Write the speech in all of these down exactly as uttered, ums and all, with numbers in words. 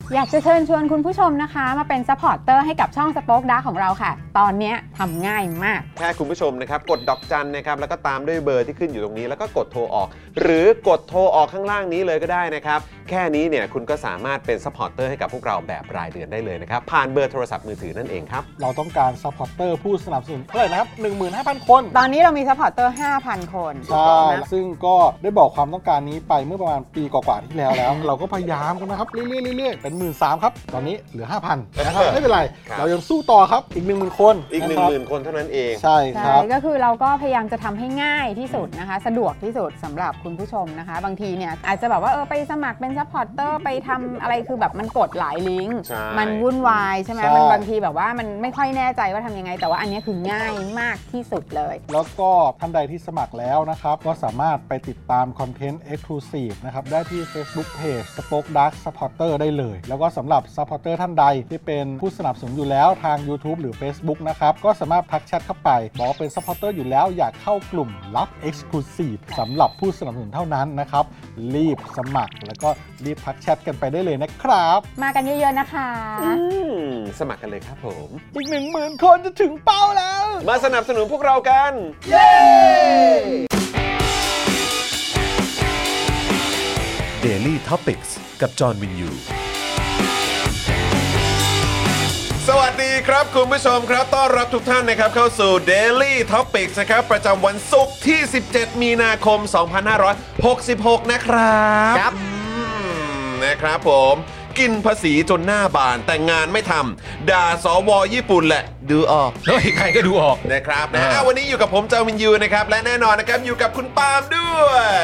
อยากจะเชิญชวนคุณผู้ชมนะคะมาเป็นซัพพอร์ตเตอร์ให้กับช่อง Spoke Dark ของเราค่ะตอนนี้ทำง่ายมากแค่คุณผู้ชมนะครับกดดอกจันนะครับแล้วก็ตามด้วยเบอร์ที่ขึ้นอยู่ตรงนี้แล้วก็กดโทรออกหรือกดโทรออกข้างล่างนี้เลยก็ได้นะครับแค่นี้เนี่ยคุณก็สามารถเป็นซัพพอร์ตเตอร์ให้กับพวกเราแบบรายเดือนได้เลยนะครับผ่านเบอร์โทรศัพท์มือถือนั่นเองครับเราต้องการซัพพอร์ตเตอร์ผู้สนับสนุนเท่าไหร่นะครับ หนึ่งหมื่นห้าพัน คนตอนนี้เรามีซัพพอร์ตเตอร์ ห้าพัน คนใช่ซึ่งก็ได้บอกความต้องการนี้ไปเมื่อประมาณปีกว่าๆที่แล้วแล้ว เราก็พยายามกันนะครับเรื่อยๆๆเป็น หนึ่งหมื่นสามพัน ครับตอนนี้เหลือ ห้าพัน นะครับไม่เป็นไรเรายังสู้ต่อครับอีก หนึ่งหมื่น คนอีก หนึ่งหมื่น คนเท่านั้นเองใช่ครับก็คือเราก็พยายามจะทำให้ง่ายที่สุดนะคะสะดวกที่สุดสำหรับคุณผู้ชมนะคะบางทีเนี่ยอาจจะแบบว่าเออไปสมัครเป็นซัพพอร์ตเตอร์ไปทำอะไรคือแบบมันกดหลายลิงก์มันวุ่นวายใช่ไหมมันบางทีแบบว่ามันไม่ค่อยแน่ใจว่าทำยังไงแต่ว่าอันนี้คือง่ายมากที่สุดเลยแล้วก็ท่านใดที่สมัครแล้วนะครับก็สามารถไปติดตามคอนเทนต์ Exclusive นะครับได้ที่ Facebook Page Spoke Dark Supporter ได้เลยแล้วก็สำหรับ Supporter ท่านใดที่เป็นผู้สนับสนุนอยู่แล้วทาง YouTube หรือ Facebook นะครับก็สามารถทักแชทเข้าไปบอกว่าเป็น Supporter อยู่แล้วอยากเข้ากลุ่มลับ Exclusive สำหรับผู้สนับสนุนเท่านั้นนะครับรีบสมัครแล้วก็รีบทักแชทกันไปได้เลยนะครับมากันเยอะๆนะคะสมัครกันเลยครับผมอีก หนึ่งหมื่น คนจะถึงเป้าแล้วมาสนับสนุนพวกเรากันเย้ Daily Topics กับจอห์นวินยูสวัสดีครับคุณผู้ชมครับต้อนรับทุกท่านนะครับเข้าสู่ Daily Topics นะครับประจำวันศุกร์ที่สิบเจ็ดมีนาคมสองพันห้าร้อยหกสิบหกนะครับครับนะครับผมกินภาษีจนหน้าบานแต่งานไม่ทำด่าสวญี่ปุ่นแหละดูออกเฮ้ยใครก็ดูออกนะครับนะวันนี้อยู่กับผมจาวินยูนะครับและแน่นอนนะครับอยู่กับคุณปาล์มด้วย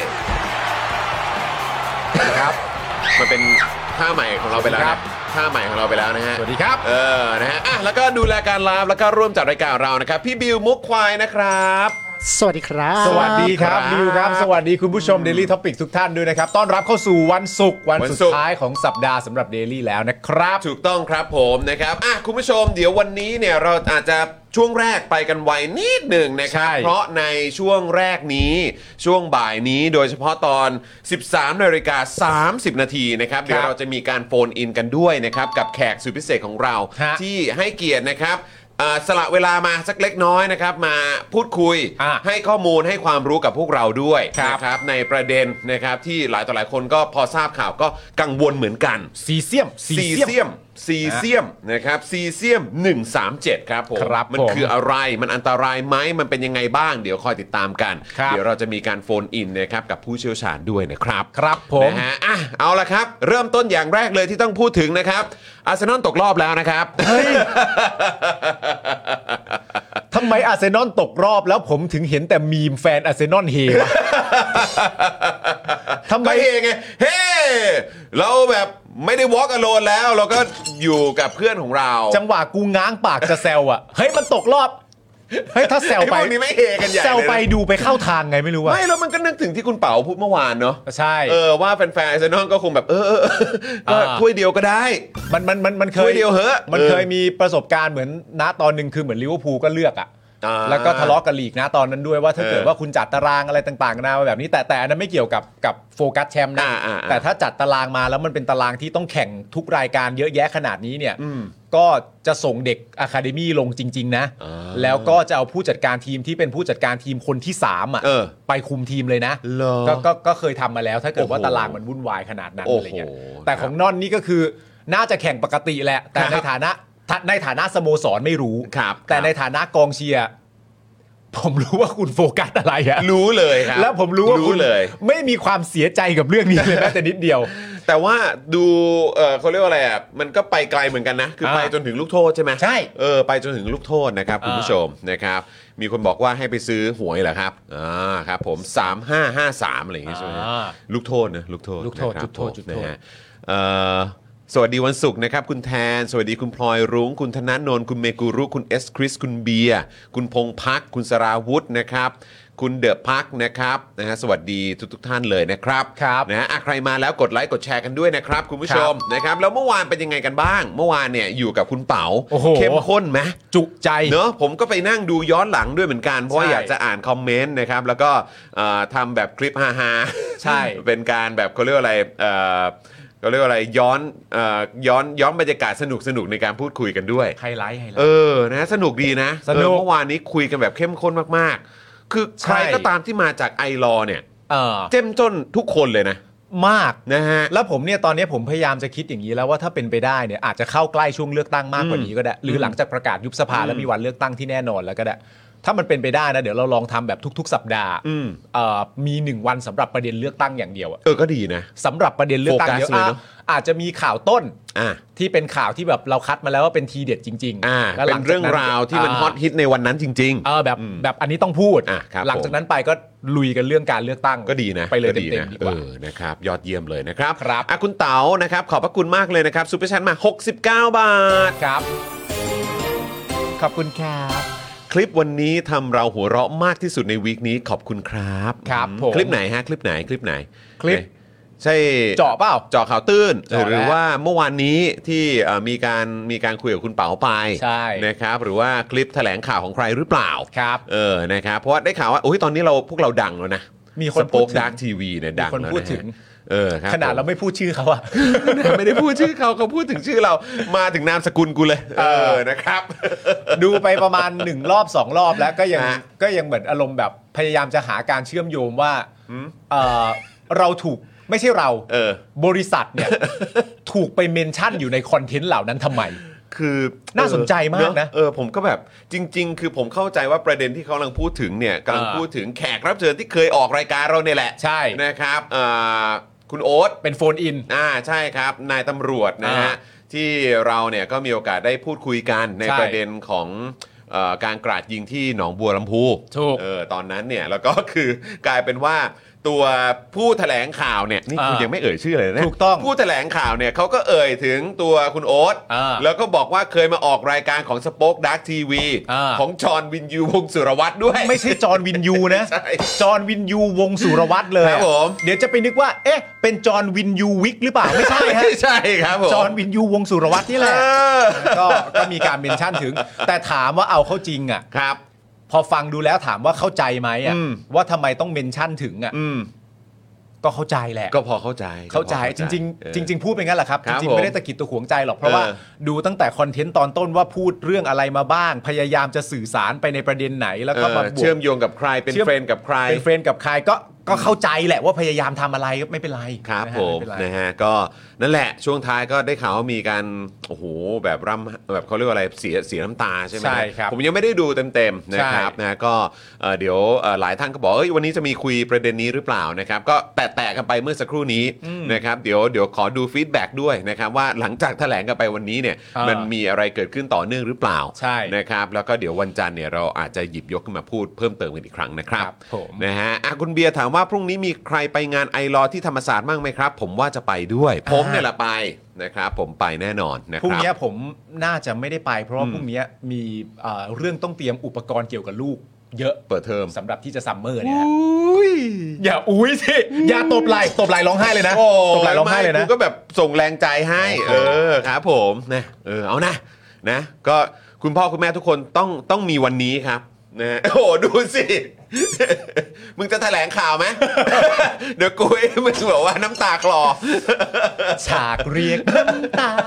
ครับมันเป็นท่าใหม่ของเราไปแล้วครับท่าใหม่ของเราไปแล้วนะฮะสวัสดีครับเออนะฮะอ่ะแล้วก็ดูแลการไลฟ์แล้วก็ร่วมจัดรายการเรานะครับพี่บิวมุกควายนะครับสวัสดีครับสวัสดีครับบิวครับสวัสดีคุณผู้ชม Daily Topic ทุกท่านด้วยนะครับต้อนรับเข้าสู่วันศุกร์วันสุดท้ายของสัปดาห์สำหรับ Daily แล้วนะครับถูกต้องครับผมนะครับอ่ะคุณผู้ชมเดี๋ยววันนี้เนี่ยเราอาจจะช่วงแรกไปกันไวนิดหนึ่งนะครับเพราะในช่วงแรกนี้ช่วงบ่ายนี้โดยเฉพาะตอน สิบสามนาฬิกาสามสิบนาทีนะครับเดี๋ยวเราจะมีการโฟนอินกันด้วยนะครับกับแขกสุดพิเศษของเราที่ให้เกียรตินะครับสละเวลามาสักเล็กน้อยนะครับมาพูดคุยให้ข้อมูลให้ความรู้กับพวกเราด้วยนะครับในประเด็นนะครับที่หลายต่อหลายคนก็พอทราบข่าวก็กังวลเหมือนกันซีเซียมซีเซียมซีเซียมนะครับซีเซียมหนึ่งสามเจ็ดครับผมมันคืออะไรมันอันตรายไหมมันเป็นยังไงบ้างเดี๋ยวคอยติดตามกันเดี๋ยวเราจะมีการโฟนอินนะครับกับผู้เชี่ยวชาญด้วยนะครับครับผมนะฮะอ่ะเอาละครับเริ่มต้นอย่างแรกเลยที่ต้องพูดถึงนะครับอาร์เซนอลตกรอบแล้วนะครับเฮ้ยทำไมอาร์เซนอลตกรอบแล้วผมถึงเห็นแต่มีมแฟนอาร์เซนอลเฮวะทำไมเฮไงเฮ้เราแบบไม่ได้ walk alone แล้วเราก็อยู่กับเพื่อนของเราจังหวะกูง้างปากจะแซวอ่ะเฮ้ยมันตกรอบเฮ้ยถ้าแซวไปพวกนี้ไม่เฮกันใหญ่แซวไปดูไปเข้าทางไงไม่รู้ว่าไม่แล้วมันก็นึกถึงที่คุณเป๋าพูดเมื่อวานเนาะใช่เออว่าแฟนๆอาร์เซนอลก็คงแบบเออก็ถ้วยเดียวก็ได้มันมันมันมันเคยถ้วยเดียวเหอะมันเคยมีประสบการณ์เหมือนณตอนนึงคือเหมือนลิเวอร์พูลก็เลือกอ่ะแล้วก็ทะเลาะกับลีกนะตอนนั้นด้วยว่าถ้าเกิดว่าคุณจัดตารางอะไรต่างๆนะแบบนี้แต่แต่อันนั้นไม่เกี่ยวกับกับโฟกัสแชมป์นะแต่ถ้าจัดตารางมาแล้วมันเป็นตารางที่ต้องแข่งทุกรายการเยอะแยะขนาดนี้เนี่ยก็จะส่งเด็กอะคาเดมี่ลงจริงๆนะแล้วก็จะเอาผู้จัดการทีมที่เป็นผู้จัดการทีมคนที่สามอ่ะไปคุมทีมเลยนะก็ก็ก็เคยทำมาแล้วถ้าเกิดว่าตารางมันวุ่นวายขนาดนั้นอะไรเงี้ยแต่ของนอนนี่ก็คือน่าจะแข่งปกติแหละแต่ในฐานะในฐานะสโมสรไม่รู้แต่ในฐานะกองเชียร์ผมรู้ว่าคุณโฟกัสอะไรอะรู้เลยครับแล้วผมรู้ว่าคุณเลยไม่มีความเสียใจกับเรื่องนี้เลยแม้แต่นิดเดียวแต่ว่าดูเออเขาเรียกว่าอะไรอ่ะมันก็ไปไกลเหมือนกันนะคือไปจนถึงลูกโทษใช่ไหมใช่เออไปจนถึงลูกโทษนะครับคุณผู้ชมนะครับมีคนบอกว่าให้ไปซื้อหวยเหรอครับอ่าครับผมสามห้าห้าสามอะไรอย่างเงี้ยใช่ไหมลูกโทษนะลูกโทษลูกโทษจุดโทษจุดโทษนะฮะเอ่อสวัสดีวันศุกร์นะครับคุณแทนสวัสดีคุณพลอยรุ้งคุณธนาโนนคุณเมกุรุคุณเอสคริสคุณเบียร์คุณพงพักคุณสราวุธนะครับคุณเดอะพักนะครับนะฮะสวัสดีทุกทุกท่านเลยนะครับนะฮะใครมาแล้วกดไลค์กดแชร์กันด้วยนะครับคุณผู้ชมนะครับแล้วเมื่อวานเป็นยังไงกันบ้างเมื่อวานเนี่ยอยู่กับคุณเป๋าเข้มข้นไหมจุใจเนอะผมก็ไปนั่งดูย้อนหลังด้วยเหมือนกันเพราะว่าอยากจะอ่านคอมเมนต์นะครับแล้วก็ทำแบบคลิปฮาๆใช่เป็นการแบบเขาเรียกว่าอะไรเขาเรียกว่าอะไรย้อนเอ่อย้อนย้อนบรรยากาศสนุกสนุกในการพูดคุยกันด้วยไฮไลท์ไฮไลท์เออนะสนุกดีนะสนุกเมื่อวานนี้คุยกันแบบเข้มข้นมากๆคือใครก็ตามที่มาจากไอลอเนี่ยเจ้มจนทุกคนเลยนะมากนะฮะแล้วผมเนี่ยตอนนี้ผมพยายามจะคิดอย่างนี้แล้วว่าถ้าเป็นไปได้เนี่ยอาจจะเข้าใกล้ช่วงเลือกตั้งมากกว่านี้ก็ได้หรือหลังจากประกาศยุบสภาแล้วมีวันเลือกตั้งที่แน่นอนแล้วก็ได้ถ้ามันเป็นไปได้นะเดี๋ยวเราลองทำแบบทุกๆสัปดาห์มีหนึ่งวันสำหรับประเด็นเลือกตั้งอย่างเดียวเออก็ดีนะสำหรับประเด็นเลือกตั้งเดียวอาจจะมีข่าวต้นที่เป็นข่าวที่แบบเราคัดมาแล้วว่าเป็นทีเด็ดจริงๆแล้วเป็นเรื่องราวที่มันฮอตฮิตในวันนั้นจริงๆเออแบบแบบอันนี้ต้องพูดหลังจากนั้นไปก็ลุยกันเรื่องการเลือกตั้งก็ดีนะไปเลยเต็มๆดีกว่านะครับยอดเยี่ยมเลยนะครับครับคุณเต๋านะครับขอบพระคุณมากเลยนะครับซุปเปอร์แชทมาหกสิบเก้าบาทครับขอบคุณครับคลิปวันนี้ทำเราหัวเราะมากที่สุดในวีคนี้ขอบคุณครับครับผมคลิปไหนฮะคลิปไหนคลิปไหนคลิปใช่เจาะเปล่าเจาะข่าวตื้นหรือว่าเมื่อวานนี้ที่มีการมีการคุยกับคุณเป๋าไปนะครับหรือว่าคลิปแถลงข่าวของใครหรือเปล่าครับเออนะครับเพราะว่าได้ข่าวว่าโอ้ยตอนนี้เราพวกเราดังแล้วนะมีคนพูดดาร์กทีวีเนี่ยดังคนพูดถึงเออครับขนาดเราไม่พูดชื่อเขาอะไม่ได้พูดชื่อเขาเขาพูดถึงชื่อเรามาถึงนามสกุลกูเลยเออนะครับดูไปประมาณหนึ่งรอบสองรอบแล้วก็ยังก็ยังเหมือนอารมณ์แบบพยายามจะหาการเชื่อมโยงว่าเออเราถูกไม่ใช่เราเออบริษัทเนี่ยถูกไปเมนชั่นอยู่ในคอนเทนต์เหล่านั้นทำไมคือน่าสนใจมากนะเออผมก็แบบจริงๆคือผมเข้าใจว่าประเด็นที่เขากำลังพูดถึงเนี่ยกำลังพูดถึงแขกรับเชิญที่เคยออกรายการเราเนี่ยแหละใช่นะครับอ่าคุณโอ๊ตเป็นโฟนอินอ่าใช่ครับนายตำรวจนะฮะที่เราเนี่ยก็มีโอกาสได้พูดคุยกันในประเด็นของเอ่อการกราดยิงที่หนองบัวลำพูถูกเออตอนนั้นเนี่ยแล้วก็คือกลายเป็นว่าตัวผู้แถลงข่าวเนี่ยนี่คุณยังไม่เอ่ยชื่อเลยนะถูกต้องผู้แถลงข่าวเนี่ยเขาก็เอ่ยถึงตัวคุณโอ๊ตแล้วก็บอกว่าเคยมาออกรายการของสป็อคดักทีวีของจอห์นวินยูวงสุรวัตรด้วยไม่ใช่จอห์นวินยูนะจอห์นวินยูวงสุรวัตรเลยครับผมเดี๋ยวจะไปนึกว่าเอ๊ะเป็นจอห์นวินยูวิกหรือเปล่าไม่ใช่ฮะไม่ใช่ครับผมจอห์นวินยูวงสุรวัตรนี่แหละก็ก็มีการเมนชั่นถึงแต่ถามว่าเอาเข้าจริงอ่ะครับพอฟังดูแล้วถามว่าเข้าใจไหมอ่ะว่าทำไมต้องเมนชั่นถึงอ่ะก็เข้าใจแหละก็พอเข้าใจเข้าใจจริงๆจริงๆพูดเป็นงั้นแหละครับจริงๆไม่ได้ตะกิดตะขวงใจหรอกเพราะว่าดูตั้งแต่คอนเทนต์ตอนต้นว่าพูดเรื่องอะไรมาบ้างพยายามจะสื่อสารไปในประเด็นไหนแล้วก็มาเชื่อมโยงกับใครเป็นเฟรนด์กับใครเป็นเฟรนด์กับใครก็ก็เข้าใจแหละว่าพยายามทำอะไรก็ไม่เป็นไรครับผมนะฮะก็นั่นแหละช่วงท้ายก็ได้ข่าวว่ามีการโอ้โหแบบร่ำแบบเขาเรียกว่าอะไรเสียเสียน้ำตาใช่ไหมใช่ครับผมยังไม่ได้ดูเต็มๆนะครับนะก็เดี๋ยวหลายท่านก็บอกเอ้ยวันนี้จะมีคุยประเด็นนี้หรือเปล่านะครับก็แตะๆกันไปเมื่อสักครู่นี้นะครับเดี๋ยวเดี๋ยวขอดูฟีดแบ็กด้วยนะครับว่าหลังจากแถลงกันไปวันนี้เนี่ยมันมีอะไรเกิดขึ้นต่อเนื่องหรือเปล่านะครับแล้วก็เดี๋ยววันจันทร์เนี่ยเราอาจจะหยิบยกขึ้นมาพูดเพิ่มเติมกันอีกครั้งนะครับนะฮะคุณเบียร์ถามว่าพรุ่งนี้มีใครไปงานไอลอที่ธรรมศาสตร์บ้างไหมครับผมว่าจะไปด้วยผมเนี่ยแหละไปนะครับผมไปแน่นอนนะครับพรุ่งนี้ผมน่าจะไม่ได้ไปเพราะว่าพรุ่งนี้มีเรื่องต้องเตรียมอุปกรณ์เกี่ยวกับลูกเยอะเปิดเทอมสำหรับที่จะซัมเมอร์เนี่ยอย่าอุ้ยสิอย่าตบไหล่ตบไหล่ร้องไห้เลยนะตบไหล่ร้องไห้เลยนะกูก็แบบส่งแรงใจให้เออครับผมนะเออเอานะนะก็คุณพ่อคุณแม่ทุกคนต้องต้องมีวันนี้ครับนะโอ้ดูสิมึงจะแถลงข่าวไหม เดี๋ยวกูมึงบอกว่าน้ำตาคลอฉากเรียกน้ำตา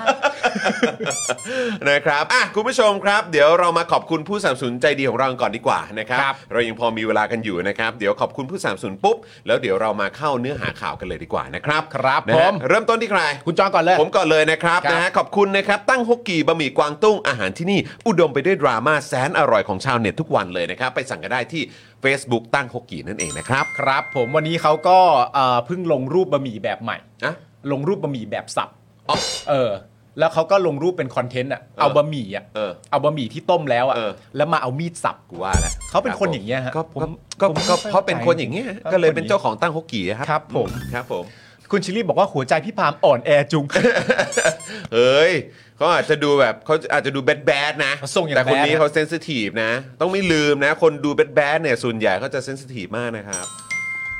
นะครับอ่ะคุณผู้ชมครับเดี๋ยวเรามาขอบคุณผู้สนับสนุนใจดีของเราก่อนดีกว่านะครับรบเรายังพอมีเวลากันอยู่นะครับเดี๋ยวขอบคุณผู้สนับสนุนปุ๊บแล้วเดี๋ยวเรามาเข้าเนื้อหาข่าวกันเลยดีกว่านะครับครับผมเริ่มต้นที่ใครคุณจอนก่อนเลยผมก่อนเลยนะครับนะฮะขอบคุณนะครับตั้งฮกกี่บะหมี่กวางตุ้งอาหารที่นี่อุดมไปด้วยดราม่าแสนอร่อยของชาวเน็ตทุกวันเลยนะครับไปสั่งกันได้ที่ Facebook ตั้งฮกกี่นั่นเองนะครับครับผมวันนี้เขาก็เพิ่งลงรูปบะหมี่แบบใหม่อะลงรูปบะหมี่แบบสับเออแล้วเขาก็ลงรูปเป็นคอนเทนต์อ่ะเอาบะหมี่อ่ะเอาบะหมี่ที่ต้มแล้วอ่ะแล้วมาเอามีดสับกูว่าแล้วเขาเป็นคนอย่างเงี้ยฮะก็ผมก็เขาเป็นคนอย่างเงี้ยก็เลยเป็นเจ้าของตั้งฮกกี่ครับครับผมครับผมคุณชิลลี่บอกว่าหัวใจพี่พามอ่อนแอจุงเฮ้ยเขาอาจจะดูแบบเขาอาจจะดูแบดแบดนะแต่คนนี้เขาเซนซิทีฟนะต้องไม่ลืมนะคนดูแบดแบดเนี่ยส่วนใหญ่เขาจะเซนซิทีฟมากนะครับไม่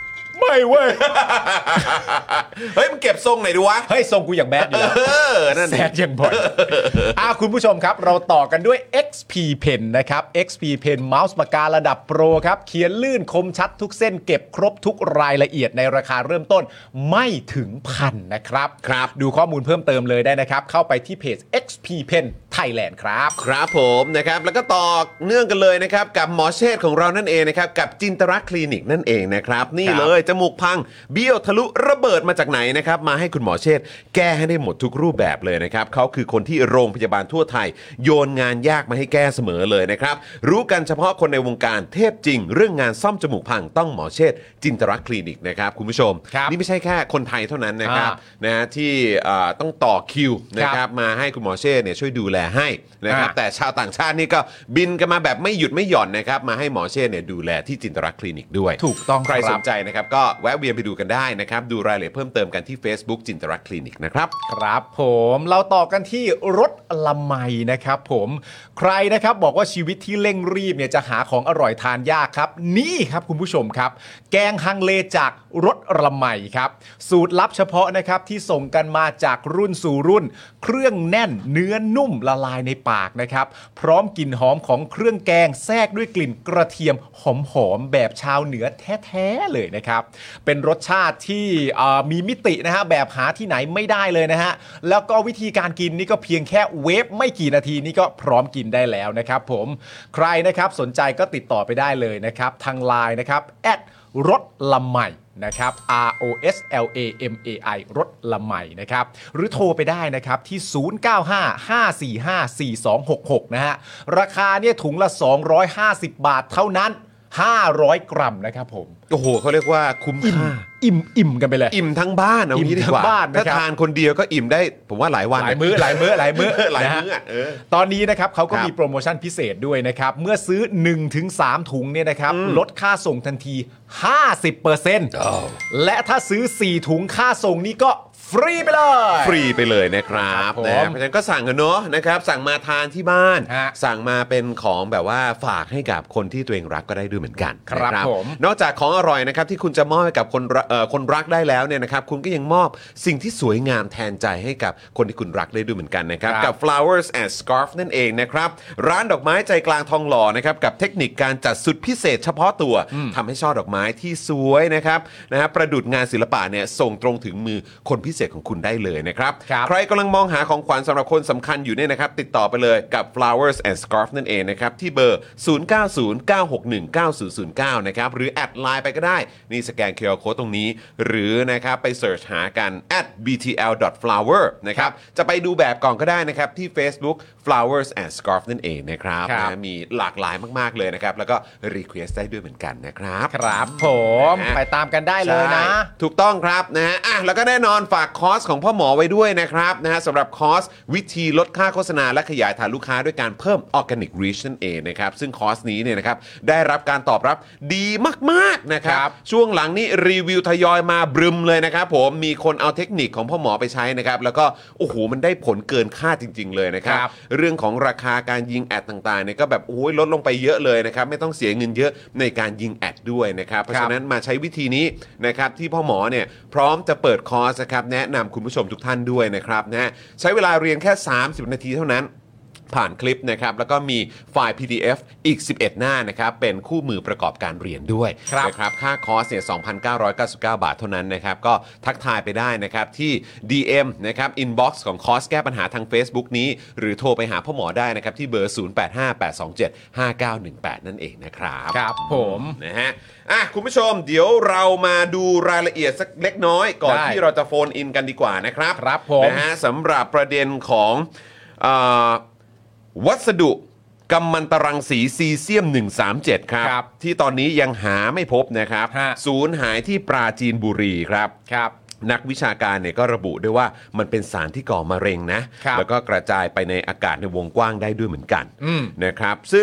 ไม่เว้ยเฮ้ยมันเก็บทรงไหนดูวะเฮ้ยทรงกูอย่างแบดอยู่แล้วเออนั่นแซดอย่างบ่อยอ่ะคุณผู้ชมครับเราต่อกันด้วย เอ็กซ์ พี Pen นะครับ เอ็กซ์ พี Pen เมาส์ปากการะดับโปรครับเขียนลื่นคมชัดทุกเส้นเก็บครบทุกรายละเอียดในราคาเริ่มต้นไม่ถึงพันนะครับครับดูข้อมูลเพิ่มเติมเลยได้นะครับเข้าไปที่เพจ เอ็กซ์ พี Pen Thailand ครับครับผมนะครับแล้วก็ต่อเนื่องกันเลยนะครับกับหมอเชษฐ์ของเรานั่นเองนะครับกับจินตรักษณ์คลินิกนั่นเองนะครับนี่เลยจมูกพังเบี้ยวทะลุระเบิดมาจากไหนนะครับมาให้คุณหมอเชษฐ์แก้ให้ได้หมดทุกรูปแบบเลยนะครับเขาคือคนที่โรงพยาบาลทั่วไทยโยนงานยากมาให้แก้เสมอเลยนะครับรู้กันเฉพาะคนในวงการเทพจริงเรื่องงานซ่อมจมูกพังต้องหมอเชษฐ์จินตรักษณ์คลินิกนะครับคุณผู้ชมนี่ไม่ใช่แค่คนไทยเท่านั้นนะครับนะที่ต้องต่อคิวนะครับมาให้คุณหมอเชษฐ์เนี่ยช่วยดูแลให้นะครับแต่ชาวต่างชาตินี่ก็บินกันมาแบบไม่หยุดไม่หย่อนนะครับมาให้หมอเชษฐ์เนี่ยดูแลที่จินตรักษณ์คลินิกด้วยถูกต้องใครสนใจนะครับก็แวะเวียนไปดูกันได้นะครับดูรายละเอียดเพิ่มเติมกันที่ Facebook จินตรักษณ์คลินิกนะครับครับผมเราต่อกันที่รสละไมนะครับผมใครนะครับบอกว่าชีวิตที่เร่งรีบเนี่ยจะหาของอร่อยทานยากครับนี่ครับคุณผู้ชมครับแกงฮังเลจากรสละไมครับสูตรลับเฉพาะนะครับที่ส่งกันมาจากรุ่นสู่รุ่นเครื่องแน่นเนื้อนุ่มละลายในปากนะครับพร้อมกลิ่นหอมของเครื่องแกงแทรกด้วยกลิ่นกระเทียมหอมๆแบบชาวเหนือแท้ๆเลยนะครับเป็นรสชาติที่มีมิตินะฮะแบบหาที่ไหนไม่ได้เลยนะฮะแล้วก็วิธีการกินนี่ก็เพียงแค่เวฟไม่กี่นาทีนี่ก็พร้อมกินได้แล้วนะครับผมใครนะครับสนใจก็ติดต่อไปได้เลยนะครับทางไลน์นะครับแอดรสละไมนะครับ R O S L A M A I รสละไมนะครับหรือโทรไปได้นะครับที่ศูนย์ เก้า ห้า ห้า สี่ ห้า สี่ สอง หก หกนะฮะราคาเนี่ยถุงละสองร้อยห้าสิบบาทเท่านั้นห้าร้อยกรัมนะครับผมโอ้โหเขาเรียกว่าคุ้มค่าอิ่มอิ่มกันไปเลยอิ่มทั้งบ้านเอางี้ดีกว่าถ้าทานคนเดียวก็อิ่มได้ผมว่าหลายวันหลายมื้อหลายมื้อหลายมื้อหลายมื้อตอนนี้นะครับเขาก็มีโปรโมชั่นพิเศษด้วยนะครับเมื่อซื้อ หนึ่งถึงสาม ถุงเนี่ยนะครับลดค่าส่งทันที ห้าสิบเปอร์เซ็นต์ และถ้าซื้อสี่ถุงค่าส่งนี่ก็ฟรีไปเลยฟรีไปเลยนะครับนะเพราะฉะนั้นก็สั่งกันเนาะนะครับสั่งมาทานที่บ้านสั่งมาเป็นของแบบว่าฝากให้กับคนที่ตัวเองรักก็ได้ด้วยเหมือนกันครับผมนอกจากของอร่อยนะครับที่คุณจะมอบให้กับคนคนรักได้แล้วเนี่ยนะครับคุณก็ยังมอบสิ่งที่สวยงามแทนใจให้กับคนที่คุณรักได้ด้วยเหมือนกันนะครับกับ flowers and scarf นั่นเองนะครับร้านดอกไม้ใจกลางทองหล่อนะครับกับเทคนิคการจัดสุดพิเศษเฉพาะตัวทำให้ช่อดอกไม้ที่สวยนะครับนะฮะประดุจงานศิลปะเนี่ยส่งตรงถึงมือคนพิเศษของคุณได้เลยนะครับใครกำลังมองหาของขวัญสำหรับคนสำคัญอยู่เนี่ยนะครับติดต่อไปเลยกับ flowers and scarf นั่นเองนะครับที่เบอร์ ศูนย์ เก้า ศูนย์ เก้า หก หนึ่ง เก้า ศูนย์ ศูนย์ เก้า นะครับหรือแอดไลน์ไปก็ได้นี่สแกน คิว อาร์ Code ตรงนี้หรือนะครับไปเสิร์ชหากัน แอท บี ที แอล ดอท ฟลาวเวอร์ นะครับจะไปดูแบบก่อนก็ได้นะครับที่ Facebook flowers and scarf นั่นเองนะครับนะมีหลากหลายมากๆเลยนะครับแล้วก็ request ได้ด้วยเหมือนกันนะครับครับผมไปตามกันได้เลยนะถูกต้องครับนะฮะอ่ะแล้วก็แน่นอนฝากคอร์สของพ่อหมอไว้ด้วยนะครับนะฮะสำหรับคอร์สวิธีลดค่าโฆษณาและขยายฐานลูกค้าด้วยการเพิ่ม organic reach นั่นเองนะครับซึ่งคอร์สนี้เนี่ยนะครับได้รับการตอบรับดีมากๆนะครับช่วงหลังนี้รีวิวทยอยมาบรึมเลยนะครับผมมีคนเอาเทคนิคของพ่อหมอไปใช้นะครับแล้วก็โอ้โหมันได้ผลเกินคาดจริงๆเลยนะครับเรื่องของราคาการยิงแอดต่างๆเนี่ยก็แบบโอ้ยลดลงไปเยอะเลยนะครับไม่ต้องเสียเงินเยอะในการยิงแอดด้วยนะครับเพราะฉะนั้นมาใช้วิธีนี้นะครับที่พ่อหมอเนี่ยพร้อมจะเปิดคอร์สนะครับแนะนำคุณผู้ชมทุกท่านด้วยนะครับนะใช้เวลาเรียนแค่สามสิบนาทีเท่านั้นผ่านคลิปนะครับแล้วก็มีไฟล์ พี ดี เอฟ อีกสิบเอ็ดหน้านะครับเป็นคู่มือประกอบการเรียนด้วยนะครับค่าคอร์สเนี่ย สองพันเก้าร้อยเก้าสิบเก้า บาทเท่านั้นนะครับก็ทักทายไปได้นะครับที่ ดี เอ็ม นะครับอินบ็อกซ์ของคอร์สแก้ปัญหาทาง Facebook นี้หรือโทรไปหาพ่อหมอได้นะครับที่เบอร์ ศูนย์ แปด ห้า แปด สอง เจ็ด ห้า เก้า หนึ่ง แปด นั่นเองนะครับครับผมนะฮะอ่ะคุณผู้ชมเดี๋ยวเรามาดูรายละเอียดสักเล็กน้อยก่อนที่เราจะโฟนอินกันดีกว่านะครับครับผมนะฮะสำหรับประเด็นของอ่าวัสดุกัมมันตรังสีซีเซียมหนึ่งสามเจ็ดครับรบที่ตอนนี้ยังหาไม่พบนะครับสูญหายที่ปราจีนบุรีครับครับนักวิชาการเนี่ยก็ระบุด้วยว่ามันเป็นสารที่ก่อมะเร็งนะแล้วก็กระจายไปในอากาศในวงกว้างได้ด้วยเหมือนกันนะครับซึ่ง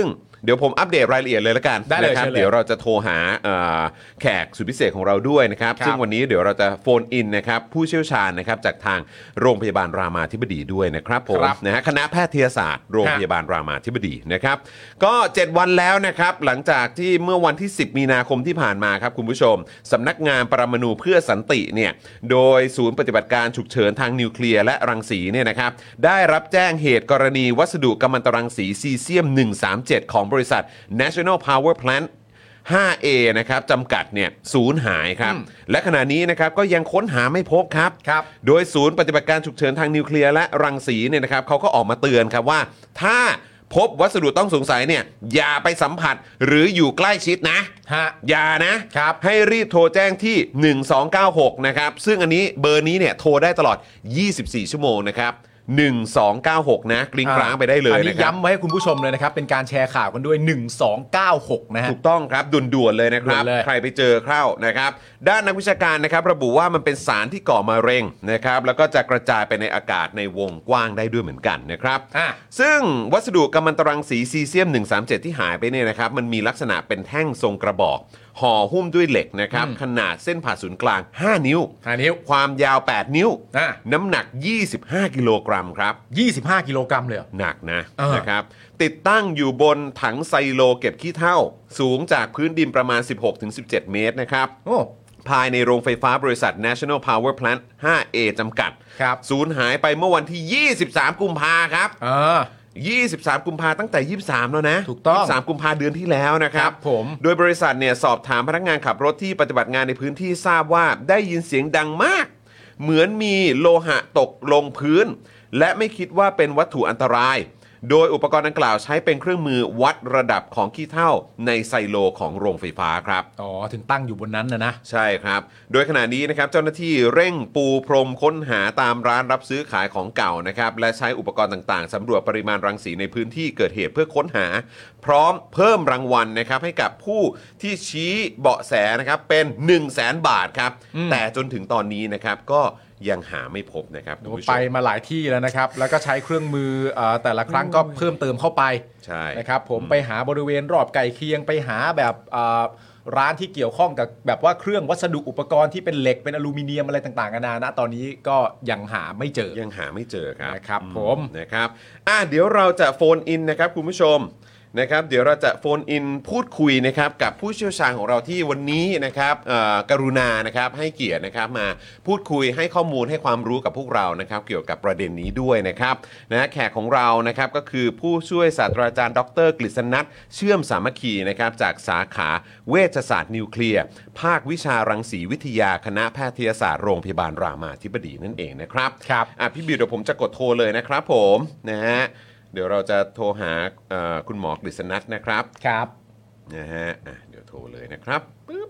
เดี๋ยวผมอัปเดตรายละเอียดเลยละกันได้เลยนะครับเชิญเลยเดี๋ยวเราจะโทรหาเอ่อแขกสุดพิเศษของเราด้วยนะครับครับซึ่งวันนี้เดี๋ยวเราจะโฟนอินนะครับผู้เชี่ยวชาญนะครับจากทางโรงพยาบาลรามาธิบดีด้วยนะครับผมครับนะฮะคณะแพทยศาสตร์โรงพยาบาลรามาธิบดีนะครับก็เจ็ดวันแล้วนะครับหลังจากที่เมื่อวันที่สิบมีนาคมที่ผ่านมาครับคุณผู้ชมสำนักงานปรมาณูเพื่อสันติเนี่ยโดยศูนย์ปฏิบัติการฉุกเฉินทางนิวเคลียร์และรังสีเนี่ยนะครับได้รับแจ้งเหตุกรณีวัสดุกัมมันตรังสีซีเซียมหนึ่งสามเจ็ดของบริษัท National Power Plant ไฟว์ เอ นะครับจำกัดเนี่ยสูญหายครับและขณะนี้นะครับก็ยังค้นหาไม่พบครับครับโดยศูนย์ปฏิบัติการฉุกเฉินทางนิวเคลียร์และรังสีเนี่ยนะครับเขาก็ออกมาเตือนครับว่าถ้าพบวัสดุต้องสงสัยเนี่ยอย่าไปสัมผัสหรืออยู่ใกล้ชิดนะฮะอย่านะครับให้รีบโทรแจ้งที่หนึ่งสองเก้าหกนะครับซึ่งอันนี้เบอร์นี้เนี่ยโทรได้ตลอดยี่สิบสี่ชั่วโมงนะครับหนึ่งสองเก้าหกนะกริ้งกร้างไปได้เลยอันนี้นะครับย้ำไว้ให้คุณผู้ชมเลยนะครับเป็นการแชร์ข่าวกันด้วยหนึ่งสองเก้าหกนะฮะถูกต้องครับด่วนๆเลยนะครับด่วนเลยใครไปเจอเข้านะครับด้านนักวิชาการนะครับระบุว่ามันเป็นสารที่ก่อมะเร็งนะครับแล้วก็จะกระจายไปในอากาศในวงกว้างได้ด้วยเหมือนกันนะครับอ่ะซึ่งวัสดุกัมมันตรังสีซีเซียมหนึ่งสามเจ็ดที่หายไปเนี่ยนะครับมันมีลักษณะเป็นแท่งทรงกระบอกห่อหุ้มด้วยเหล็กนะครับขนาดเส้นผ่าศูนย์กลางห้านิ้วห้านิ้วความยาวแปดนิ้วอ่ะน้ำหนักยี่สิบห้ากิโลกรัมครับยี่สิบห้ากิโลกรัมเลยเหรอหนักนะเออนะครับติดตั้งอยู่บนถังไซโลเก็บขี้เถ้าสูงจากพื้นดินประมาณ สิบหกถึงสิบเจ็ด เมตรนะครับโอ้ภายในโรงไฟฟ้าบริษัท National Power Plant ไฟว์ เอ จำกัดครับสูญหายไปเมื่อวันที่ ยี่สิบสาม กุมภาครับเออยี่สิบสาม กุมภาตั้งแต่ ยี่สิบสาม แล้วนะถูกต้องยี่สิบสาม กุมภาเดือนที่แล้วนะครับครับผมโดยบริษัทเนี่ยสอบถามพนักงานขับรถที่ปฏิบัติงานในพื้นที่ทราบว่าได้ยินเสียงดังมาก เหมือนมีโลหะตกลงพื้น และไม่คิดว่าเป็นวัตถุอันตราย โดยอุปกรณ์ดังกล่าวใช้เป็นเครื่องมือวัดระดับของขี้เถ้าในไซโลของโรงไฟฟ้าครับอ๋อถึงตั้งอยู่บนนั้นนะนะใช่ครับ โดยขณะนี้นะครับเจ้าหน้าที่เร่งปูพรมค้นหาตามร้านรับซื้อขายของเก่านะครับและใช้อุปกรณ์ต่างๆสำรวจปริมาณรังสีในพื้นที่เกิดเหตุเพื่อค้นหา พร้อมเพิ่มรางวัลนะครับให้กับผู้ที่ชี้เบาะแสนะครับเป็น หนึ่งแสน บาทครับแต่จนถึงตอนนี้นะครับก็ยังหาไม่พบนะครับคุณผู้ชมไปมาหลายที่แล้วนะครับ แล้วก็ใช้เครื่องมือเอ่อแต่ละครั้งก็เพิ่มเติมเข้าไปใช่นะครับผมไปหาบริเวณรอบไก่เคียงไปหาแบบเอ่อร้านที่เกี่ยวข้องกับแบบว่าเครื่องวัสดุอุปกรณ์ที่เป็นเหล็กเป็นอลูมิเนียมอะไรต่างๆนานานะตอนนี้ก็ยังหาไม่เจอยังหาไม่เจอครับนะครับผมนะครับอ่ะเดี๋ยวเราจะโฟนอินนะครับคุณผู้ชมนะครับเดี๋ยวเราจะโฟนอินพูดคุยนะครับกับผู้เชี่ยวชาญของเราที่วันนี้นะครับเอ่อกรุณานะครับให้เกียรตินะครับมาพูดคุยให้ข้อมูลให้ความรู้กับพวกเรานะครับเกี่ยวกับประเด็นนี้ด้วยนะครับนะแขกของเรานะครับก็คือผู้ช่วยศาสตราจารย์ดรกฤษณัทเชื่อมสามัคคีนะครับจากสาขาเวชศาสตร์นิวเคลียร์ภาควิชารังสีวิทยาคณะแพทยศาสตร์โรงพยาบาลรามาธิบดีนั่นเองนะครับครับอ่ะพี่บิวเดี๋ยวผมจะกดโทรเลยนะครับผมนะฮะเดี๋ยวเราจะโทรหาเอ่อคุณหมอกฤษณัทนะครับครับนะฮะอ่ะเดี๋ยวโทรเลยนะครับปึ๊บ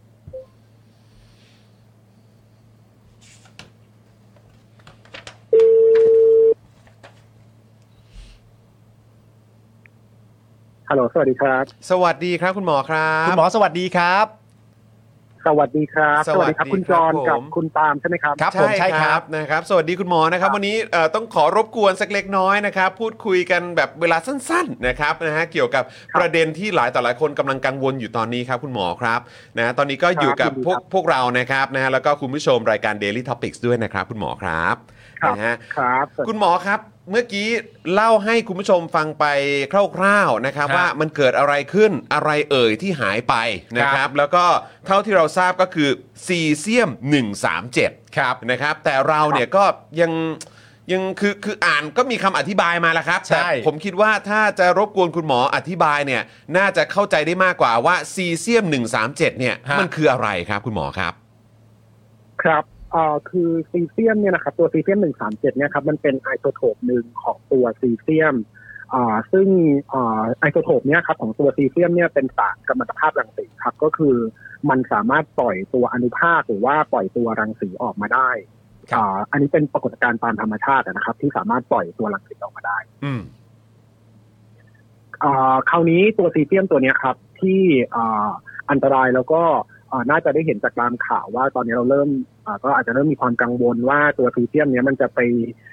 ฮัลโหลสวัสดีครับสวัสดีครับคุณหมอครับคุณหมอสวัสดีครับสวัสดีครับสวัสดีครับคุณจรครับกับผมคุณปาล์มใช่ไหมครับครับผมใช่ครับนะครับสวัสดีคุณหมอนะครับวันนี้เอ่อต้องขอรบกวนสักเล็กน้อยนะครับพูดคุยกันแบบเวลาสั้นๆนะครับนะฮะเกี่ยวกับประเด็นที่หลายต่อหลายคนกำลังกังวลอยู่ตอนนี้ครับคุณหมอครับนะตอนนี้ก็อยู่กับพวกพวกเรานะครับนะฮะแล้วก็คุณผู้ชมรายการ Daily Topics ด้วยนะครับคุณหมอครับครับนะฮะครับคุณหมอครับเมื่อกี้เล่าให้คุณผู้ชมฟังไปคร่าวๆนะครับครับว่ามันเกิดอะไรขึ้นอะไรเอ่ยที่หายไปนะคครัรับบ แล้วก็เท่าที่เราทราบก็คือซีเซียมหนึ่งสามเจ็ดครับนะครับแต่เราเนี่ยก็ยังยังคือคืออ่านก็มีคำอธิบายมาแล้วครับใช่แต่ผมคิดว่าถ้าจะรบกวนคุณหมออธิบายเนี่ยน่าจะเข้าใจได้มากกว่าว่าซีเซียมหนึ่งสามเจ็ดเนี่ยมันคืออะไรครับคุณหมอครับครับเอ่อคือซีเซียมเนี่ยนะครับตัวซีเซียมหนึ่งสามเจ็ดเนี่ยครับมันเป็นไอโซโทปหนึ่งของตัวซีเซียมอ่าซึ่งอ่าไอโซโทปเนี่ยครับของตัวซีเซียมเนี่ยเป็นสารกัมมันตภาพรังสีครับก็คือมันสามารถปล่อยตัวอนุภาคหรือว่าปล่อยตัวรังสีออกมาได้อ่าอันนี้เป็นปรากฏการณ์ตามธรรมชาตินะครับที่สามารถปล่อยตัวรังสีออกมาได้อืมอ่าคราวนี้ตัวซีเซียมตัวเนี้ยครับที่อ่าอันตรายแล้วก็อ่าน่าจะได้เห็นจากตามข่าวว่าตอนนี้เราเริ่มอ่าก็อาจจะเริ่มมีความกังวลว่าตัวซีเซียมเนี้ยมันจะไป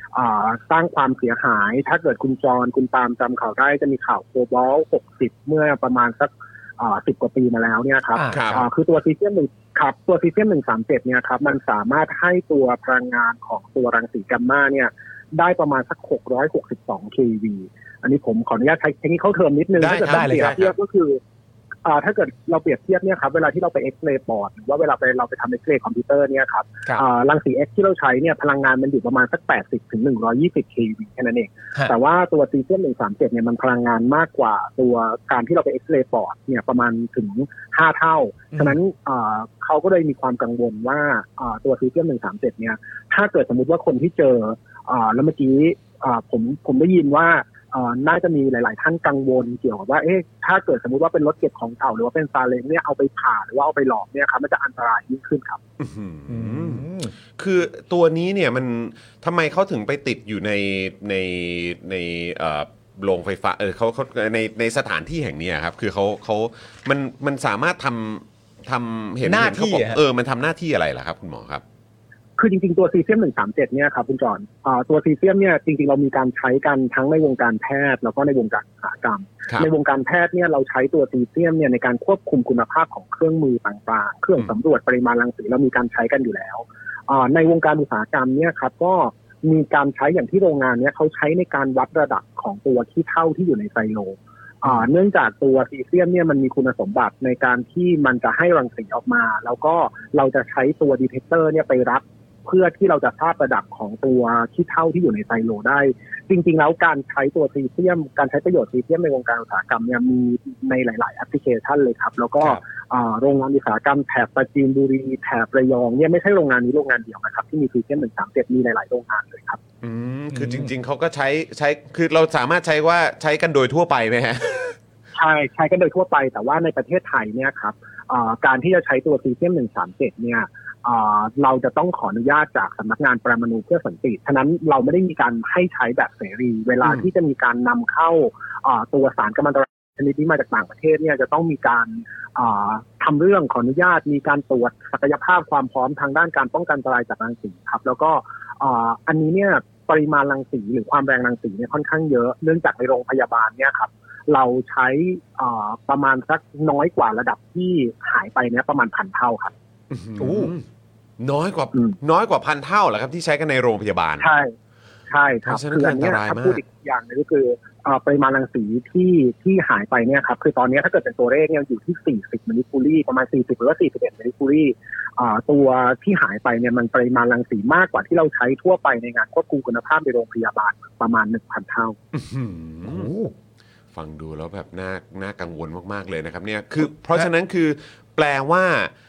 สร้างความเสียหายถ้าเกิดคุณจรคุณตามจำข่าวได้จะมีข่าวโคบอลต์หกสิบเมื่อประมาณสักสิบกว่าปีมาแล้วเนี่ยครับคือตัวซีเซียมหนึ่งครับตัวซีเซียมหนึ่งสามเจ็ดเนี่ยครับมันสามารถให้ตัวพลังงานของตัวรังสีแกมมาเนี่ยได้ประมาณสักหกร้อยหกสิบสอง เค วี อันนี้ผมขออนุญาตใช้เทคนิคเข้าเทอมนิดนึงถ้าเกิดเปรียบเทียบก็คือถ้าเกิดเราเปรียบเทียบเนี่ยครับเวลาที่เราไปเอ็กซเรย์ปอดหรือว่าเวลาไปเราไปทำเอ็กซเรย์คอมพิวเตอร์เนี่ยครับรังสี X ที่เราใช้เนี่ยพลังงานมันอยู่ประมาณสักแปดสิบถึงหนึ่งร้อยยี่สิบ เค วี แค่นั้นเองแต่ว่าตัวซีเซียมหนึ่งสามเจ็ดเนี่ยมันพลังงานมากกว่าตัวการที่เราไปเอ็กซเรย์ปอดเนี่ยประมาณถึงห้าเท่าฉะนั้นเขาก็เลยมีความกังวลว่าตัวซีเซียมหนึ่งสามเจ็ดเนี่ยถ้าเกิดสมมุติว่าคนที่เจอแล้วเมื่อกี้ผมผมได้ยินว่าน่าจะมีหลายๆท่านกังวลเกี่ยวกับว่าเอ๊ะถ้าเกิดสมมุติว่าเป็นรถเก็บของเก่าหรือว่าเป็นซาเล้งเนี่ยเอาไปผ่าหรือว่าเอาไปหลอมเนี่ยครับมันจะอันตรายยิ่งขึ้นครับคือตัวนี้เนี่ยมันทำไมเขาถึงไปติดอยู่ในในในโรงไฟฟ้าเออเขาเขาในในสถานที่แห่งนี้ครับคือเขาเขามันมันสามารถทำทำเห็นหน้าที่เออมันทำหน้าที่อะไรล่ะครับคุณหมอครับคือจริงๆตัวซีเซียมหนึ่งสามเจ็ดเนี่ยครับคุณจอนอ่าตัวซีเซียมเนี่ยจริงๆเรามีการใช้กันทั้งในวงการแพทย์แล้วก็ในวงการอุตสาหกรรมในวงการแพทย์เนี่ยเราใช้ตัวซีเซียมเนี่ยในการควบคุมคุณภาพของเครื่องมือต่างๆเครื่องสำรวจปริมาณรังสีเรามีการใช้กันอยู่แล้วอ่าในวงการอุตสาหกรรมเนี่ยครับก็มีการใช้อย่างที่โรงงานเนี่ยเขาใช้ในการวัดระดับของตัวขี้เถ้าที่อยู่ในไซโลอ่าเนื่องจากตัวซีเซียมเนี่ยมันมีคุณสมบัติในการที่มันจะให้รังสีออกมาแล้วก็เราจะใช้ตัวดีเทคเตอร์เนี่ยไปรับเพื่อที่เราจะทราบระดับของตัวขี้เถ้าที่อยู่ในไซโลได้จริงๆแล้วการใช้ตัวซีเซียมการใช้ประโยชน์ซีเซียมในวงการอุตสาหกรรมเนี่ยมีในหลายๆแอปพลิเคชันเลยครับแล้วก็โรงงานอุตสาหกรรมแถบปราจีนบุรีแถบระยองเนี่ยไม่ใช่โรงงานนี้โรงงานเดียวนะครับที่มีซีเซียมหนึ่งสามเจ็ดมีหลายๆโรงงานเลยครับอืมคือจริงๆเขาก็ใช้ใช้คือเราสามารถใช้ว่าใช้กันโดยทั่วไปไหมฮะใช่ใช้กันโดยทั่วไปแต่ว่าในประเทศไทยเนี่ยครับการที่จะใช้ตัวซีเซียมหนึ่งสามเจ็ดเนี่ยเราจะต้องขออนุญาตจากสำนักงานปรมาณูเพื่อสันติฉะนั้นเราไม่ได้มีการให้ใช้แบบเสรีเวลาที่จะมีการนำเข้าตัวสารกัมมันตรังชนิดนี้มาจากต่างประเทศเนี่ยจะต้องมีการทำเรื่องขออนุญาตมีการตรวจศักยภาพความพร้อมทางด้านการป้องกันอันตรายจากรังสีครับแล้วก็อันนี้เนี่ยปริมาณรังสีหรือความแรงรังสีเนี่ยค่อนข้างเยอะเนื่องจากในโรงพยาบาลเนี่ยครับเราใช้ประมาณสักน้อยกว่าระดับที่หายไปเนี่ยประมาณพันเท่าครับน้อยกว่าน้อยกว่าพันเท่าเหรอครับที่ใช้กันในโรงพยาบาลใช่ใช่ครับคืออันนี้ถ้าพูดอีกอย่างนึงก็คือปริมาณรังสีที่ที่หายไปเนี่ยครับคือตอนนี้ถ้าเกิดเป็นตัวเลขเนี่ยอยู่ที่สี่สิบมิลลิคูรีประมาณสี่สิบหรือว่าสี่สิบเอ็ดมิลลิคูรีตัวที่หายไปเนี่ยมันปริมาณรังสีมากกว่าที่เราใช้ทั่วไปในงานควบคุมคุณภาพในโรงพยาบาลประมาณ หนึ่งพัน เท่าฟังดูแล้วแบบน่าน่ากังวลมากๆเลยนะครับเนี่ยคือเพราะฉะนั้นคือแปลว่า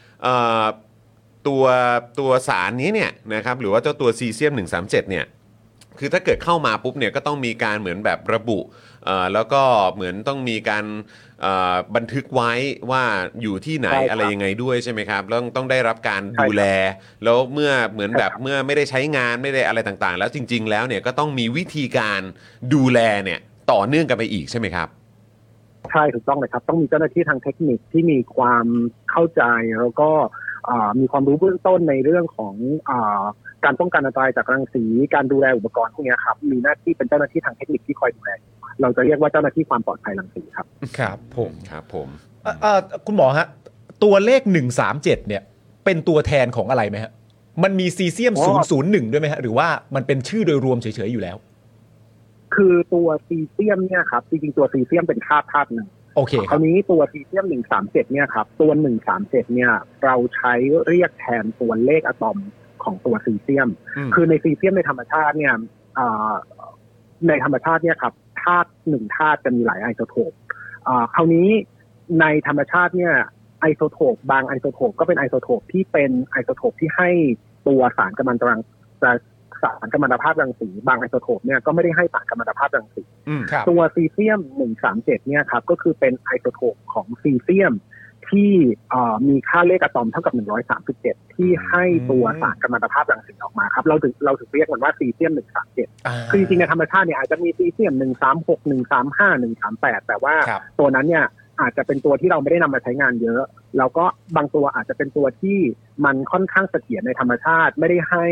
ตัวตัวสารนี้เนี่ยนะครับหรือว่าเจ้าตัวซีเซียมหนึ่งสามเจ็ดเนี่ยคือถ้าเกิดเข้ามาปุ๊บเนี่ยก็ต้องมีการเหมือนแบบระบุแล้วก็เหมือนต้องมีการบันทึกไว้ว่าอยู่ที่ไหนอะไรยังไงด้วยใช่ไหมครับแล้วต้องได้รับการดูแลแล้วเมื่อเหมือนแบบเมื่อไม่ได้ใช้งานไม่ได้อะไรต่างๆแล้วจริงๆแล้วเนี่ยก็ต้องมีวิธีการดูแลเนี่ยต่อเนื่องกันไปอีกใช่ไหมครับใช่ถูกต้องเลยครับต้องมีเจ้าหน้าที่ทางเทคนิคที่มีความเข้าใจแล้วก็มีความรู้เบื้องต้นในเรื่องของการป้องกันอันตรายจากรังสีการดูแลอุปกรณ์พวกนี้ครับมีหน้าที่เป็นเจ้าหน้าที่ทางเทคนิคที่คอยดูแลเราจะเรียกว่าเจ้าหน้าที่ความปลอดภัยรังสีครับครับผมครับผมคุณหมอฮะตัวเลขหนึ่งสามเจ็ดเนี่ยเป็นตัวแทนของอะไรไหมฮะมันมีซีเซียมศูนย์ศูนย์หนึ่งด้วยไหมฮะหรือว่ามันเป็นชื่อโดยรวมเฉยๆอยู่แล้วคือตัวซีเซียมเนี่ยครับจริงๆตัวซีเซียมเป็นธาตุธาตุหนึ่งโอเคคราวนี้ตัวซีเซียมหนึ่งสามเจ็ดเนี่ยครับตัวหนึ่งสามเจ็ดเนี่ยเราใช้เรียกแทนตัวเลขอะตอมของตัวซีเซียมคือในซีเซียมในธรรมชาติเนี่ยในธรรมชาติเนี่ยครับธาตุหนึ่งธาตุจะมีหลายไอโซโทปคราวนี้ในธรรมชาติเนี่ยไอโซโทปบางไอโซโทปก็เป็นไอโซโทปที่เป็นไอโซโทปที่ให้ตัวสารกัมมันตรังสารกัมมันตภาพรังสีบางไอโซโทปเนี่ยก็ไม่ได้ให้สารกัมมันตภาพรังสีตัวซีเซียมหนึ่งสามเจ็ดเนี่ยครับก็คือเป็นไอโซโทปของซีเซียมที่มีค่าเลขอะตอมเท่ากับหนึ่งร้อยสามสิบเจ็ดที่ให้ตัวสารกัมมันตภาพรังสีออกมาครับเราถึงเราถึงเรียกมันว่าซีเซียมหนึ่งสามเจ็ดคือจริงๆในธรรมชาติเนี่ยอาจจะมีซีเซียมหนึ่งสามหก หนึ่งสามห้า หนึ่งสามแปดแต่ว่าตัวนั้นเนี่ยอาจจะเป็นตัวที่เราไม่ได้นำมาใช้งานเยอะแล้วก็บางตัวอาจจะเป็นตัวที่มันค่อนข้างเสถียรในธรรมชาติไม่ได้ให้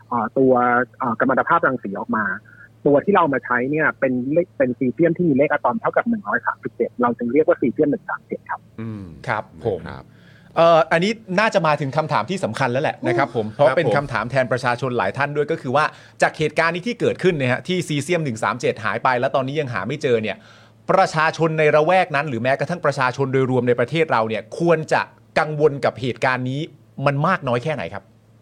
ตัวกัมมันตภาพรังสีออกมาตัวที่เรามาใช้เนี่ยเป็นเลขเป็นซีเซียมที่มีเลขอะตอมเท่ากับหนึ่งร้อยสามสิบเจ็ดเราจึงเรียกว่าซีเซียมหนึ่งสามเจ็ดครับอืมครับผมเอ่ออันนี้น่าจะมาถึงคำถามที่สำคัญแล้วแหละนะครับผมเพราะเป็นคำถามแทนประชาชนหลายท่านด้วยก็คือว่าจากเหตุการณ์นี้ที่เกิดขึ้นเนี่ยฮะที่ซีเซียมหนึ่งสามเจ็ดหายไปแล้วตอนนี้ยังหาไม่เจอเนี่ยประชาชนในระแวกนั้นหรือแม้กระทั่งประชาชนโดยรวมในประเทศเราเนี่ยควรจะกังวลกับเหตุการณ์นี้มันมากน้อยแค่ไหนครับ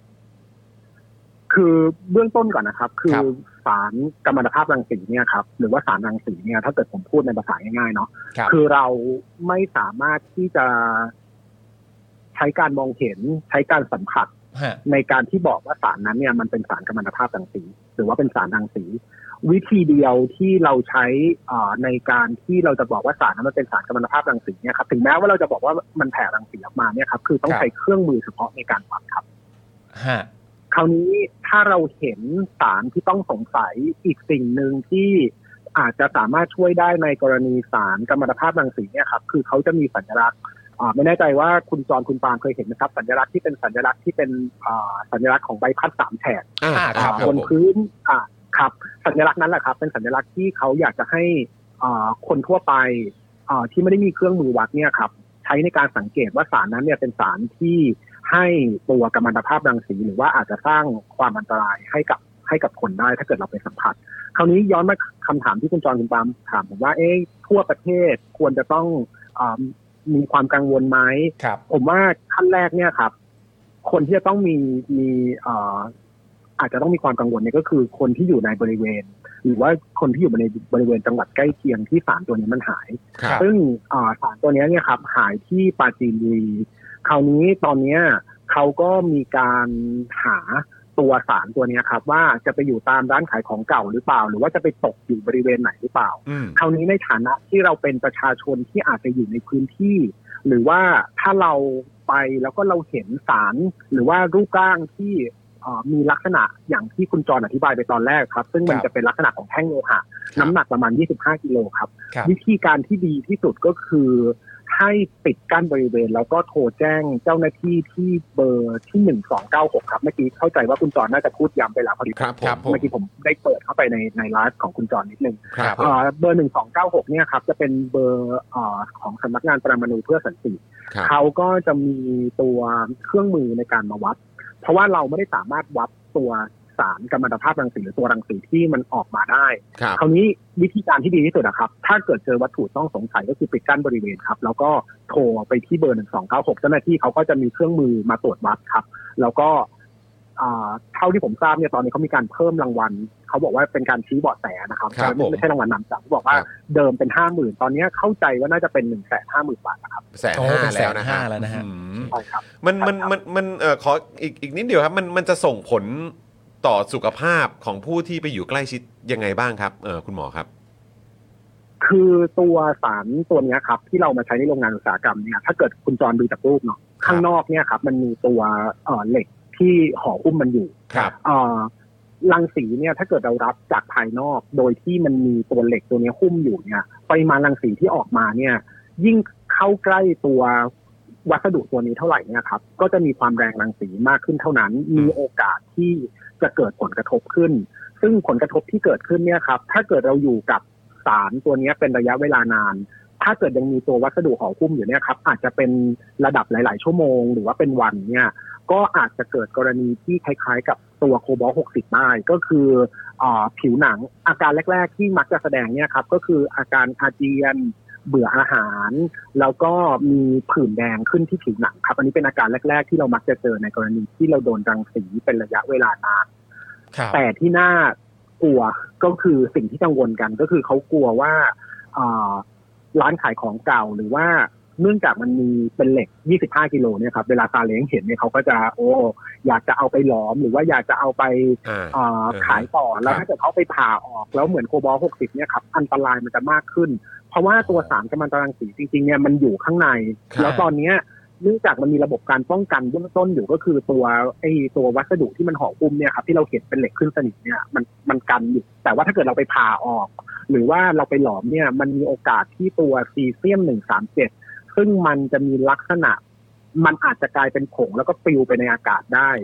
คือเบื้องต้นก่อนนะครับคือสารกัมมันตภาพรังสีเนี่ยครับหรือว่าสารรังสีเนี่ยถ้าเกิดผมพูดในภาษาง่ายๆเนาะคือเราไม่สามารถที่จะใช้การมองเห็นใช้การสัมผัสในการที่บอกว่าสารนั้นเนี่ยมันเป็นสารกัมมันตภาพรังสีหรือว่าเป็นสารรังสีวิธีเดียวที่เราใช้ในการที่เราจะบอกว่าสารนั้นมันเป็นสารกัมมันตภาพรังสีเนี่ยครับถึงแม้ว่าเราจะบอกว่ามันแผ่รังสีออกมาเนี่ยครับคือต้องใช้เครื่องมือเฉพาะในการวัดครับคราวนี้ถ้าเราเห็นสารที่ต้องสงสัยอีกสิ่งหนึ่งที่อาจจะสามารถช่วยได้ในกรณีสารกัมมันตภาพรังสีเนี่ยครับคือเขาจะมีสัญลักษณ์ไม่แน่ใจว่าคุณจรคุณปาล์มเคยเห็นไหมครับสัญลักษณ์ที่เป็นสัญลักษณ์ที่เป็นสัญลักษณ์ของใบพัดสามแฉกบนพื้นครับสัญลักษณ์นั้นแหละครับเป็นสัญลักษณ์ที่เขาอยากจะให้คนทั่วไปที่ไม่ได้มีเครื่องมือวัดเนี่ยครับใช้ในการสังเกตว่าสารนั้นเนี่ยเป็นสารที่ให้ตัวกัมมันตภาพรังสีหรือว่าอาจจะสร้างความอันตรายให้กับให้กับคนได้ถ้าเกิดเราไปสัมผัสคราวนี้ย้อนมาคำถามที่คุณจรคุณปาล์มถามผมว่าเอ๊ะทั่วประเทศควรจะต้องมีความกังวลไหมผมว่าขั้นแรกเนี่ยครับคนที่จะต้องมีมีอาจจะต้องมีความกังวลเนี่ยก็คือคนที่อยู่ในบริเวณหรือว่าคนที่อยู่ในบริเวณจังหวัดใกล้เคียงที่สารตัวนี้มันหายซึ่งสารตัวนี้เนี่ยครับหายที่ปราจีนบุรีคราวนี้ตอนนี้เขาก็มีการหาตัวสารตัวนี้ครับว่าจะไปอยู่ตามร้านขายของเก่าหรือเปล่าหรือว่าจะไปตกอยู่บริเวณไหนหรือเปล่าคราวนี้ในฐานะที่เราเป็นประชาชนที่อาจจะอยู่ในพื้นที่หรือว่าถ้าเราไปแล้วก็เราเห็นสารหรือว่ารูปร่างที่มีลักษณะอย่างที่คุณจรอธิบายไปตอนแรกครับซึ่งมันจะเป็นลักษณะของแท่งโลหะน้ำหนักประมาณยี่สิบห้ากิโลครับวิธีการที่ดีที่สุดก็คือให้ปิดกั้นบริเวณแล้วก็โทรแจ้งเจ้าหน้าที่ที่เบอร์ที่หนึ่งสองเก้าหกครับเมื่อกี้เข้าใจว่าคุณจรน่าจะพูดย้ำไปแล้วพอดีครับเมื่อกี้ผมได้เปิดเข้าไปในในไลฟ์ของคุณจรนิดนึงเบอร์หนึ่งสองเก้าหกเนี่ยครับจะเป็นเบอร์ของสำนักงานปรมาณูเพื่อสันติเขาก็จะมีตัวเครื่องมือในการมาวัดเพราะว่าเราไม่ได้สามารถวัดตัวสารกัมมันตภาพรังสีหรือตัวรังสีที่มันออกมาได้คราวนี้วิธีการที่ดีที่สุดนะครับถ้าเกิดเจอวัตถุต้องสงสัยก็คือปิดกั้นบริเวณครับแล้วก็โทรไปที่เบอร์หนึ่งสองเก้าหกเจ้าหน้าที่เขาก็จะมีเครื่องมือมาตรวจวัดครับแล้วก็เท่าที่ผมทราบเนี่ยตอนนี้เขามีการเพิ่มรางวัลเขาบอกว่าเป็นการชี้เบาะแสนะครับไม่ใช่รางวัลนำจับเขาบอกว่าเดิมเป็นห้าหมื่นตอนนี้เข้าใจว่าน่าจะเป็นหนึ่งแสนห้าหมื่นบาทนะครับแสนห้าแล้วนะฮะแล้วนะฮะใช่ครับมันมันมันมันเอ่อขออีกอีกนิดเดียวครับมันมันจะส่งผลต่อสุขภาพของผู้ที่ไปอยู่ใกล้ชิดยังไงบ้างครับเออคุณหมอครับคือตัวสารตัวนี้ครับที่เรามาใช้ในโรงงานอุตสาหกรรมเนี่ยถ้าเกิดคุณจรดูจากรูปเนาะข้างนอกเนี่ยครับมันมีตัวเอ่อเหล็กที่ห่อหุ้มมันอยู่ครับเอ่อรังสีเนี่ยถ้าเกิดเรารับจากภายนอกโดยที่มันมีตัวเหล็กตัวนี้หุ้มอยู่เนี่ยปริมาณรังสีที่ออกมาเนี่ยยิ่งเข้าใกล้ตัววัสดุตัวนี้เท่าไหร่เนี่ยครับก็จะมีความแรงรังสีมากขึ้นเท่านั้นมีโอกาสที่จะเกิดผลกระทบขึ้นซึ่งผลกระทบที่เกิดขึ้นเนี่ยครับถ้าเกิดเราอยู่กับสารตัวนี้เป็นระยะเวลานานถ้าเกิดยังมีตัววัสดุห่อหุ้มอยู่เนี่ยครับอาจจะเป็นระดับหลายๆชั่วโมงหรือว่าเป็นวันเนี่ยก็อาจจะเกิดกรณีที่คล้ายๆกับตัวโคบอลต์หกสิบได้ก็คืออ่าผิวหนังอาการแรกๆที่มักจะแสดงเนี่ยครับก็คืออาการอาเจียนเบื่ออาหารแล้วก็มีผื่นแดงขึ้นที่ผิวหนังครับอันนี้เป็นอาการแรกๆที่เรามักจะเจอในกรณีที่เราโดนรังสีเป็นระยะเวลานานแต่ที่น่ากลัวก็คือสิ่งที่กังวลกันก็คือเขากลัวว่าร้านขายของเก่าหรือว่าเนื่องจากมันมีเป็นเหล็กยี่สิบห้ากิโลเนี่ยครับเวลาตาเล้งเห็นเนี่ยเขาก็จะโอ้อยากจะเอาไปหลอมหรือว่าอยากจะเอาไปขายต่อแล้วถ้าเกิดเขาไปผ่าออกแล้วเหมือนโคบอลต์หกสิบเนี่ยครับอันตรายมันจะมากขึ้นเพราะว่าตัวสารกัมมันตรังสีจริงๆเนี่ยมันอยู่ข้างในแล้วตอนนี้เนื่องจากมันมีระบบการป้องกันเบื้องต้นอยู่ก็คือตัวไอ้ตัววัสดุที่มันห่อหุ้มเนี่ยครับที่เราเห็นเป็นเหล็กขึ้นสนิทเนี่ยมันมันกันอยู่แต่ว่าถ้าเกิดเราไปผ่าออกหรือว่าเราไปหลอมเนี่ยมันมีโอกาสที่ตัวซีเซียมหนึ่งสามเจ็ดซึ่งมันจะมีลักษณะมันอาจจะกลายเป็นผงแล้วก็ปลิวไปในอากาศได้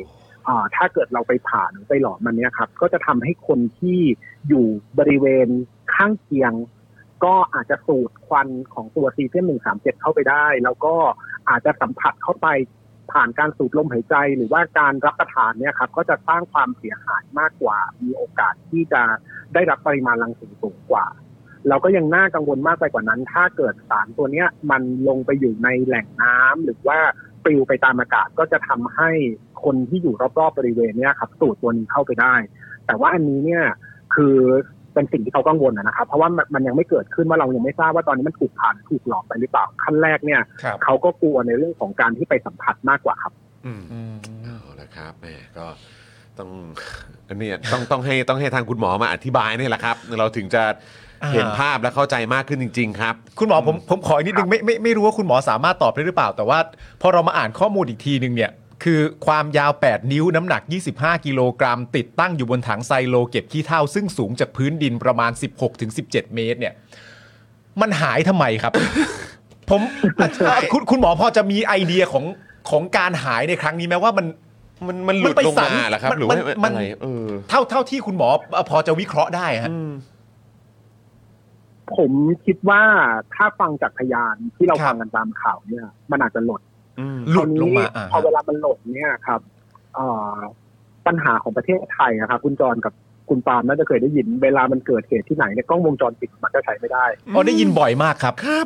อ่าถ้าเกิดเราไปผ่าหรือไปหลอมมันเนี่ยครับก็จะทำให้คนที่อยู่บริเวณข้างเคียงก็อาจจะสูดควันของตัวซีเซียมหนึ่งสามเจ็ดเข้าไปได้แล้วก็อาจจะสัมผัสเข้าไปผ่านการสูดลมหายใจหรือว่าการรับประทานเนี่ยครับก็จะสร้างความเสียหายมากกว่ามีโอกาสที่จะได้รับปริมาณรังสีสูงกว่าเราก็ยังน่ากังวลมากไปกว่านั้นถ้าเกิดสารตัวเนี้ยมันลงไปอยู่ในแหล่งน้ำหรือว่าปลิวไปตามอากาศก็จะทำให้คนที่อยู่รอบๆบริเวณเนี้ยครับสูดตัวนี้เข้าไปได้แต่ว่าอันนี้เนี่ยคือเป็นสิ่งที่เขากังวลนะครับเพราะว่ามันยังไม่เกิดขึ้นว่าเรายังไม่ทราบว่าตอนนี้มันถูกผ่านถูกหลอกไปหรือเปล่าขั้นแรกเนี่ยเขาก็กลัวในเรื่องของการที่ไปสัมผัสมากกว่าครับอืมเอาละครับแม่ก็ต้องอันนี้ต้องต้องให้ต้องให้ทางคุณหมอมาอธิบายนี่แหละครับเราถึงจะเห็นภาพและเข้าใจมากขึ้นจริงๆครับคุณหมอผมผมขออีกนิดนึงไม่ไม่ไม่รู้ว่าคุณหมอสามารถตอบได้หรือเปล่าแต่ว่าพอเรามาอ่านข้อมูลอีกทีนึงเนี่ยคือความยาวแปดนิ้วน้ำหนักยี่สิบห้ากิโลกรัมติดตั้งอยู่บนถังไซโลเก็บขี้เถ้าซึ่งสูงจากพื้นดินประมาณ สิบหกถึงสิบเจ็ด เมตรเนี่ยมันหายทำไมครับ ผมคุณคุณหมอพอจะมีไอเดียของของการหายในครั้งนี้ไหมว่ามันมันมันหลุดลงมาเหรอครับหรือว่าอะไรเออเท่าเท่าที่คุณหมอพอจะวิเคราะห์ได้ฮะผมคิดว่าถ้าฟังจากพยานที่เราฟังกันตามข่าวเนี่ยมันอาจจะหล่นหลุดลงมาพอเวลามันหล่นเนี่ยครับปัญหาของประเทศไทยนะครับคุณจรกับคุณปาล์มน่าจะเคยได้ยินเวลามันเกิดเหตุที่ไหนเนี่ยกล้องวงจรปิดมันก็ใช้ไม่ได้อ๋อได้ยินบ่อยมากครับครับ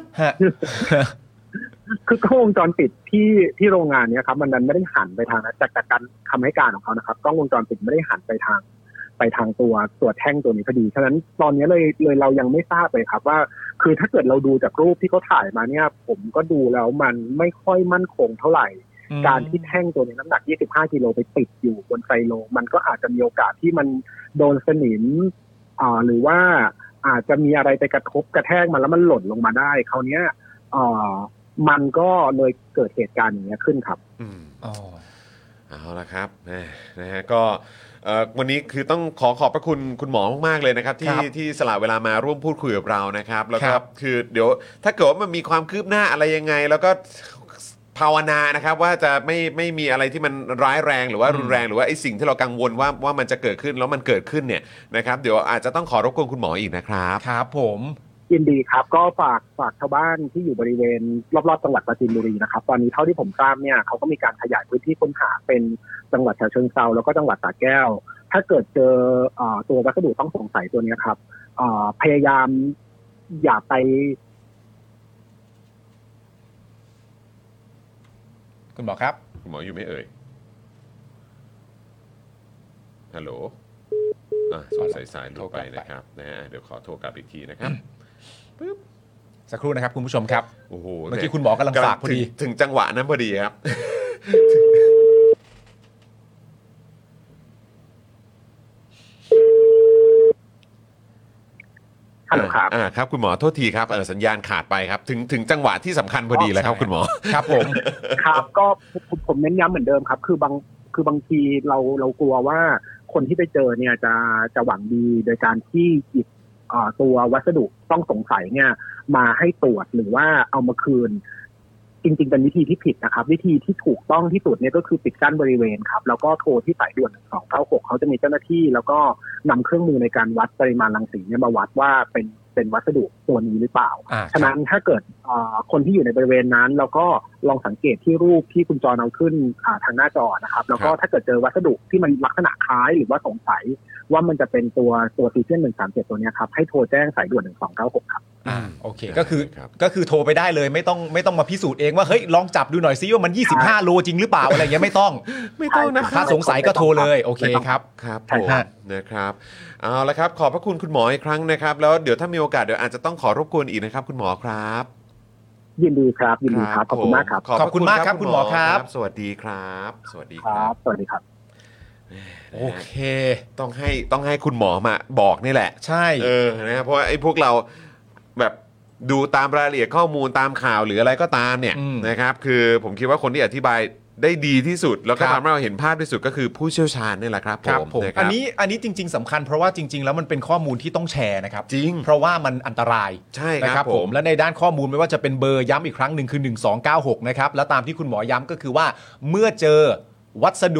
คือกล้องวงจรปิดที่ที่โรงงานเนี่ยครับมันนั้นไม่ได้หันไปทางนะจากจากการคำให้การของเขานะครับกล้องวงจรปิดไม่ได้หันไปทางไปทางตัวตัวแท่งตัวนี้พอดีฉะนั้นตอนนี้เลยเลยเรายังไม่ทราบเลยครับว่าคือถ้าเกิดเราดูจากรูปที่เขาถ่ายมาเนี่ยผมก็ดูแล้วมันไม่ค่อยมั่นคงเท่าไหร่การที่แท่งตัวนี้น้ำหนักยี่สิบห้ากิโลไปติดอยู่บนไซโลมันก็อาจจะมีโอกาสที่มันโดนสนิมอ่าหรือว่าอาจจะมีอะไรไปกระทบกระแทกมันแล้วมันหล่นลงมาได้คราวนี้อ่ามันก็เลยเกิดเหตุการณ์อย่างนี้ขึ้นครับอืมอ๋อเอาละครับนะฮะก็วันนี้คือต้องขอขอบพระคุณคุณหมอมากๆเลยนะครับที่ที่สละเวลามาร่วมพูดคุยกับเรานะครับแล้วก็คือเดี๋ยวถ้าเกิดว่ามันมีความคืบหน้าอะไรยังไงแล้วก็ภาวนานะครับว่าจะไม่ไม่มีอะไรที่มันร้ายแรงหรือว่ารุนแรงหรือว่าไอ้สิ่งที่เรากังวลว่าว่ามันจะเกิดขึ้นแล้วมันเกิดขึ้นเนี่ยนะครับเดี๋ยวอาจจะต้องขอรบกวนคุณหมออีกนะครับครับผมยินดีครับก็ฝากฝากชาวบ้านที่อยู่บริเวณรอบๆจังหวัดปราจีนบุรีนะครับตอนนี้เท่าที่ผมทราบเนี่ยเขาก็มีการขยายพื้นที่ค้นหาเป็นจังหวัดฉะเชิงเทราแล้วก็จังหวัดสระแก้วถ้าเกิดเจอตัววัสดุต้องสงสัยตัวนี้ครับพยายามอย่าไปคุณหมอครับคุณหมออยู่ไม่เอ่ยฮัลโหลอ่ะสงสัยสายหลุดไปนะครับนะฮะเดี๋ยวขอโทรกลับอีกทีนะครับปึ๊บสักครู่นะครับคุณผู้ชมครับโอ้โหเมื่อกี้คุณหมอกำลังฝากพอดีถึงจังหวะนั้นพอดีครับฮัลโหลครับอ่าครับคุณหมอโทษทีครับเออสัญญาณขาดไปครับถึงถึงจังหวะที่สำคัญพอดีเลยครับคุณหมอครับผมครับก็ผมเน้นย้ำเหมือนเดิมครับคือบางคือบางทีเราเรากลัวว่าคนที่ไปเจอเนี่ยจะจะหวังดีโดยการที่หยิบตัววัสดุต้องสงสัยเนี่ยมาให้ตรวจหรือว่าเอามาคืนจริงๆเป็นวิธีที่ผิดนะครับวิธีที่ถูกต้องที่สุดเนี่ยก็คือปิดกั้นบริเวณครับแล้วก็โทรที่สายด่วนหนึ่งสองเก้าหกเขาจะมีเจ้าหน้าที่แล้วก็นำเครื่องมือในการวัดปริมาณรังสีเนี่ยมาวัดว่าเป็นเป็นวัสดุตัวนี้หรือเปล่าฉะนั้นถ้าเกิดคนที่อยู่ในบริเวณนั้นแล้วก็ลองสังเกตที่รูปที่คุณจรเอาขึ้นทางหน้าจอนะครับแล้วก็ถ้าเกิดเจอวัสดุที่มันลักษณะคล้ายหรือว่าสงสัยว่ามันจะเป็นตัวตัวซีเซียมหนึ่งสามเจ็ดตัวนี้ครับให้โทรแจ้งสายด่วนหนึ่งสองเก้าหกครับอ่าโอเคก็คือก็คือโทรไปได้เลยไม่ต้องไม่ต้องมาพิสูจน์เองว่าเฮ้ยลองจับดูหน่อยซิว่ามันยี่สิบห้าโลจริงหรือเปล่าอะไรอย่างเงี้ยไม่ต้องไม่ต้องนะถ้าสงสัยก็โทรเลยโอเคครับครับผมนะครับเอาละครับขอบพระคุณคุณหมออีกครั้งนะครับแล้วเดี๋ยวถ้ามีโอกาสเดี๋ยวอาจจะต้องขอรบกวนอีกนะครับคุณหมอครับยินดีครับยินดีครับขอบคุณมากครับขอบคุณมากครับคุณหมอครับสวัสดีครับสวัสดีครับสวัสดีครับโอเคต้องให้ต้องให้คุณหมอมาบอกนี่แหละใช่เออนะครับเพราะไอ้พวกเราแบบดูตามรายละเอียดข้อมูลตามข่าวหรืออะไรก็ตามเนี่ยนะครับคือผมคิดว่าคนที่อธิบายได้ดีที่สุดแล้วก็ทำให้เราเห็นภาพที่สุดก็คือผู้เชี่ยวชาญนี่แหละครับผมอันนี้อันนี้จริงๆสำคัญเพราะว่าจริงๆแล้วมันเป็นข้อมูลที่ต้องแชร์นะครับจริงเพราะว่ามันอันตรายใช่ครับผมและในด้านข้อมูลไม่ว่าจะเป็นเบอร์ย้ำอีกครั้งหนึ่งคือหนึ่งสองเก้าหกนะครับแล้วตามที่คุณหมอย้ำก็คือว่าเมื่อเจอวัสดุ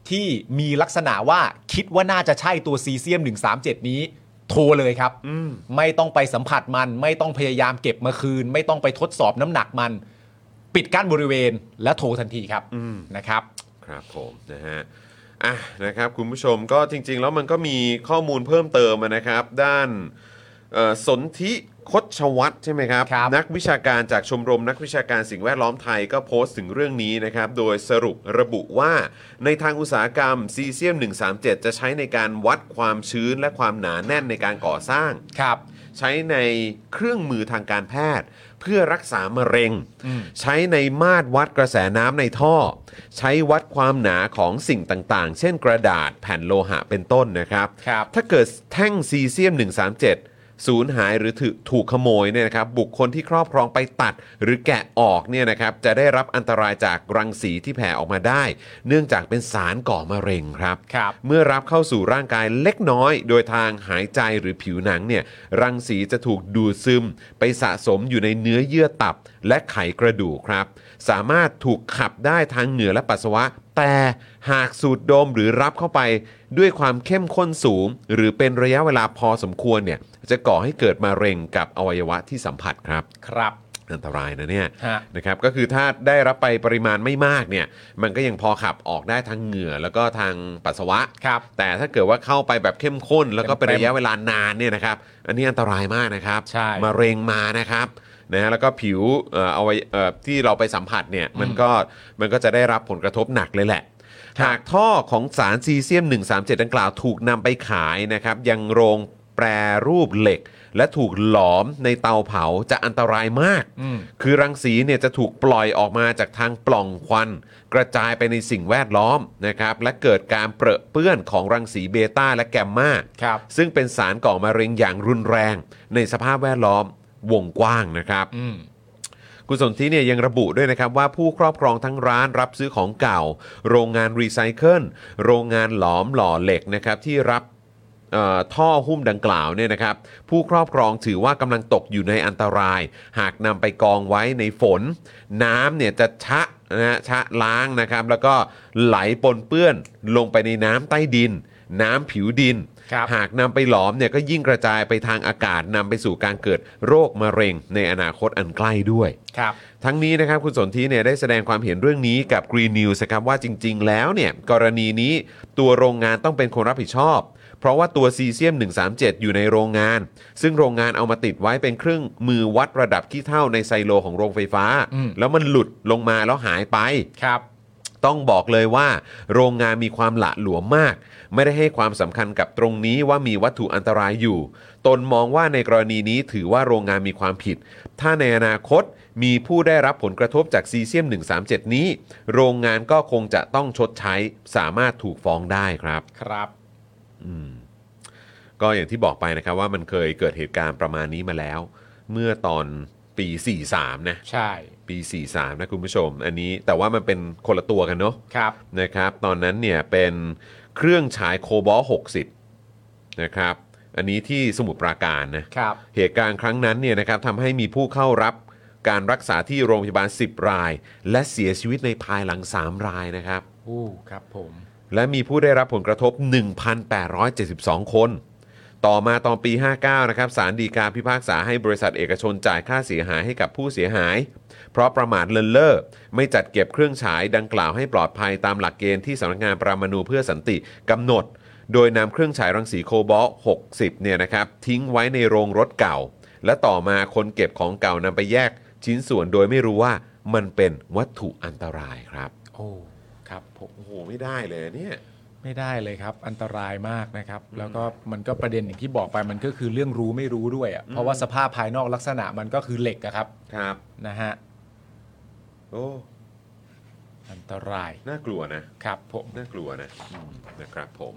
ที่มีลักษณะว่าคิดว่าน่าจะใช่ตัวซีเซียมหนึ่งสามเจ็ดนี้โทรเลยครับไม่ต้องไปสัมผัสมันไม่ต้องพยายามเก็บมาคืนไม่ต้องไปทดสอบน้ำหนักมันปิดกั้นบริเวณและโทรทันทีครับนะครับครับผมนะฮะอ่ะนะครับคุณผู้ชมก็จริงๆแล้วมันก็มีข้อมูลเพิ่มเติมนะครับด้านสนธิคชวัฒน์ใช่ไหมครับนักวิชาการจากชมรมนักวิชาการสิ่งแวดล้อมไทยก็โพสต์ถึงเรื่องนี้นะครับโดยสรุประบุว่าในทางอุตสาหกรรมซีเซียมหนึ่งสามเจ็ดจะใช้ในการวัดความชื้นและความหนาแน่นในการก่อสร้างครับใช้ในเครื่องมือทางการแพทย์เพื่อรักษามะเร็งใช้ในมาตรวัดกระแสน้ำในท่อใช้วัดความหนาของสิ่งต่างๆเช่นกระดาษแผ่นโลหะเป็นต้นนะครับถ้าเกิดแท่งซีเซียมหนึ่งสามเจ็ดสูญหายหรือถูกขโมยเนี่ยนะครับบุคคลที่ครอบครองไปตัดหรือแกะออกเนี่ยนะครับจะได้รับอันตรายจากรังสีที่แผ่ออกมาได้เนื่องจากเป็นสารก่อมะเร็งครับครับเมื่อรับเข้าสู่ร่างกายเล็กน้อยโดยทางหายใจหรือผิวหนังเนี่ยรังสีจะถูกดูดซึมไปสะสมอยู่ในเนื้อเยื่อตับและไขกระดูกครับสามารถถูกขับได้ทางเหงื่อและปัสสาวะแต่หากสูดดมหรือรับเข้าไปด้วยความเข้มข้นสูงหรือเป็นระยะเวลาพอสมควรเนี่ยจะก่อให้เกิดมะเร็งกับอวัยวะที่สัมผัสครับครับอันตรายนะเนี่ยนะครับก็คือถ้าได้รับไปปริมาณไม่มากเนี่ยมันก็ยังพอขับออกได้ทางเหงื่อแล้วก็ทางปัสสาวะครับแต่ถ้าเกิดว่าเข้าไปแบบเข้มข้นแล้วก็เป็นระยะเวลานานเนี่ยนะครับอันนี้อันตรายมากนะครับมะเร็งมานะครับนะฮะแล้วก็ผิวเอ่อเอาไว้เอ่อที่เราไปสัมผัสเนี่ยมันก็มันก็จะได้รับผลกระทบหนักเลยแหละหากท่อของสารซีเซียมหนึ่งสามเจ็ดดังกล่าวถูกนำไปขายนะครับยังโรงแปรรูปเหล็กและถูกหลอมในเตาเผาจะอันตรายมากคือรังสีเนี่ยจะถูกปล่อยออกมาจากทางปล่องควันกระจายไปในสิ่งแวดล้อมนะครับและเกิดการเปรอะเปื้อนของรังสีเบต้าและแกมมาซึ่งเป็นสารก่อมะเร็งอย่างรุนแรงในสภาพแวดล้อมวงกว้างนะครับคุณสนธิเนี่ยยังระบุด้วยนะครับว่าผู้ครอบครองทั้งร้านรับซื้อของเก่าโรงงานรีไซเคิลโรงงานหลอมหล่อเหล็กนะครับที่รับท่อหุ้มดังกล่าวเนี่ยนะครับผู้ครอบครองถือว่ากำลังตกอยู่ในอันตรายหากนำไปกองไว้ในฝนน้ำเนี่ยจะชะนะฮะชะล้างนะครับแล้วก็ไหลปนเปื้อนลงไปในน้ำใต้ดินน้ำผิวดินหากนำไปหลอมเนี่ยก็ยิ่งกระจายไปทางอากาศนำไปสู่การเกิดโรคมะเร็งในอนาคตอันใกล้ด้วยทั้งนี้นะครับคุณสนธิเนี่ยได้แสดงความเห็นเรื่องนี้กับ Green News นะครับว่าจริงๆแล้วเนี่ยกรณีนี้ตัวโรงงานต้องเป็นคนรับผิดชอบเพราะว่าตัวซีเซียมหนึ่งสามเจ็ดอยู่ในโรงงานซึ่งโรงงานเอามาติดไว้เป็นเครื่องมือวัดระดับขี้เถ้าในไซโลของโรงไฟฟ้าแล้วมันหลุดลงมาแล้วหายไปครับต้องบอกเลยว่าโรงงานมีความหละหลวมมากไม่ได้ให้ความสำคัญกับตรงนี้ว่ามีวัตถุอันตรายอยู่ตนมองว่าในกรณีนี้ถือว่าโรงงานมีความผิดถ้าในอนาคตมีผู้ได้รับผลกระทบจากซีเซียมหนึ่งสามเจ็ดนี้โรงงานก็คงจะต้องชดใช้สามารถถูกฟ้องได้ครับครับอืมก็อย่างที่บอกไปนะครับว่ามันเคยเกิดเหตุการณ์ประมาณนี้มาแล้วเมื่อตอนปีสี่สิบสามนะใช่ปีสี่สิบสามนะคุณผู้ชมอันนี้แต่ว่ามันเป็นคนละตัวกันเนาะครับนะครับตอนนั้นเนี่ยเป็นเครื่องฉายโคบอลต์หกสิบนะครับอันนี้ที่สมุทรปราการนะครับเหตุการณ์ครั้งนั้นเนี่ยนะครับทำให้มีผู้เข้ารับการรักษาที่โรงพยาบาลสิบรายและเสียชีวิตในภายหลังสามรายนะครับโอ้ครับผมและมีผู้ได้รับผลกระทบ หนึ่งพันแปดร้อยเจ็ดสิบสอง คนต่อมาตอนปีห้าสิบเก้านะครับศาลฎีกาพิพากษาให้บริษัทเอกชนจ่ายค่าเสียหายให้กับผู้เสียหายเพราะประมาทเลินเล่อไม่จัดเก็บเครื่องฉายดังกล่าวให้ปลอดภัยตามหลักเกณฑ์ที่สำนักงานปรมาณูเพื่อสันติกำหนดโดยนำเครื่องฉายรังสีโคบอลต์หกสิบเนี่ยนะครับทิ้งไว้ในโรงรถเก่าและต่อมาคนเก็บของเก่านำไปแยกชิ้นส่วนโดยไม่รู้ว่ามันเป็นวัตถุอันตรายครับโอ้ครับผมโอ้โหไม่ได้เลยเนี่ยไม่ได้เลยครับอันตรายมากนะครับแล้วก็มันก็ประเด็นอย่างที่บอกไปมันก็คือเรื่องรู้ไม่รู้ด้วยอ่ะเพราะว่าสภาพภายนอกลักษณะมันก็คือเหล็กอะครับครับนะฮะโอ้อันตรายน่ากลัวนะครับผมน่ากลัวนะนะครับผม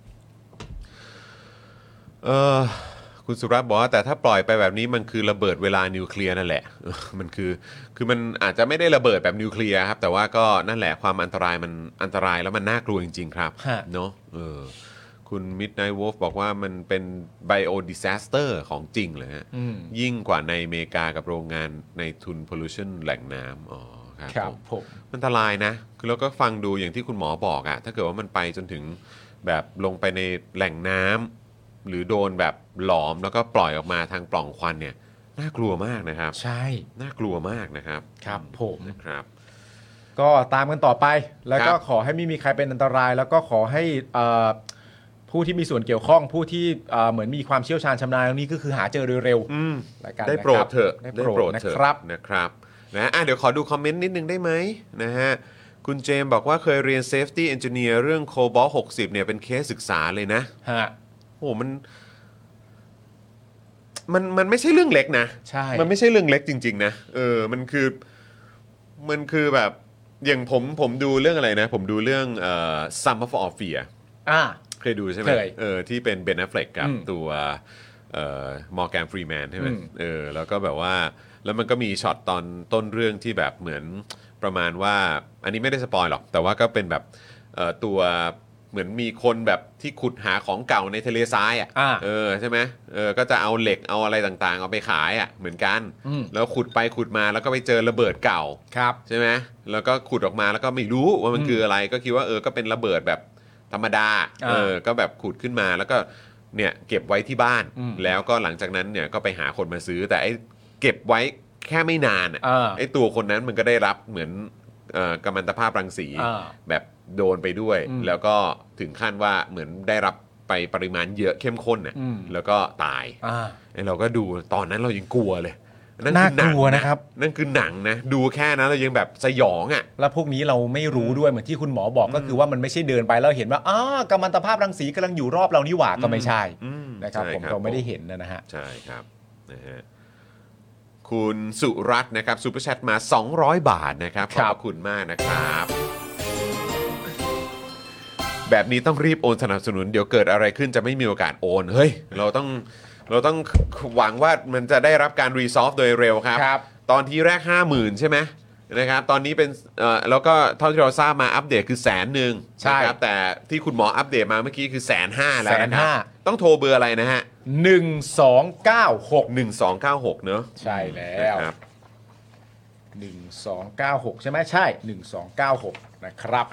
เออคุณสุรัตน์บอกว่าแต่ถ้าปล่อยไปแบบนี้มันคือระเบิดเวลานิวเคลียร์นั่นแหละมันคือคือมันอาจจะไม่ได้ระเบิดแบบนิวเคลียร์ครับแต่ว่าก็นั่นแหละความอันตรายมันอันตรายแล้วมันน่ากลัวจริงๆครับเนาะเออคุณ Midnight Wolf บอกว่ามันเป็น Bio Disaster ของจริงเลยฮะยิ่งกว่าในอเมริกากับโรงงานในทุน pollution แหล่งน้ำอ๋อครับครับผมมันอันตรายนะคือแล้วก็ฟังดูอย่างที่คุณหมอบอกอะถ้าเกิดว่ามันไปจนถึงแบบลงไปในแหล่งน้ำหรือโดนแบบหลอมแล้วก็ปล่อยออกมาทางปล่องควันเนี่ยน่ากลัวมากนะครับใช่น่ากลัวมากนะครับครับผมนะครับก็ตามกันต่อไปแล้วก็ขอให้ไม่มีใครเป็นอันตรายแล้วก็ขอให้ผู้ที่มีส่วนเกี่ยวข้องผู้ที่เหมือนมีความเชี่ยวชาญชำนาญตรงนี้ก็คือหาเจอโดยเร็วได้โปรดเถอะได้โปรดนะครับนะครับนะอ่ะเดี๋ยวขอดูคอมเมนต์นิดนึงได้ไหมนะฮะคุณเจมบอกว่าเคยเรียน Safety Engineer เรื่อง Cobalt หกสิบเนี่ยเป็นเคสศึกษาเลยนะฮะโอ้มันมันมันไม่ใช่เรื่องเล็กนะใช่มันไม่ใช่เรื่องเล็กจริงๆนะเออมันคือมันคือแบบอย่างผมผมดูเรื่องอะไรนะผมดูเรื่องเอ่อ Sum of All Fear อ่าเคยดูใช่ไหมเออที่เป็นเบน แอฟเฟล็กกับตัวเอ่อมอร์แกนฟรีแมนใช่ไหมเออแล้วก็แบบว่าแล้วมันก็มีช็อตตอนต้นเรื่องที่แบบเหมือนประมาณว่าอันนี้ไม่ได้สปอยหรอกแต่ว่าก็เป็นแบบเอ่อตัวเหมือนมีคนแบบที่ขุดหาของเก่าในทะเลทรายอ่ะเออใช่ไหมเออก็จะเอาเหล็กเอาอะไรต่างๆเอาไปขายอ่ะเหมือนกันแล้วขุดไปขุดมาแล้วก็ไปเจอระเบิดเก่าใช่ไหมแล้วก็ขุดออกมาแล้วก็ไม่รู้ว่ามันคืออะไรก็คิดว่าเออก็เป็นระเบิดแบบธรรมดาเออก็แบบขุดขึ้นมาแล้วก็เนี่ยเก็บไว้ที่บ้านแล้วก็หลังจากนั้นเนี่ยก็ไปหาคนมาซื้อแต่ไอ้เก็บไว้แค่ไม่นานอ่ะไอ้ตัวคนนั้นมันก็ได้รับเหมือนกัมมันตภาพรังสีแบบโดนไปด้วยแล้วก็ถึงขั้นว่าเหมือนได้รับไปปริมาณเยอะเข้มข้นน่ะแล้วก็ตายไอ้เราก็ดูตอนนั้นเรายังกลัวเลยนั่นคือหนังนะครับนั่นคือหนังนะดูแค่นั้นเรายังแบบสยองอ่ะแล้วพวกนี้เราไม่รู้ด้วยเหมือนที่คุณหมอบอกก็คือว่ามันไม่ใช่เดินไปแล้วเห็นว่าอ๋อกัมมันตภาพรังสีกำลังอยู่รอบเรานี่หว่าก็ไม่ใช่นะครับผมเราไม่ได้เห็นนะฮะใช่ครับนะฮะคุณสุรัตน์นะครับซุปเปอร์แชทมาสองร้อยบาทนะครับขอบคุณมากนะครับแบบนี้ต้องรีบโอนสนับสนุนเดี๋ยวเกิดอะไรขึ้นจะไม่มีโอกาสโอนเฮ้ยเราต้องเราต้องหวังว่ามันจะได้รับการรีซอฟโดยเร็วครับตอนที่แรก ห้าหมื่น ใช่ไหมนะครับตอนนี้เป็นเอ่อแล้วก็เท่าที่เราทราบมาอัปเดตคือแสนหนึ่งนะครับแต่ที่คุณหมออัปเดตมาเมื่อกี้คือแสนห้าแล้วนะครับต้องโทรเบอร์อะไรนะฮะหนึ่งสองเก้าหกหนึ่งสองเก้าหกเนอะใช่แล้วหนึ่งสองเก้าหกใช่ไหมใช่หนึ่งสองเก้าหกนะครับ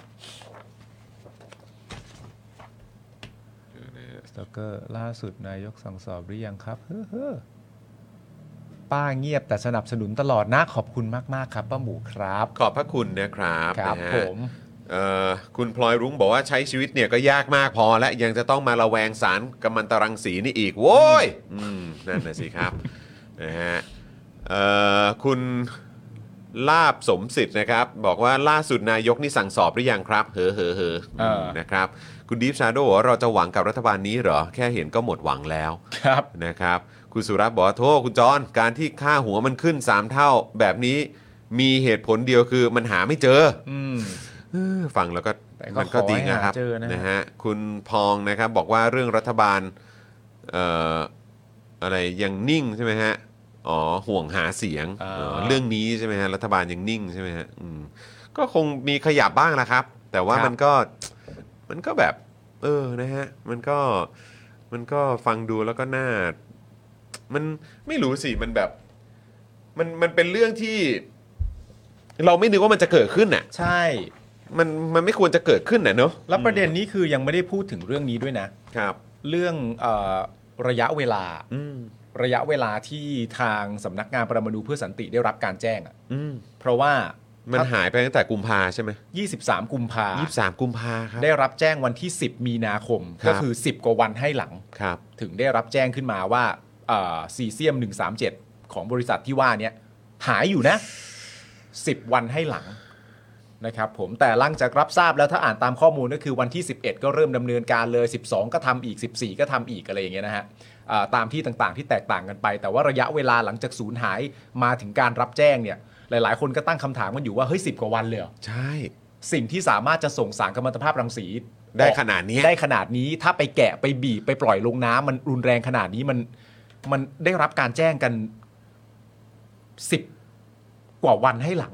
สตอกเกอร์ล่าสุดนายกสั่งสอบหรือยังครับเฮ้อป้าเงียบแต่สนับสนุนตลอดนะขอบคุณมากๆครับป้าหมูครับขอบพระคุณนะครับครับผมคุณพลอยรุ้งบอกว่าใช้ชีวิตเนี่ยก็ยากมากพอและยังจะต้องมาระแวงสารกัมมันตรังสีนี่อีกโว้ยนั่นนะสิครับนะฮะคุณลาบสมสิทธิ์นะครับบอกว่าล่าสุดนายกนี่สั่งสอบหรือยังครับเฮ้อเฮ้อเฮ้อนะครับคุณดีฟชาโดว์บอกว่าเราจะหวังกับรัฐบาลนี้เหรอแค่เห็นก็หมดหวังแล้วครับนะครับคุณสุรัตน์บอกว่าโทษคุณจอนการที่ค่าหัวมันขึ้นสามเท่าแบบนี้มีเหตุผลเดียวคือมันหาไม่เจอฟังแล้วก็มันก็จริงนะครับนะฮะคุณพองนะครับบอกว่าเรื่องรัฐบาลเอ่ออะไรยังนิ่งใช่ไหมฮะอ๋อห่วงหาเสียงเรื่องนี้ใช่ไหมฮะรัฐบาลยังนิ่งใช่ไหมฮะก็คงมีขยับบ้างละครับแต่ว่ามันก็มันก็แบบเออนะฮะมันก็มันก็ฟังดูแล้วก็น่ามันไม่รู้สิมันแบบมันมันเป็นเรื่องที่เราไม่นึกว่ามันจะเกิดขึ้นน่ะใช่มันมันไม่ควรจะเกิดขึ้นน่ะเนอะแล้วประเด็นนี้คือยังไม่ได้พูดถึงเรื่องนี้ด้วยนะครับเรื่องเอ่อระยะเวลาระยะเวลาที่ทางสำนักงานปรมาณูเพื่อสันติได้รับการแจ้งอ่ะเพราะว่ามันหายไปตั้งแต่กุมภาใช่ไหมยี่สิบสามกุมภายี่สิบสามกุมภาครับได้รับแจ้งวันที่สิบมีนาคมก็คือสิบกว่าวันให้หลังครับถึงได้รับแจ้งขึ้นมาว่าซีเซียมหนึ่งสามเจ็ดของบริษัทที่ว่านี้หายอยู่นะสิบวันให้หลังนะครับผมแต่หลังจากรับทราบแล้วถ้าอ่านตามข้อมูลก็คือวันที่สิบเอ็ดก็เริ่มดำเนินการเลยสิบสองก็ทำอีกสิบสี่ก็ทำอีกอะไรอย่างเงี้ยนะฮะตามที่ต่างๆที่แตกต่างกันไปแต่ว่าระยะเวลาหลังจากสูญหายมาถึงการรับแจ้งเนี่ยหลายๆคนก็ตั้งคำถามกันอยู่ว่าเฮ้ยสิบกว่าวันเลยเหรอใช่สิ่งที่สามารถจะส่งสารกัมมันตภาพรังสีได้ขนาดนี้ได้ขนาดนี้ถ้าไปแกะไปบีบไปปล่อยลงน้ำมันรุนแรงขนาดนี้มันมันได้รับการแจ้งกันสิบกว่าวันให้หลังเลยค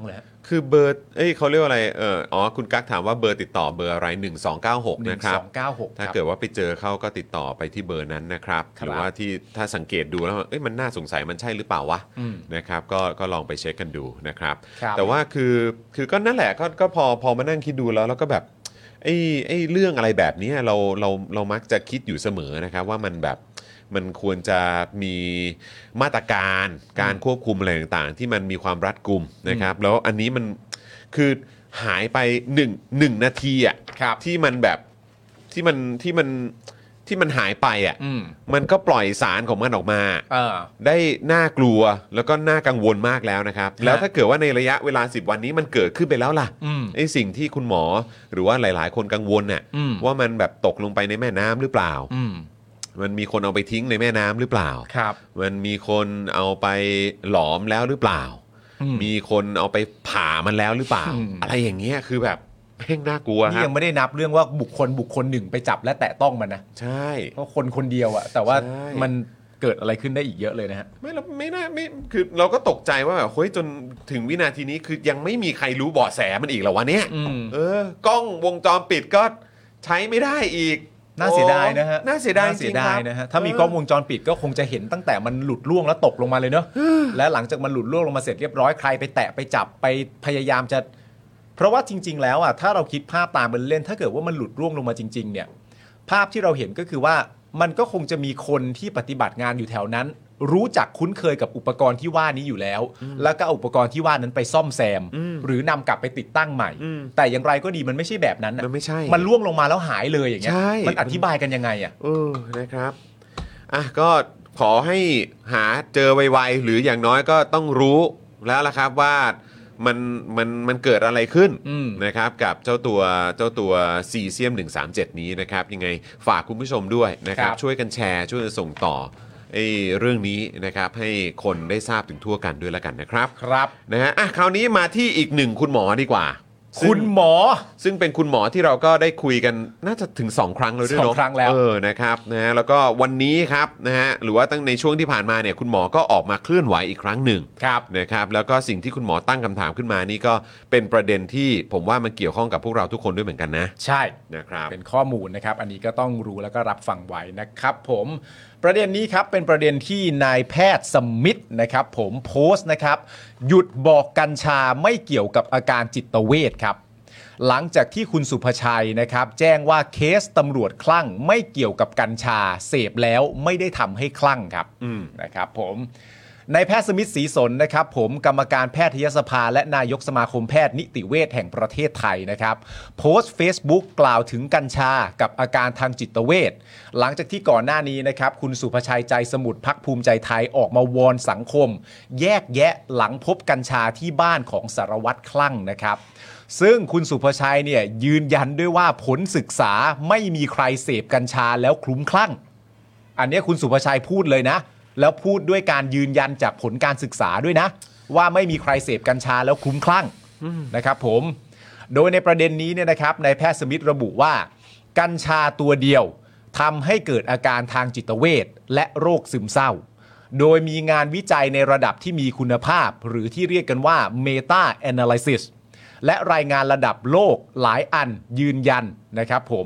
คือเบอร์เอ้ยเขาเรียกว่าอะไรเอออ๋อคุณกั๊กถามว่าเบอร์ติดต่อเบอร์อะไรหนึ่งสองเก้าหกนะครับหนึ่งสองเก้าหกถ้าเกิดว่าไปเจอเขาก็ติดต่อไปที่เบอร์นั้นนะครับหรือว่าที่ถ้าสังเกตดูแล้วเอ้ยมันน่าสงสัยมันใช่หรือเปล่าวะนะครับก็ก็ลองไปเช็คกันดูนะครับแต่ว่าคือคือก็นั่นแหละก็ก็พอพอมานั่งคิดดูแล้วแล้วก็แบบไอ้ไอ้เรื่องอะไรแบบนี้เราเราเรามักจะคิดอยู่เสมอนะครับว่ามันแบบมันควรจะมีมาตรการการควบคุมอะไรต่างๆที่มันมีความรัดกุมนะครับแล้วอันนี้มันคือหายไปหนึ่ง หนึ่งนาทีอ่ะที่มันแบบที่มันที่มันที่มันหายไปอ่ะมันก็ปล่อยสารของมันออกมาได้น่ากลัวแล้วก็น่ากังวลมากแล้วนะครับแล้วถ้าเกิดว่าในระยะเวลาสิบวันนี้มันเกิดขึ้นไปแล้วล่ะไอ้สิ่งที่คุณหมอหรือว่าหลายๆคนกังวลน่ะว่ามันแบบตกลงไปในแม่น้ำหรือเปล่ามันมีคนเอาไปทิ้งในแม่น้ำหรือเปล่ามันมีคนเอาไปหลอมแล้วหรือเปล่ามีคนเอาไปผ่ามันแล้วหรือเปล่าอะไรอย่างเงี้ยคือแบบแม่งน่ากลัวครับนี่ยังไม่ได้นับเรื่องว่าบุคคลบุคคลหนึ่งไปจับและแตะต้องมันนะใช่เพราะคนคนเดียวอะแต่ว่ามันเกิดอะไรขึ้นได้อีกเยอะเลยนะฮะไม่เราไม่น่าไม่คือเราก็ตกใจว่าแบบเฮ้ยจนถึงวินาทีนี้คือยังไม่มีใครรู้เบาะแสมันอีกเหรอวะเนี่ยเออกล้องวงจรปิดก็ใช้ไม่ได้อีกน่าเสียดายนะฮะน่าเสียดายจริงครับนะฮะถ้ามีกล้องวงจรปิดก็คงจะเห็นตั้งแต่มันหลุดล่วงแล้วตกลงมาเลยเนอะและหลังจากมันหลุดล่วงลงมาเสร็จเรียบร้อยใครไปแตะไปจับไปพยายามจะเพราะว่าจริงๆแล้วอ่ะถ้าเราคิดภาพตามเป็นเล่นถ้าเกิดว่ามันหลุดร่วงลงมาจริงๆเนี่ยภาพที่เราเห็นก็คือว่ามันก็คงจะมีคนที่ปฏิบัติงานอยู่แถวนั้นรู้จักคุ้นเคยกับอุปกรณ์ที่ว่านี้อยู่แล้วแล้วก็เอาอุปกรณ์ที่ว่านั้นไปซ่อมแซมหรือนำกลับไปติดตั้งใหม่แต่อย่างไรก็ดีมันไม่ใช่แบบนั้นมันไม่ใช่มันล่วงลงมาแล้วหายเลยอย่างเงี้ยมันอธิบายกันยังไงอ่ะเออนะครับอ่ะก็ขอให้หาเจอไวๆหรืออย่างน้อยก็ต้องรู้แล้วล่ะครับว่ามันมันมันเกิดอะไรขึ้นนะครับกับเจ้าตัวเจ้าตัวซีเซียมหนึ่งสามเจ็ดนี้นะครับยังไงฝากคุณผู้ชมด้วยนะครับช่วยกันแชร์ช่วยกันส่งต่อไอ้เรื่องนี้นะครับให้คนได้ทราบถึงทั่วกันด้วยแล้วกันนะครับครับนะฮะอ่ะคราวนี้มาที่อีกหนึ่งคุณหมอดีกว่าคุณหมอซึ่งเป็นคุณหมอที่เราก็ได้คุยกันน่าจะถึงสองครั้งแล้วด้วยเนาะสองครั้งแล้วเออนะครับนะฮะแล้วก็วันนี้ครับนะฮะหรือว่าตั้งในช่วงที่ผ่านมาเนี่ยคุณหมอก็ออกมาเคลื่อนไหวอีกครั้งหนึ่งนะครับแล้วก็สิ่งที่คุณหมอตั้งคำถามขึ้นมานี่ก็เป็นประเด็นที่ผมว่ามันเกี่ยวข้องกับพวกเราทุกคนด้วยเหมือนกันนะใช่นะครับเป็นข้อมูลนะครับอันนี้ก็ต้องรู้แล้วก็รับฟังไว้นะครับผมประเด็นนี้ครับเป็นประเด็นที่นายแพทย์สมิธนะครับผมโพสต์นะครับหยุดบอกกัญชาไม่เกี่ยวกับอาการจิตเวชครับหลังจากที่คุณสุภชัยนะครับแจ้งว่าเคสตำรวจคลั่งไม่เกี่ยวกับกัญชาเสพแล้วไม่ได้ทำให้คลั่งครับนะครับผมนายแพทย์สมิธศรีสนนะครับผมกรรมการแพทยสภาและนายกสมาคมแพทย์นิติเวชแห่งประเทศไทยนะครับโพสต์ Facebook กล่าวถึงกัญชากับอาการทางจิตเวชหลังจากที่ก่อนหน้านี้นะครับคุณสุภชัยใจสมุทรพรรคภูมิใจไทยออกมาวอนสังคมแยกแยะหลังพบกัญชาที่บ้านของสารวัตรคลั่งนะครับซึ่งคุณสุภชัยเนี่ยยืนยันด้วยว่าผลศึกษาไม่มีใครเสพกัญชาแล้วคลุ้มคลั่งอันนี้คุณสุภชัยพูดเลยนะแล้วพูดด้วยการยืนยันจากผลการศึกษาด้วยนะว่าไม่มีใครเสพกัญชาแล้วคลุ้มคลั่งนะครับผมโดยในประเด็นนี้เนี่ยนะครับนายแพทย์สมิธระบุว่ากัญชาตัวเดียวทำให้เกิดอาการทางจิตเวชและโรคซึมเศร้าโดยมีงานวิจัยในระดับที่มีคุณภาพหรือที่เรียกกันว่า Meta Analysis และรายงานระดับโลกหลายอันยืนยันนะครับผม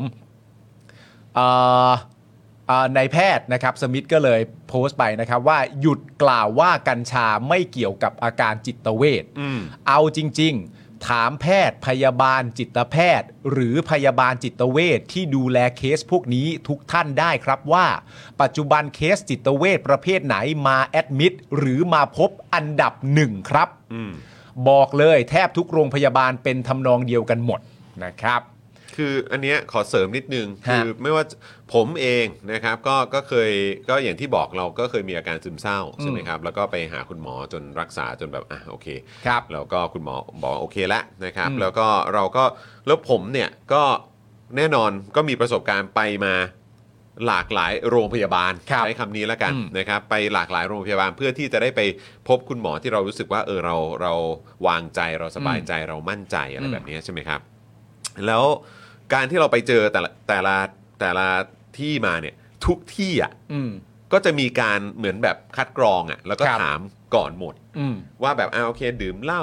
นายแพทย์นะครับสมิธก็เลยโพสต์ไปนะครับว่าหยุดกล่าวว่ากัญชาไม่เกี่ยวกับอาการจิตเวชเอาจริงๆถามแพทย์พยาบาลจิตแพทย์หรือพยาบาลจิตเวชที่ดูแลเคสพวกนี้ทุกท่านได้ครับว่าปัจจุบันเคสจิตเวชประเภทไหนมาแอดมิดหรือมาพบอันดับหนึ่งครับบอกเลยแทบทุกโรงพยาบาลเป็นทำนองเดียวกันหมดนะครับคืออันเนี้ยขอเสริมนิดนึงคือไม่ว่าผมเองนะครับก็ก็เคยก็อย่างที่บอกเราก็เคยมีอาการซึมเศร้าใช่ไหมครับแล้วก็ไปหาคุณหมอจนรักษาจนแบบอ่ะโอเคครับแล้วก็คุณหมอบอกโอเคแล้วนะครับแล้วก็เราก็แล้วผมเนี่ยก็แน่นอนก็มีประสบการณ์ไปมาหลากหลายโรงพยาบาลใช้คำนี้แล้วกันนะครับไปหลากหลายโรงพยาบาลเพื่อที่จะได้ไปพบคุณหมอที่เรารู้สึกว่าเออเราเราวางใจเราสบายใจเรามั่นใจอะไรแบบนี้ใช่ไหมครับแล้วการที่เราไปเจอแต่ละแต่ละแต่ละที่มาเนี่ยทุกที่อ่ะก็จะมีการเหมือนแบบคัดกรองอ่ะแล้วก็ถามก่อนหมดว่าแบบอ่าโอเคดื่มเหล้า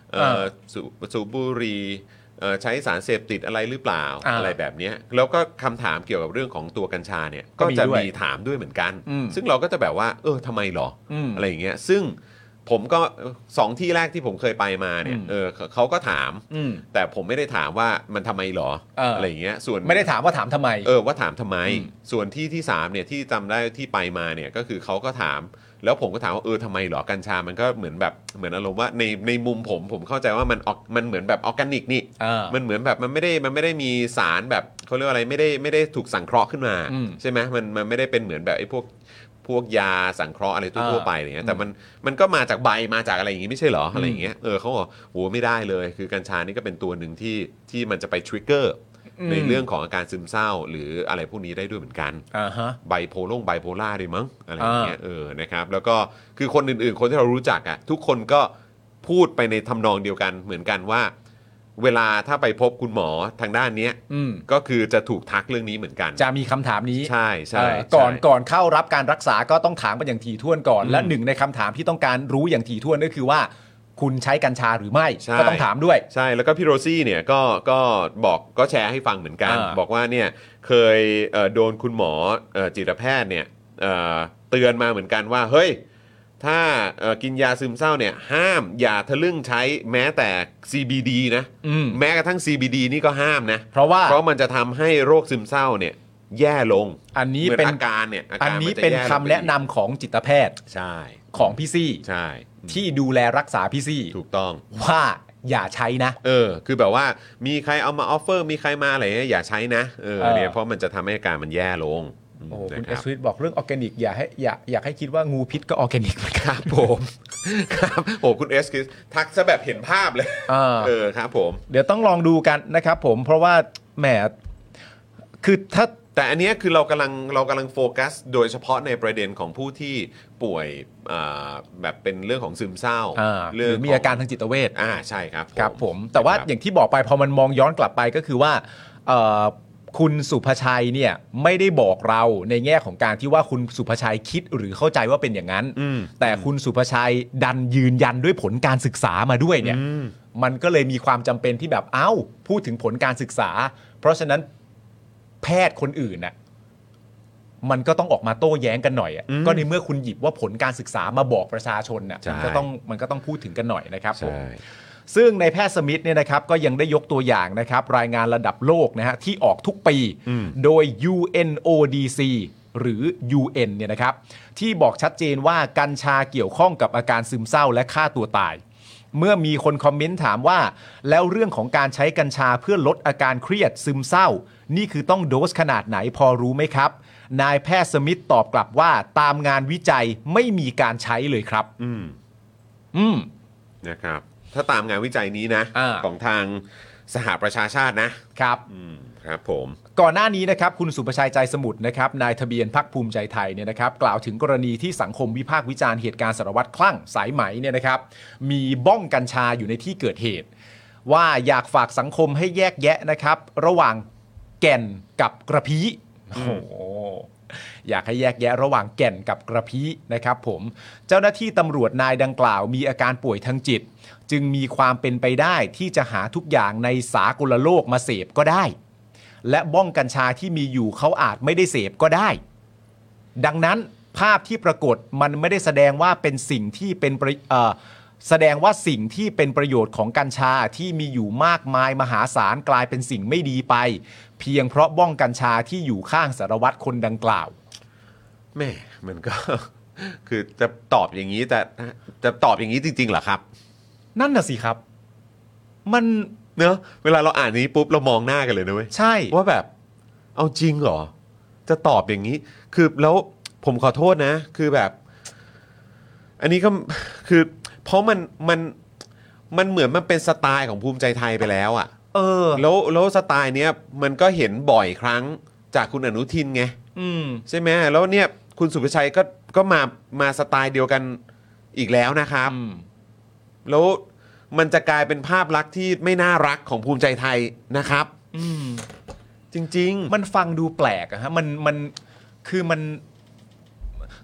เอ่อสูบสูบบุหรี่เอ่อใช้สารเสพติดอะไรหรือเปล่าอ่าอะไรแบบเนี้ยแล้วก็คำถามเกี่ยวกับเรื่องของตัวกัญชาเนี่ยก็จะมีถามด้วยเหมือนกันซึ่งเราก็จะแบบว่าเออทำไมหรออะไรอย่างเงี้ยซึ่งผมก็สองที่แรกที่ผมเคยไปมาเนี่ยเออเขาก็ถามแต่ผมไม่ได้ถามว่ามันทำไมหรอเออออะไรอย่างเงี้ยส่วนไม่ได้ถามว่าถามทำไมเออว่าถามทำไมส่วนที่ที่สามเนี่ยที่จำได้ที่ไปมาเนี่ยก็คือเขาก็ถามแล้วผมก็ถามว่าเออทำไมหรอกัญชามันก็เหมือนแบบเหมือนอารมณ์ว่าในในมุมผมผมเข้าใจว่ามันออกมันเหมือนแบบออร์แกนิกนี่อ่ามัมันเหมือนแบบมันไม่ได้มันไม่ได้มีสารแบบเขาเรียกว่าอะไรไม่ได้ไม่ได้ถูกสังเคราะห์ขึ้นมาอืมใช่ไหมมันมันไม่ได้เป็นเหมือนแบบไอ้พวกพวกยาสังเคราะห์อะไรทั่วๆไปอะไรเงี้ยอืมแต่มันมันก็มาจากใบมาจากอะไรอย่างงี้ไม่ใช่เหรออะไรอย่างเงี้ยเออเขาบอกโหไม่ได้เลยคือกัญชานี่ก็เป็นตัวหนึ่งที่ที่มันจะไปทริกเกอร์ในเรื่องของอาการซึมเศร้าหรืออะไรพวกนี้ได้ด้วยเหมือนกันอ่าฮะไบโพล่งไบโพล่าด้วยมั้งอะไรอย่างเงี้ยเออนะครับแล้วก็คือคนอื่นๆคนที่เรารู้จักอ่ะทุกคนก็พูดไปในทำนองเดียวกันเหมือนกันว่า เวลาถ้าไปพบคุณหมอทางด้านเนี้ยอืมก็คือจะถูกทักเรื่องนี้เหมือนกันจะมีคำถามนี้ใช่ใช่เอ่อก่อนใช่ก่อนเข้ารับการรักษาก็ต้องถามกันอย่างถี่ถ้วนก่อนอืมและหนึ่งในคำถามที่ต้องการรู้อย่างถี่ถ้วนก็คือว่า คุณใช้กัญชาหรือไม่ใช่ก็ต้องถามด้วยใช่แล้วก็พี่โรซี่เนี่ยก็ก็บอกก็แชร์ให้ฟังเหมือนกันอ่าบอกว่าเนี่ยเคยเอ่อโดนคุณหมอเอ่อจิตแพทย์เนี่ยเอ่อเตือนมาเหมือนกันว่าเฮ้ยถ้าเอ่อกินยาซึมเศร้าเนี่ยห้ามอย่าทะลึ่งใช้แม้แต่ ซี บี ดี นะอืมแม้กระทั่ง ซี บี ดี นี่ก็ห้ามนะเพราะว่าเพราะมันจะทำให้โรคซึมเศร้าเนี่ยแย่ลงอันนี้เหมือนเป็นอาการเนี่ยอาอักาน รนี้มัจะเป็นแย่ลงคำแนะนำของจิตแพทย์ใช่ของพี่ซี่ใช่ที่ดูแลรักษาพี่ซี่ถูกต้องว่าอย่าใช้นะเออคือแบบว่ามีใครเอามาออฟเฟอร์มีใครมาอะไรเงี้ยอย่าใช้นะเออเออเนี่ยเพราะมันจะทำให้อาการมันแย่ลงโอ้โหคุณนะเอรับสวิตบอกเรื่องออร์แกนิกอย่าให้อย่าอยากให้คิดว่างูพิษก็ออร์แกนิกเหมือนคกันรับผมครับโอ้คุณเอสคือทักซะแบบเห็นภาพเลยเออเออครับผมเดี๋ยวต้องลองดูกันนะครับผมเพราะว่าแหมคือถ้าแต่อันเนี้ยคือเรากำลังเรากำลังโฟกัสโดยเฉพาะในประเด็นของผู้ที่ป่วยอ่าแบบเป็นเรื่องของซึมเศร้าอ่าหรือมีอาการทางจิตเวชอ่าใช่ครับครับผมแต่ว่าอย่างที่บอกไปพอมันมองย้อนกลับไปก็คือว่าเอ่อคุณสุภชัยเนี่ยไม่ได้บอกเราในแง่ของการที่ว่าคุณสุภชัยคิดหรือเข้าใจว่าเป็นอย่างนั้นอืมแต่คุณสุภชัยดันยืนยันด้วยผลการศึกษามาด้วยเนี่ยอืมมันก็เลยมีความจำเป็นที่แบบเอ้าพูดถึงผลการศึกษา เพราะฉะนั้นแพทย์คนอื่นน่ะมันก็ต้องออกมาโต้แย้งกันหน่อยอ่ะก็ในเมื่อคุณหยิบว่าผลการศึกษามาบอกประชาชนน่ะมันก็ต้องมันก็ต้องพูดถึงกันหน่อยนะครับผมใช่ซึ่งในแพทย์สมิธเนี่ยนะครับก็ยังได้ยกตัวอย่างนะครับรายงานระดับโลกนะฮะที่ออกทุกปี โดย ยู เอ็น โอ ดี ซี หรือ ยู เอ็น เนี่ยนะครับที่บอกชัดเจนว่ากัญชาเกี่ยวข้องกับอาการซึมเศร้าและฆ่าตัวตาย เมื่อมีคนคอมเมนต์ถามว่าแล้วเรื่องของการใช้กัญชาเพื่อลดอาการเครียดซึมเศร้า นี่คือต้องโดสขนาดไหนพอรู้ไหมครับนายแพทย์สมิธตอบกลับว่าตามงานวิจัยไม่มีการใช้เลยครับอืมอืมนะครับถ้าตามงานวิจัยนี้นะอ่าของทางสหประชาชาตินะครับ อืมครับผมก่อนหน้านี้นะครับคุณสุประชัยใจสมุทรนะครับนายทะเบียนพรรคภูมิใจไทยเนี่ยนะครับกล่าวถึงกรณีที่สังคมวิพากษ์วิจารณ์เหตุการณ์สารวัตรคลั่งสายไหมเนี่ยนะครับมีบ้องกัญชาอยู่ในที่เกิดเหตุ ว่าอยากฝากสังคมให้แยกแยะนะครับระหว่างแก่นกับกระพี้โอ้โหอยากให้แยกแยะระหว่างแก่นกับกระพี้นะครับผมเจ้าหน้าที่ตำรวจนายดังกล่าวมีอาการป่วยทางจิต จึงมีความเป็นไปได้ที่จะหาทุกอย่างในสากลโลกมาเสพก็ได้และบ้องกัญชาที่มีอยู่เขาอาจไม่ได้เสพก็ได้ดังนั้นภาพที่ปรากฏมันไม่ได้แสดงว่าเป็นสิ่งที่เป็นเอ่อแสดงว่าสิ่งที่เป็นประโยชน์ของกัญชาที่มีอยู่มากมายมหาศาลกลายเป็นสิ่งไม่ดีไปเพียงเพราะบ้องกัญชาที่อยู่ข้างสารวัตรคนดังกล่าวแม่มันก็ คือจะตอบอย่างนี้แต่จะตอบอย่างนี้จริงๆเหรอครับนั่นน่ะสิครับมันเนอะเวลาเราอ่านนี้ปุ๊บเรามองหน้ากันเลยนะเว้ยใช่ว่าแบบเอาจริงเหรอจะตอบอย่างนี้ คือแล้วผมขอโทษนะ คือแบบ อันนี้ก็คือเพราะมันมันมันเหมือนมันเป็นสไตล์ของภูมิใจไทยไปแล้วอะ่ะเออแล้วแล้วสไตล์เนี้ยมันก็เห็นบ่อยครั้งจากคุณอนุทินไงอืมใช่ไหมแล้วเนี่ยคุณสุภชัยก็ก็มามาสไตล์เดียวกันอีกแล้วนะครับอืมแล้วมันจะกลายเป็นภาพลักษณ์ที่ไม่น่ารักของภูมิใจไทยนะครับอืมจริงๆมันฟังดูแปลกอะฮะมันมันคือมัน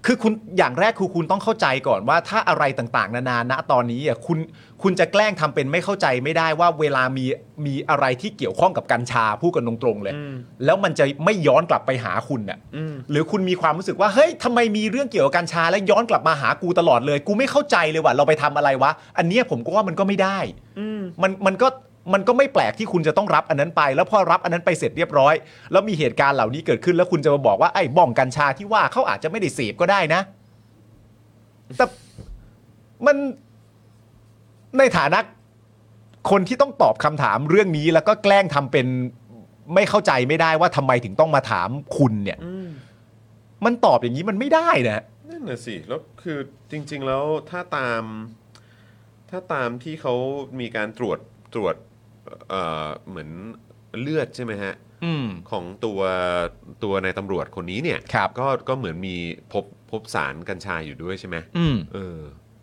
คือคุณอย่างแรกคือคุณต้องเข้าใจก่อนว่าถ้าอะไรต่างๆนานาณตอนนี้อ่ะคุณคุณจะแกล้งทำเป็นไม่เข้าใจไม่ได้ว่าเวลามีมีอะไรที่เกี่ยวข้องกับกัญชาพูดกันตรงๆเลยแล้วมันจะไม่ย้อนกลับไปหาคุณเนี่ยหรือคุณมีความรู้สึกว่าเฮ้ยทำไมมีเรื่องเกี่ยวกับกัญชาแล้วย้อนกลับมาหากูตลอดเลยกูไม่เข้าใจเลยว่าเราไปทำอะไรวะอันเนี้ยผมก็ว่ามันก็ไม่ได้มันมันก็มันก็ไม่แปลกที่คุณจะต้องรับอันนั้นไปแล้วพอรับอันนั้นไปเสร็จเรียบร้อยแล้วมีเหตุการณ์เหล่านี้เกิดขึ้นแล้วคุณจะมาบอกว่าไอ้บ้องกัญชาที่ว่าเขาอาจจะไม่ได้เสพก็ได้นะแต่มันในฐานะคนที่ต้องตอบคำถามเรื่องนี้แล้วก็แกล้งทำเป็นไม่เข้าใจไม่ได้ว่าทำไมถึงต้องมาถามคุณเนี่ยมันตอบอย่างนี้มันไม่ได้นะนั่นน่ะสิแล้วคือจริงๆแล้วถ้าตามถ้าตามที่เขามีการตรวจตรวจเอ่อเหมือนเลือดใช่ไหมฮะของตัวตัวนายตำรวจคนนี้เนี่ยก็ก็เหมือนมีพบพบสารกัญชาอยู่ด้วยใช่ไหมเออ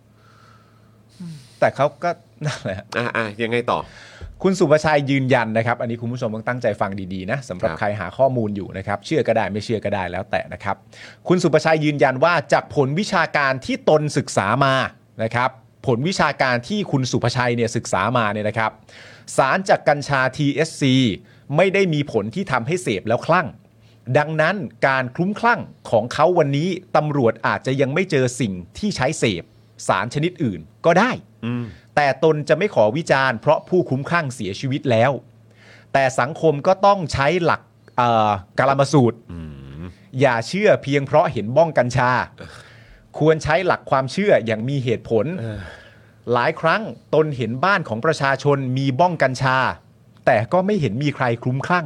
แต่เขาก็นั่นแหละอ่ะอ่ะยังไงต่อคุณสุภชัยยืนยันนะครับอันนี้คุณผู้ชมต้องตั้งใจฟังดีๆนะสำหรับใครหาข้อมูลอยู่นะครับเชื่อก็ได้ไม่เชื่อก็ได้แล้วแต่นะครับคุณสุภชัยยืนยันว่าจากผลวิชาการที่ตนศึกษามานะครับผลวิชาการที่คุณสุภชัยเนี่ยศึกษามาเนี่ยนะครับสารจากกัญชา ที เอช ซี ไม่ได้มีผลที่ทำให้เสพแล้วคลั่งดังนั้นการคลุ้มคลั่งของเขาวันนี้ตำรวจอาจจะยังไม่เจอสิ่งที่ใช้เสพสารชนิดอื่นก็ได้แต่ตนจะไม่ขอวิจารณ์เพราะผู้คลุ้มคลั่งเสียชีวิตแล้วแต่สังคมก็ต้องใช้หลักกาลามสูตรอย่าเชื่อเพียงเพราะเห็นบ้องกัญชาควรใช้หลักความเชื่ออย่างมีเหตุผลหลายครั้งตนเห็นบ้านของประชาชนมีบ้องกัญชาแต่ก็ไม่เห็นมีใครคลุ้มคลั่ง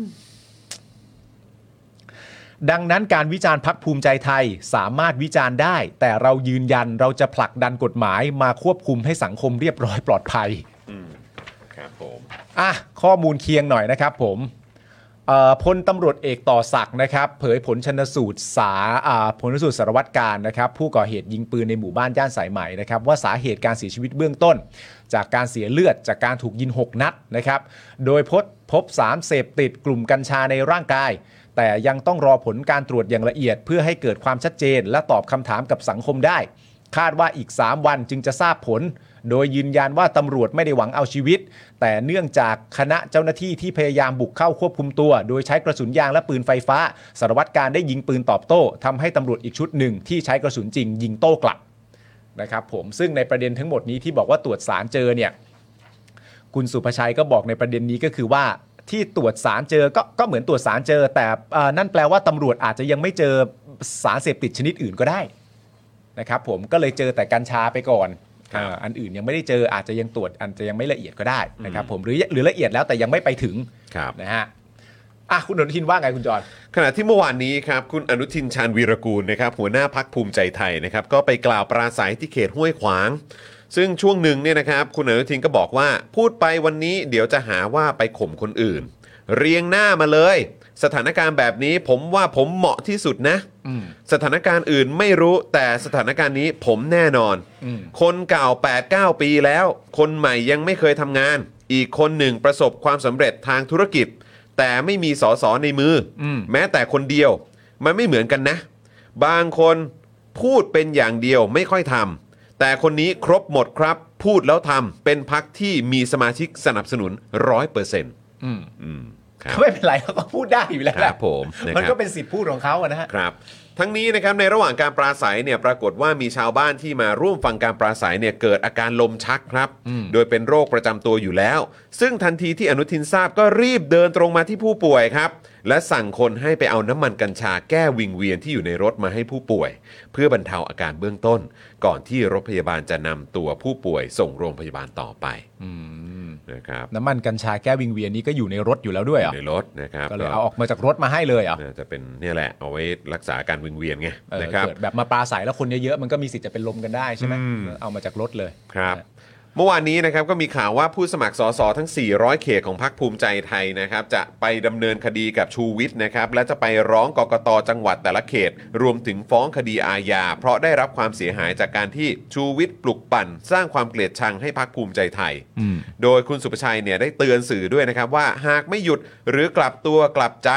ดังนั้นการวิจารณ์พรรคภูมิใจไทยสามารถวิจารณ์ได้แต่เรายืนยันเราจะผลักดันกฎหมายมาควบคุมให้สังคมเรียบร้อยปลอดภัยครับผมอ่ะข้อมูลเคียงหน่อยนะครับผมพลตำรวจเอกต่อศักดิ์นะครับเผยผลชันสูตรสาผลชันสูตรสารวัตรการนะครับผู้ก่อเหตุยิงปืนในหมู่บ้านย่านสายไหมนะครับว่าสาเหตุการเสียชีวิตเบื้องต้นจากการเสียเลือดจากการถูกยิงหกนัดนะครับโดยพบพบสารเสพติดกลุ่มกัญชาในร่างกายแต่ยังต้องรอผลการตรวจอย่างละเอียดเพื่อให้เกิดความชัดเจนและตอบคำถามกับสังคมได้คาดว่าอีกสามวันจึงจะทราบผลโดยยืนยันว่าตำรวจไม่ได้หวังเอาชีวิตแต่เนื่องจากคณะเจ้าหน้าที่ที่พยายามบุกเข้าควบคุมตัวโดยใช้กระสุนยางและปืนไฟฟ้าสารวัตรการได้ยิงปืนตอบโต้ทำให้ตำรวจอีกชุดหนึ่งที่ใช้กระสุนจริงยิงโต้กลับนะครับผมซึ่งในประเด็นทั้งหมดนี้ที่บอกว่าตรวจสารเจอเนี่ยคุณสุภชัยก็บอกในประเด็นนี้ก็คือว่าที่ตรวจสารเจอก็ก็เหมือนตรวจสารเจอแต่นั่นแปลว่าตำรวจอาจจะยังไม่เจอสารเสพติดชนิดอื่นก็ได้นะครับผมก็เลยเจอแต่กัญชาไปก่อนอันอื่นยังไม่ได้เจออาจจะยังตรวจอาจจะยังไม่ละเอียดก็ได้นะครับผมหรือหรือละเอียดแล้วแต่ยังไม่ไปถึงนะฮะอ่ะคุณอนุทินว่าไงคุณจรขณะที่เมื่อวานนี้ครับคุณอนุทินชาญวีรกูลนะครับหัวหน้าพรรคภูมิใจไทยนะครับก็ไปกล่าวปราศัยที่เขตห้วยขวางซึ่งช่วงหนึ่งเนี่ยนะครับคุณอนุทินก็บอกว่าพูดไปวันนี้เดี๋ยวจะหาว่าไปข่มคนอื่นเรียงหน้ามาเลยสถานการณ์แบบนี้ผมว่าผมเหมาะที่สุดนะสถานการณ์อื่นไม่รู้แต่สถานการณ์นี้ผมแน่นอนคนเก่า แปดเก้า ปีแล้วคนใหม่ยังไม่เคยทำงานอีกคนหนึ่งประสบความสำเร็จทางธุรกิจแต่ไม่มีสสในมือแม้แต่คนเดียวมันไม่เหมือนกันนะบางคนพูดเป็นอย่างเดียวไม่ค่อยทำแต่คนนี้ครบหมดครับพูดแล้วทำเป็นพรรคที่มีสมาชิกสนับสนุน ร้อยเปอร์เซ็นต์ อืมอืมไม่เป็นไรเขาก็พูดได้อยู่แล้วครับผมมันก็เป็นสิทธิพูดของเขาอะนะฮะครับทั้งนี้นะครับในระหว่างการปราศัยเนี่ยปรากฏว่ามีชาวบ้านที่มาร่วมฟังการปราศัยเนี่ยเกิดอาการลมชักครับโดยเป็นโรคประจำตัวอยู่แล้วซึ่งทันทีที่อนุทินทราบก็รีบเดินตรงมาที่ผู้ป่วยครับและสั่งคนให้ไปเอาน้ำมันกัญชาแก้วิงเวียนที่อยู่ในรถมาให้ผู้ป่วยเพื่อบรรเทาอาการเบื้องต้นก่อนที่รถพยาบาลจะนำตัวผู้ป่วยส่งโรงพยาบาลต่อไปนะครับน้ำมันกัญชาแก้วิงเวียนนี้ก็อยู่ในรถอยู่แล้วด้วยอ่ะในรถนะครับก็เลยเอาออกมาจากรถมาให้เลยอ่ะจะเป็นเนี่ยแหละเอาไว้รักษาการวิงเวียนไงนะครับเกิดแบบมาปราศัยแล้วคนเยอะๆมันก็มีสิทธิ์จะเป็นลมกันได้ใช่ไหมเอามาจากรถเลยครับเมื่อวานนี้นะครับก็มีข่าวว่าผู้สมัครสสทั้งสี่ร้อยเขตของพรรคภูมิใจไทยนะครับจะไปดำเนินคดีกับชูวิทย์นะครับและจะไปร้องกกต.จังหวัดแต่ละเขตรวมถึงฟ้องคดีอาญาเพราะได้รับความเสียหายจากการที่ชูวิทย์ปลุกปั่นสร้างความเกลียดชังให้พรรคภูมิใจไทยโดยคุณสุภชัยเนี่ยได้เตือนสื่อด้วยนะครับว่าหากไม่หยุดหรือกลับตัวกลับใจ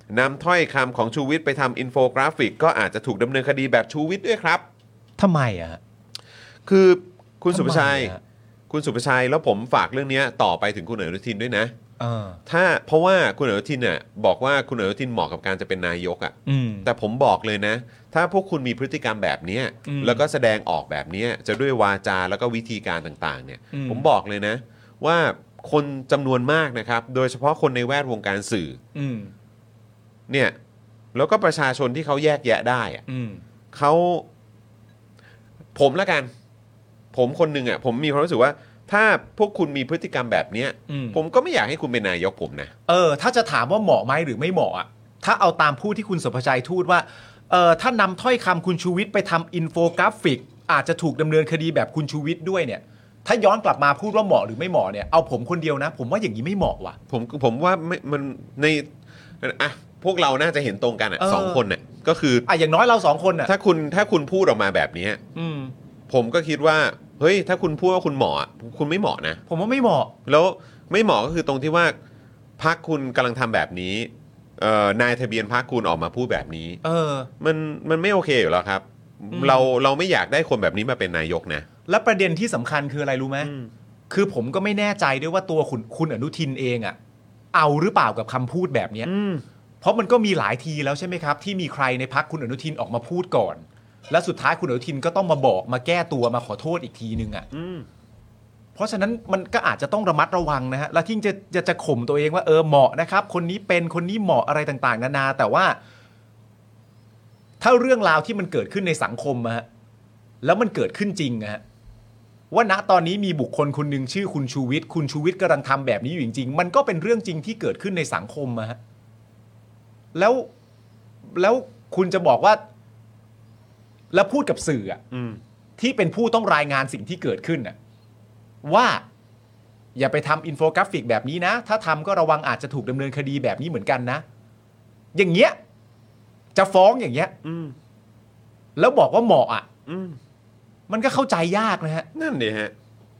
นำถ้อยคำของชูวิทย์ไปทำอินโฟกราฟิกก็อาจจะถูกดำเนินคดีแบบชูวิทย์ด้วยครับทำไมอ่ะคือคุณสุภชัยคุณสุภชัยแล้วผมฝากเรื่องนี้ต่อไปถึงคุณอนุทินด้วยนะถ้าเพราะว่าคุณอนุทินเนี่ยบอกว่าคุณอนุทินเหมาะกับการจะเป็นนายกอ่ะแต่ผมบอกเลยนะถ้าพวกคุณมีพฤติกรรมแบบนี้แล้วก็แสดงออกแบบนี้จะด้วยวาจาแล้วก็วิธีการต่างๆเนี่ยผมบอกเลยนะว่าคนจำนวนมากนะครับโดยเฉพาะคนในแวดวงการสื่อเนี่ยแล้วก็ประชาชนที่เขาแยกแยะได้อ่ะเขาผมละกันผมคนหนึ่งอ่ะผมมีความรู้สึกว่าถ้าพวกคุณมีพฤติกรรมแบบนี้ผมก็ไม่อยากให้คุณเป็นนายกผมนะเออถ้าจะถามว่าเหมาะไหมหรือไม่เหมาะอ่ะถ้าเอาตามผู้ที่คุณสุภชัยทูตว่าเออถ้านำถ้อยคำคุณชูวิทย์ไปทำอินโฟกราฟิกอาจจะถูกดำเนินคดีแบบคุณชูวิทย์ด้วยเนี่ยถ้าย้อนกลับมาพูดว่าเหมาะหรือไม่เหมาะเนี่ยเอาผมคนเดียวนะผมว่าอย่างนี้ไม่เหมาะว่ะผมผมว่าไม่มันในอ่ะพวกเราน่าจะเห็นตรงกันอ่ะสองคนเนี่ยก็คืออ่ะอย่างน้อยเราสองคนอ่ะถ้าคุณถ้าคุณพูดออกมาแบบนี้ผมก็คิดว่าเฮ้ยถ้าคุณพูดว่าคุณเหมาะคุณไม่เหมาะนะผมว่าไม่เหมาะแล้วไม่เหมาะก็คือตรงที่ว่าพรรคคุณกำลังทำแบบนี้เอ่อนายทะเบียนพรรคคุณออกมาพูดแบบนี้เออมันมันไม่โอเคอยู่แล้วครับเราเราไม่อยากได้คนแบบนี้มาเป็นนายกนะและประเด็นที่สำคัญคืออะไรรู้ไหมคือผมก็ไม่แน่ใจด้วยว่าตัวคุณคุณอนุทินเองอ่ะเอาหรือเปล่ากับคำพูดแบบนี้เพราะมันก็มีหลายทีแล้วใช่ไหมครับที่มีใครในพรรคคุณอนุทินออกมาพูดก่อนและสุดท้ายคุณอนุทินก็ต้องมาบอกมาแก้ตัวมาขอโทษอีกทีนึงอ่ะเพราะฉะนั้นมันก็อาจจะต้องระมัดระวังนะฮะแล้วที่จะจะจะข่มตัวเองว่าเออเหมาะนะครับคนนี้เป็นคนนี้เหมาะอะไรต่างๆนานาแต่ว่าถ้าเรื่องราวที่มันเกิดขึ้นในสังคมอะฮะแล้วมันเกิดขึ้นจริงอะฮะว่าณตอนนี้มีบุคคลคนหนึ่งชื่อคุณชูวิทย์คุณชูวิทย์กำลังทำแบบนี้อยู่จริงๆมันก็เป็นเรื่องจริงที่เกิดขึ้นในสังคมอะฮะแล้วแล้วคุณจะบอกว่าแล้วพูดกับสื่ออ่ะที่เป็นผู้ต้องรายงานสิ่งที่เกิดขึ้นน่ะว่าอย่าไปทำอินโฟกราฟิกแบบนี้นะถ้าทำก็ระวังอาจจะถูกดำเนินคดีแบบนี้เหมือนกันนะอย่างเงี้ยจะฟ้องอย่างเงี้ยแล้วบอกว่าเหมาะอ่ะมันก็เข้าใจยากนะฮะนั่นดิฮะ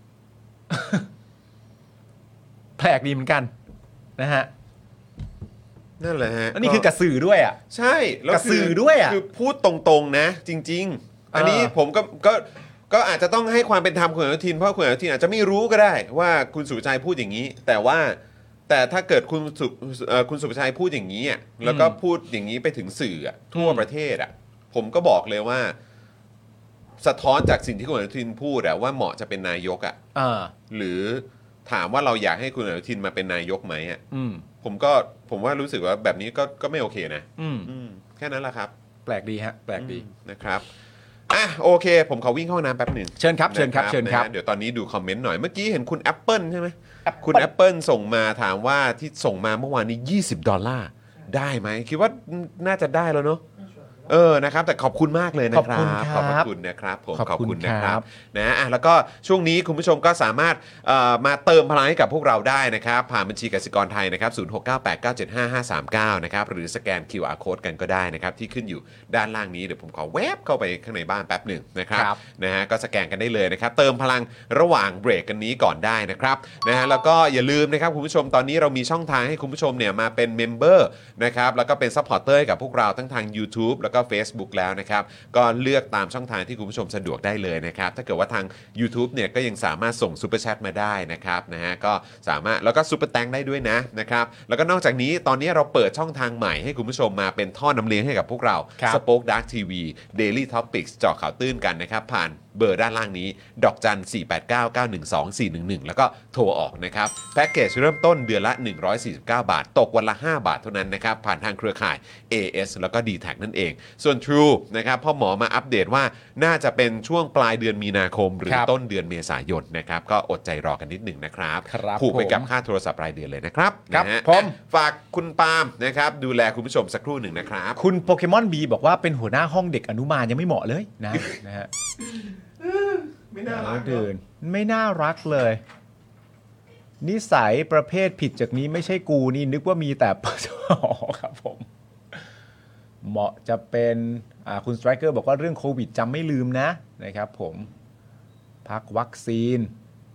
แปลกดีเหมือนกันนะฮะนั่นแหละฮะนี่คือกระสือด้วยอ่ะใช่แล้วกระสือด้วยอ่ะคือพูดตรงๆนะจริงๆอันนี้ผมก็ก็ก็อาจจะต้องให้ความเป็นธรรมคุณอนุทินเพราะคุณอนุทินอาจจะไม่รู้ก็ได้ว่าคุณสุภชัยพูดอย่างนี้แต่ว่าแต่ถ้าเกิดคุณสุคุณสุภชัยพูดอย่างนี้อ่ะแล้วก็พูดอย่างนี้ไปถึงสื่อทั่วประเทศอ่ะผมก็บอกเลยว่าสะท้อนจากสิ่งที่คุณอนุทินพูดอะว่าเหมาะจะเป็นนายกอ่ะหรือถามว่าเราอยากให้คุณอนุทินมาเป็นนายกไหมอ่ะผมก็ผมว่ารู้สึกว่าแบบนี้ก็ก็ไม่โอเคนะแค่นั้นแหละครับแปลกดีฮะแปลกดีนะครับอ่ะโอเคผมขอวิ่งเข้าห้องน้ำแป๊บหนึ่งเชิญครับเชิญครับเชิญครับเดี๋ยวตอนนี้ดูคอมเมนต์หน่อยเมื่อกี้เห็นคุณ Apple ใช่ไหมคุณ Apple ส่งมาถามว่าที่ส่งมาเมื่อวานนี้ยี่สิบดอลลาร์ได้ไหมคิดว่าน่าจะได้แล้วเนาะเออนะครับแต่ขอบคุณมากเลยนะครับขอบคุณนะครับผมขอบคุณนะครับนะอ่ะแล้วก็ช่วงนี้คุณผู้ชมก็สามารถเอ่อมาเติมพลังให้กับพวกเราได้นะครับผ่านบัญชีกสิกรไทยนะครับศูนย์ หก เก้า แปด เก้า เจ็ด ห้า ห้า สาม เก้านะครับหรือสแกน คิว อาร์ Code กันก็ได้นะครับที่ขึ้นอยู่ด้านล่างนี้เดี๋ยวผมขอแวบเข้าไปข้างในบ้านแป๊บหนึ่งนะครับนะฮะก็สแกนกันได้เลยนะครับเติมพลังระหว่างเบรกกันนี้ก่อนได้นะครับนะฮะแล้วก็อย่าลืมนะครับคุณผู้ชมตอนนี้เรามีช่องทางให้คุณผู้ชมเนี่ยมาเป็นเมมเบอร์นะครับแล้วก็เป็นซัพพอร์ตเตอร์ให้กับพวกเราทั้งทาง YouTube แล้วก็ Facebookแล้วนะครับก็เลือกตามช่องทางที่คุณผู้ชมสะดวกได้เลยนะครับถ้าเกิดว่าทาง YouTube เนี่ยก็ยังสามารถส่งซุปเปอร์แชทมาได้นะครับนะฮะก็สามารถแล้วก็ซุปเปอร์แตงได้ด้วยนะนะครับแล้วก็นอกจากนี้ตอนนี้เราเปิดช่องทางใหม่ให้คุณผู้ชมมาเป็นท่อน้ำเลี้ยงให้กับพวกเรา Spoke Dark ที วี Daily Topics เจาะข่าวตื้นกันนะครับผ่านเบอร์ด้านล่างนี้ดอกจัน สี่ แปด เก้า เก้า หนึ่ง สอง สี่ หนึ่ง หนึ่ง แล้วก็โทรออกนะครับแพ็กเกจเริ่มต้นเดือนละหนึ่งร้อยสี่สิบเก้าบาทตกวันละห้าบาทเท่านั้นนะครับผ่านทางเครือข่าย เอ เอส แล้วก็ ดี แท็ก นั่นเองส่วน True นะครับพ่อหมอมาอัปเดตว่าน่าจะเป็นช่วงปลายเดือนมีนาคมหรือต้นเดือนเมษายนนะครับก็อดใจรอกันนิดหนึ่งนะครับผูกไปกับค่าโทรศัพท์รายเดือนเลยนะครับครับผมฝากคุณปาล์มนะครับดูแลคุณผู้ชมสักครู่หนึ่งนะครับคุณโปเกมอนบีบอกว่าเป็นหัวหน้าห้องเด็กอนุบาลยังไม่เหมาะเลยนะนะฮะไม่น่ารักเดินไม่น่ารักเลยนิสัยประเภทผิดจากนี้ไม่ใช่กูนี่นึกว่ามีแต่ครับผมเหมาะจะเป็นคุณสไตรเกอร์บอกว่าเรื่องโควิดจำไม่ลืมนะนะครับผมพักวัคซีน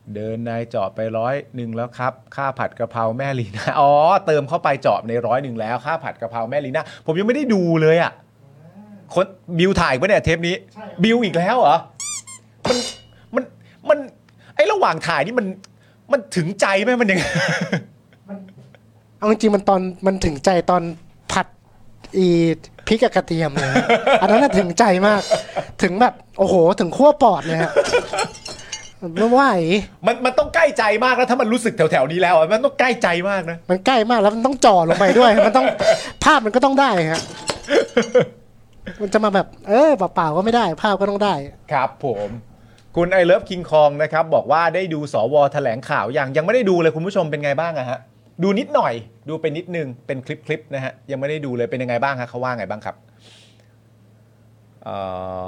เดินนายเจาะไปร้อยหนึ่งแล้วครับค่าผัดกะเพราแม่ลีน่าอ๋อเติมเข้าไปเจาะในร้อยหนึ่งแล้วค่าผัดกะเพราแม่ลีน่าผมยังไม่ได้ดูเลยอ่ะคนบิวถ่ายปะเนี่ยเทปนี้บิวอีกแล้วเหรอมันมันมันไอ้ระหว่างถ่ายนี่มันมันถึงใจไหมมันยังเอาจริงๆมันตอนมันถึงใจตอนผัดอีพริกกับกระเทียมเลยอันนั้นน่ะถึงใจมากถึงแบบโอ้โหถึงขั้วปอดเลยฮะไม่ไหวมันมันต้องใกล้ใจมากแล้วถ้ามันรู้สึกแถวๆนี้แล้วมันต้องใกล้ใจมากนะมันใกล้มากแล้วมันต้องจ่อลงไปด้วยมันต้องภาพมันก็ต้องได้ฮะมันจะมาแบบเออเปล่าๆก็ไม่ได้ภาพก็ต้องได้ครับผมคุณไอเลิฟคิงคองนะครับบอกว่าได้ดูสวแถลงข่าวยังยังไม่ได้ดูเลยคุณผู้ชมเป็นไงบ้างอะฮะดูนิดหน่อยดูไปนิดนึงเป็นคลิปๆนะฮะยังไม่ได้ดูเลยเป็นยังไงบ้างฮะเขาว่าไงบ้างครับเอ่อ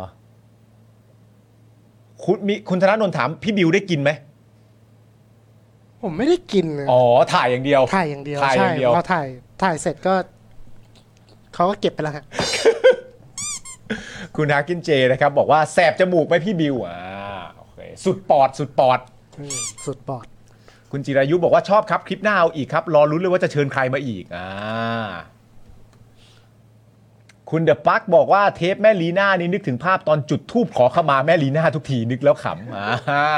คุณมีคุณธนาโนนถามพี่บิวได้กินไหมผมไม่ได้กินอ๋อถ่ายอย่างเดียวถ่ายอย่างเดียวใช่พอถ่ายถ่ายเสร็จก็เขาก็เก็บไปแล้วฮะคุณฮากินเจนะครับบอกว่าแสบจมูกไหมพี่บิวอ่าโอเคสุดปอดสุดปอดสุดปอดคุณจิรายุบอกว่าชอบครับคลิปหน้าเอาอีกครับรอลุ้นเลยว่าจะเชิญใครมาอีกอ่าคุณเดอะปักบอกว่าเทปแม่ลีน่านี่นึกถึงภาพตอนจุดธูปขอขมาแม่ลีน่าทุกทีนึกแล้วขำอ่า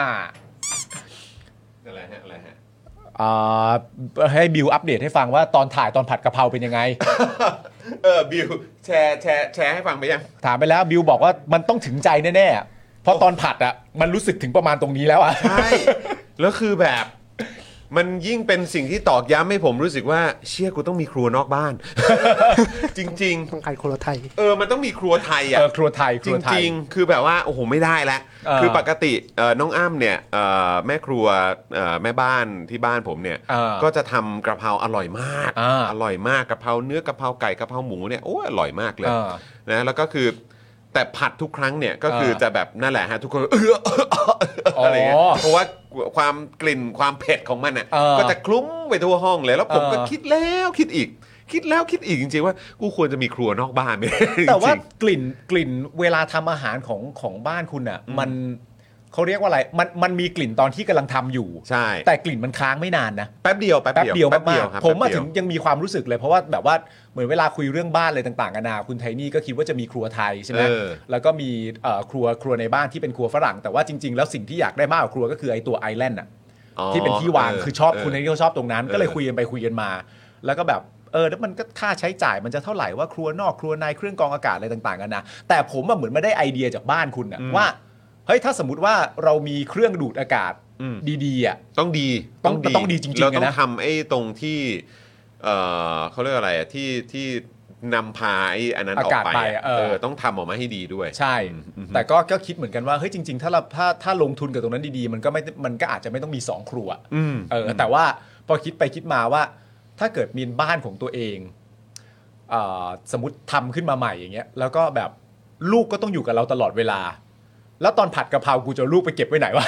อะไรฮะอะไรฮะอ่าให้บิวอัปเดตให้ฟังว่าตอนถ่ายตอนผัดกะเพราเป็นยังไงเออบิวแชร์แชร์แชร์ให้ฟังไปยังถามไปแล้วบิวบอกว่ามันต้องถึงใจแน่ๆเพราะตอนผัดอ่ะมันรู้สึกถึงประมาณตรงนี้แล้วอ่ะใช่แล้วคือแบบมันยิ่งเป็นสิ่งที่ตอกย้ำให้ผมรู้สึกว่าเชี่ยกูต้องมีครัวนอกบ้านจริงๆต้องการครัวไทยเออมันต้องมีครัวไทยอ่ะครัวไทยจริงๆคือแบบว่าโอ้โหไม่ได้แล้วคือปกติน้องอ้ำเนี่ยแม่ครัวแม่บ้านที่บ้านผมเนี่ยก็จะทำกระเพราอร่อยมากอร่อยมากกระเพราเนื้อกระเพราไก่กระเพราหมูเนี่ยโอ้อร่อยมากเลยนะแล้วก็คือแต่ผัดทุกครั้งเนี่ยก็คือจะแบบนั่นแหละฮะทุกคนเอออะไรเงี้ยเพราะว่าความกลิ่นความเผ็ดของมันอ่ะก็จะคลุ้งไปทั่วห้องเลยแล้วผมก็คิดแล้วคิดอีกคิดแล้วคิดอีกจริงๆว่ากูควรจะมีครัวนอกบ้านไหมแต่ว่ากลิ่นกลิ่นเวลาทำอาหารของของบ้านคุณอ่ะมันเขาเรียกว่าอะไรมันมันมีกลิ่นตอนที่กำลังทำอยู่ใช่แต่กลิ่นมันค้างไม่นานนะแป๊บเดียวแป๊บเดียวแป๊บเดียวมากผมมาถึงยังมีความรู้สึกเลยเพราะว่าแบบว่าเหมือนเวลาคุยเรื่องบ้านอะไรต่างๆกันานาคุณไทนี่ก็คิดว่าจะมีครัวไทยใช่ไหมแล้วก็มีครัวครัวในบ้านที่เป็นครัวฝรั่งแต่ว่าจริงๆแล้วสิ่งที่อยากได้มากกว่าครัวก็คือไอ้ตัวไอแลนด์อ่ะที่เป็นที่วางคือชอบคุณไทนี่เขาชอบตรงนั้นก็เลยคุยกันไปคุยกันมาแล้วก็แบบเออแล้วมันก็ค่าใช้จ่ายมันจะเท่าไหร่ว่าครัวนอกครัวในเครื่องกรองอากาศอะไรต่างๆกันนะแต่ผมเหมือนไม่ได้ไอเดียจากบ้านคุณนะว่าเฮ้ยถ้าสมมติว่าเรามีเครื่องดูดอากาศดีๆอ่ะต้องดีต้องต้องดีจริงๆนะเราต้องทำไอ้ตรงที่เออเขาเรียกอะไรอ่ะที่ที่นำพาไอ้อันนั้นออกไปเออต้องทำออกมาให้ดีด้วยใช่แต่ก็ก็คิดเหมือนกันว่าเฮ้ยจริงๆถ้าเราถ้าถ้าลงทุนกับตรงนั้นดีๆมันก็ไม่มันก็อาจจะไม่ต้องมีสองครัวเออแต่ว่าพอคิดไปคิดมาว่าถ้าเกิดมีบ้านของตัวเองสมมติทำขึ้นมาใหม่อย่างเงี้ยแล้วก็แบบลูกก็ต้องอยู่กับเราตลอดเวลาแล้วตอนผัดกะเพรากูจะลูกไปเก็บไว้ไหนวะ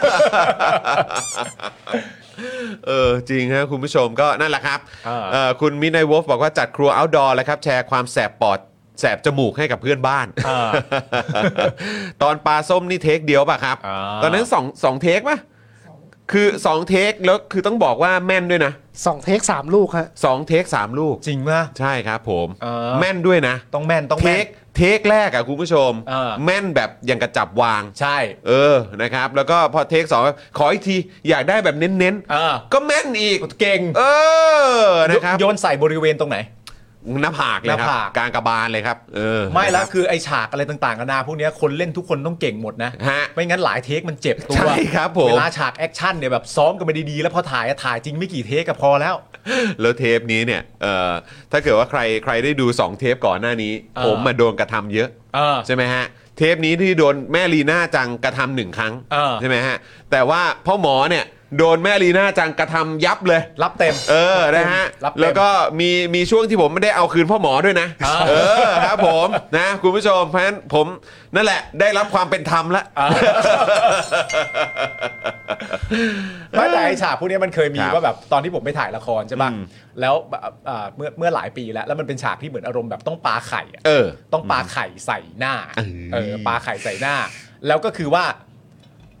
เออจริงฮะคุณผู้ชมก็นั่นแหละครับคุณมินาย Wolf บอกว่าจัดครัว outdoor แล้วครับแชร์ความแสบปอดแสบจมูกให้กับเพื่อนบ้านตอนปลาส้มนี่เทคเดียวป่ะครับตอนนั้นสอง สองเทคป่ะคือสองเทคแล้วคือต้องบอกว่าแม่นด้วยนะสองเทคสามลูกฮะสองเทคสามลูกจริงป่ะใช่ครับผมแม่นด้วยนะต้องแม่นต้องแม่นเทคแรกอ่ะคุณผู้ชมแม่นแบบอย่างกระจับวางใช่เออนะครับแล้วก็พอเทคสองขออีกทีอยากได้แบบเน้นๆก็แม่นอีกเก่งเออนะครับโยนใส่บริเวณตรงไหนหน้าผากเลยครับกลางกระบาลเลยครับเออไม่แล้วคือไอฉากอะไรต่างๆกันานาพวกนี้คนเล่นทุกคนต้องเก่งหมดนะไม่งั้นหลายเทคมันเจ็บตัวใช่ครับผมเวลาฉากแอคชั่นเนี่ยแบบซ้อมกันไปดีๆแล้วพอถ่ายถ่ายจริงไม่กี่เทคก็พอแล้วแล้วเทปนี้เนี่ยเอ่อถ้าเกิดว่าใครใครได้ดูสองเทปก่อนหน้านี้ผมมาโดนกระทำเยอะใช่ไหมฮะเทปนี้ที่โดนแม่ลีน่าจังกระทำหนึ่งครั้งใช่ไหมฮะแต่ว่าพ่อหมอเนี่ยโดนแม่ลีน่าจังกระทำยับเลยรับเต็มเออนะฮะแล้วก็มีมีช่วงที่ผมไม่ได้เอาคืนพ่อหมอด้วยนะเออครับผมนะคุณผู้ชมเพราะฉะนั้นผมนั่นแหละได้รับความเป็นธรรมแล้วไม่แต่ไอ้ฉากพวกนี้มันเคยมีว่าแบบตอนที่ผมไปถ่ายละครใช่ป่ะแล้วเมื่อเมื่อหลายปีแล้วแล้วมันเป็นฉากที่เหมือนอารมณ์แบบต้องปาไข่ต้องปาไข่ใส่หน้าเออปาไข่ใส่หน้าแล้วก็คือว่า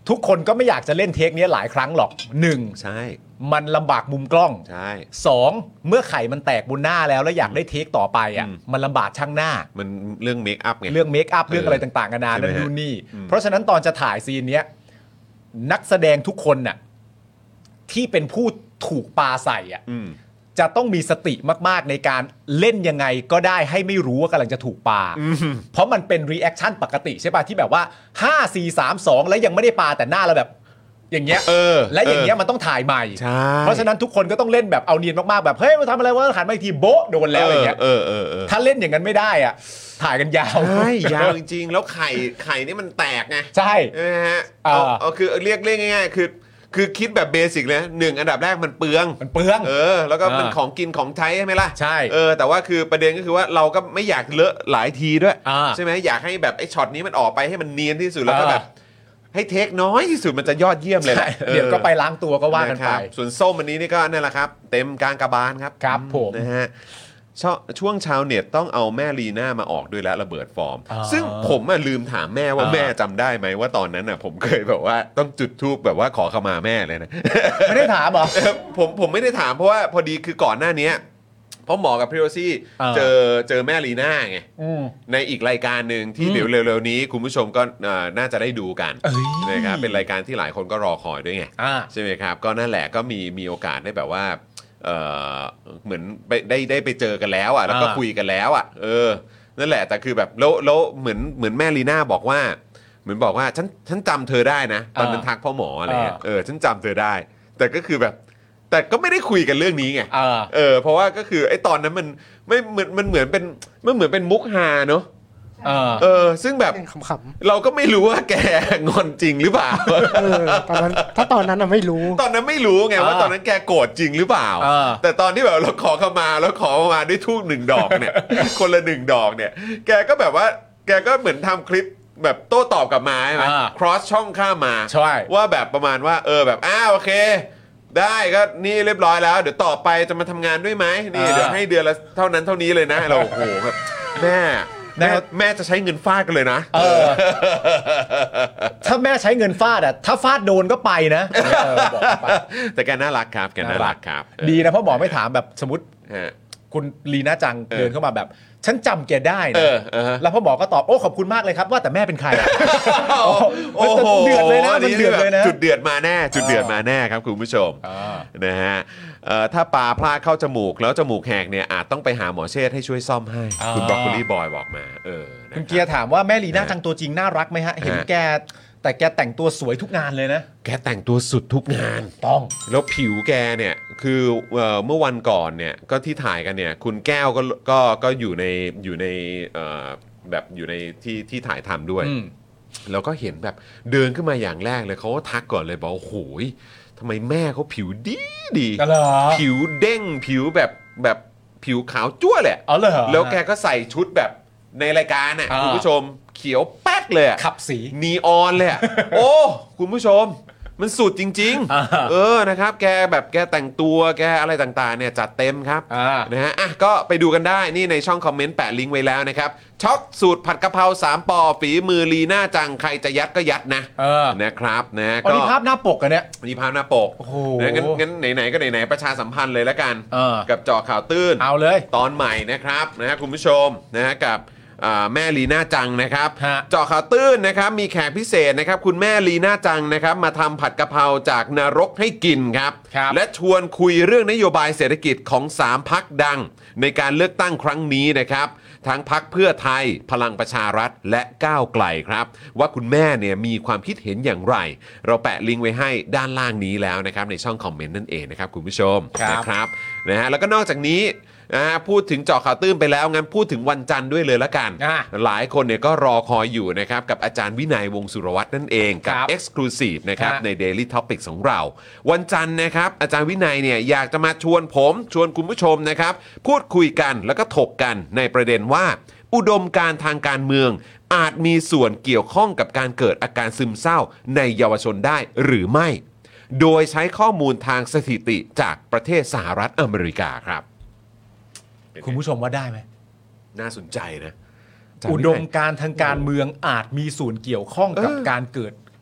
ทุกคนก็ไม่อยากจะเล่นเทคนี้หลายครั้งหรอกหนึ่งใช่มันลำบากมุมกล้องใช่สองเมื่อไข่มันแตกบนหน้าแล้วแล้วอยากได้เทคต่อไปอ่ะมันลำบากช่างหน้ามันเรื่องเมคอัพไงเรื่องเมคอัพเรื่องอะไรต่างๆกันานานั่นนู่นนี่เพราะฉะนั้นตอนจะถ่ายซีนเนี้ยนักแสดงทุกคนน่ะที่เป็นผู้ถูกปาใส่อ่ะจะต้องมีสติมากๆในการเล่นยังไงก็ได้ให้ไม่รู้ว่ากำลังจะถูกปาเพราะมันเป็นรีแอคชั่นปกติใช่ป่ะที่แบบว่าห้า สี่ สาม สองแล้วยังไม่ได้ปาแต่หน้าเราแบบอย่างเงี้ยเออและอย่างเงี้ยมันต้องถ่ายใหม่เพราะฉะนั้นทุกคนก็ต้องเล่นแบบเอาเนียนมากๆแบบเฮ้ยมาทำอะไรวะหันมาอีกทีโบ๊ะโดนแล้วอย่างเงี้ยถ้าเล่นอย่างนั้นไม่ได้อ่ะถ่ายกันยาวใช่ยาวจริงๆแล้วไข่ไข่นี่มันแตกไงใช่นะฮะเอาเอาคือเรียกเรียกง่ายๆคือคือคิดแบบเบสิกเลยหนึ่งอันดับแรกมันเปลืองมันเปลืองเออแล้วก็มันของกินของใช้ใช่ไหมล่ะใช่เออแต่ว่าคือประเด็นก็คือว่าเราก็ไม่อยากเลอะหลายทีด้วยใช่ไหมอยากให้แบบไอ้ช็อตนี้มันออกไปให้มันเนียนที่สุดแล้วก็แบบให้เทคน้อยที่สุดมันจะยอดเยี่ยมเลยแหละเดี๋ยวก็ไปล้างตัวก็ว่ากันไปส่วนส้มอันนี้นี่ก็นั่นแหละครับเต็มกลางกระบาลครับครับผมนะฮะช่วงชาวเน็ตต้องเอาแม่ลีน่ามาออกด้วยแล้วระเบิดฟอร์มซึ่งผมอ่ะลืมถามแม่ว่าแม่จำได้ไหมว่าตอนนั้นอ่ะผมเคยแบบว่าต้องจุดธูปแบบว่าขอขมาแม่เลยนะไม่ได้ถามเหรอผมผมไม่ได้ถามเพราะว่าพอดีคือก่อนหน้านี้เพราะหมอกับพี่โรซี่เจอเจอแม่ลีน่าไงในอีกรายการหนึ่งที่เดี๋ยวเร็วๆนี้คุณผู้ชมก็น่าจะได้ดูกันนะครับเป็นรายการที่หลายคนก็รอคอยด้วยไงใช่ไหมครับก็นั่นแหละก็มีมีโอกาสได้แบบว่าเออเหมือนไปได้ได้ไปเจอกันแล้วอ่ะแล้วก็คุยกันแล้วอ่ะเออนั่นแหละแต่คือแบบแล้วแล้วเหมือนเหมือนแม่ลีน่าบอกว่าเหมือนบอกว่าฉันฉันจำเธอได้นะตอนนั้นทักพ่อหมออะไรเงี้ยเออฉันจำเธอได้แต่ก็คือแบบแต่ก็ไม่ได้คุยกันเรื่องนี้ไงเออเพราะว่าก็คือไอ้ตอนนั้นมันไม่เหมือนมันเหมือนเป็นมันเหมือนเป็นมุกฮาเนอะเออซึ่งแบบเราก็ไม่รู้ว่าแกงอนจริงหรือเปล่าเออตอนนั้นถ้าตอนนั้นอะไม่รู้ตอนนั้นไม่รู้ไงว่าตอนนั้นแกโกรธจริงหรือเปล่าแต่ตอนที่แบบเราขอเข้ามาแล้วขอมาด้วยทูบหนึ่งดอกเนี่ยคนละหนึ่งดอกเนี่ยแกก็แบบว่าแกก็เหมือนทำคลิปแบบโต้ตอบกลับมาใช่ไหม cross ช่องข้ามมาว่าแบบประมาณว่าเออแบบอ้าวโอเคได้ก็นี่เรียบร้อยแล้วเดี๋ยวต่อไปจะมาทำงานด้วยไหมนี่เดี๋ยวให้เดือนละเท่านั้นเท่านี้เลยนะเราโอ้โหแบบแม่แม่แม่จะใช้เงินฟาดกันเลยนะเออถ้าแม่ใช้เงินฟาดอ่ะถ้าฟาดโดนก็ไปนะแต่แกน่ารักครับแกน่ารักครับดีนะเพราะหมอไม่ถามแบบสมมติคุณลีน่าจังเดินเข้ามาแบบฉันจำแกได้นะแล้วพ่อหมอก็ตอบโอ้ขอบคุณมากเลยครับว่าแต่แม่เป็นใครโอ้โหเดือดเลยนะมันเดือดเลยนะจุดเดือดมาแน่จุดเดือดมาแน่ครับคุณผู้ชมนะฮะถ้าปลาพลาดเข้าจมูกแล้วจมูกแหกเนี่ยอาจต้องไปหาหมอเชษให้ช่วยซ่อมให้คุณบรอกโคลีบอยบอกมาเออคุณเกียร์ถามว่าแม่ลีน่าจังตัวจริงน่ารักไหมฮะเห็นแกแต่แกแต่งตัวสวยทุกงานเลยนะแกแต่งตัวสุดทุกงานต้องแล้วผิวแกเนี่ยคือเอ่อเมื่อวันก่อนเนี่ยก็ที่ถ่ายกันเนี่ยคุณแก้วก็ก็ก็อยู่ในอยู่ในเอ่อแบบอยู่ในที่ที่ถ่ายทำด้วยแล้วก็เห็นแบบเดินขึ้นมาอย่างแรกเลยเขาก็ทักก่อนเลยบอกโอ้โหทำไมแม่เขาผิวดีดีผิวเด้งผิวแบบแบบผิวขาวจั่วแหละแล้วแกก็ใส่ชุดแบบในรายการน่ะคุณผู้ชมเขียวแป๊ดเลยขับสีนีออนเลยโอ้คุณผู้ชมมันสุดจริงๆเออนะครับแกแบบแกแต่งตัวแกอะไรต่างๆเนี่ยจัดเต็มครับนะฮะอ่ะก็ไปดูกันได้นี่ในช่องคอมเมนต์แปะลิงก์ไว้แล้วนะครับช็อกสูตรผัดกะเพราสามปอฝีมือลีน่าจังใครจะยัดก็ยัดนะนะครับนะก็มีภาพหน้าปกกันเนี่ยมีภาพหน้าปกนะงั้นงั้นไหนๆก็ไหนๆประชาสัมพันธ์เลยแล้วกันกับเจาะข่าวตื้นเอาเลยตอนใหม่นะครับนะฮะคุณผู้ชมนะฮะกับแม่ลีน่าจังนะครับเจาะข่าวตื้นนะครับมีแขกพิเศษนะครับคุณแม่ลีน่าจังนะครับมาทำผัดกะเพราจากนรกให้กินครับและชวนคุยเรื่องนโยบายเศรษฐกิจของสามพรรคดังในการเลือกตั้งครั้งนี้นะครับทั้งพรรคเพื่อไทยพลังประชารัฐและก้าวไกลครับว่าคุณแม่เนี่ยมีความคิดเห็นอย่างไรเราแปะลิงก์ไว้ให้ด้านล่างนี้แล้วนะครับในช่องคอมเมนต์นั่นเองนะครับคุณผู้ชมนะครับนะฮะแล้วก็นอกจากนี้พูดถึงเจาะข่าวตื้นไปแล้วงั้นพูดถึงวันจันทร์ด้วยเลยละกันหลายคนเนี่ยก็รอคอยอยู่นะครับกับอาจารย์วินัยวงศ์สุรวัตรนั่นเองกับ Exclusive นะครับใน Daily Topics ของเราวันจันทร์นะครับอาจารย์วินัยเนี่ยอยากจะมาชวนผมชวนคุณผู้ชมนะครับพูดคุยกันแล้วก็ถกกันในประเด็นว่าอุดมการณ์ทางการเมืองอาจมีส่วนเกี่ยวข้องกับการเกิดอาการซึมเศร้าในเยาวชนได้หรือไม่โดยใช้ข้อมูลทางสถิติจากประเทศสหรัฐอเมริกาครับคุณผู้ชมว่าได้ไหมน่าสนใจนะอุดมการณ์ทางการเมืองอาจมีส่วนเกี่ยวข้องกับการเกิดกับ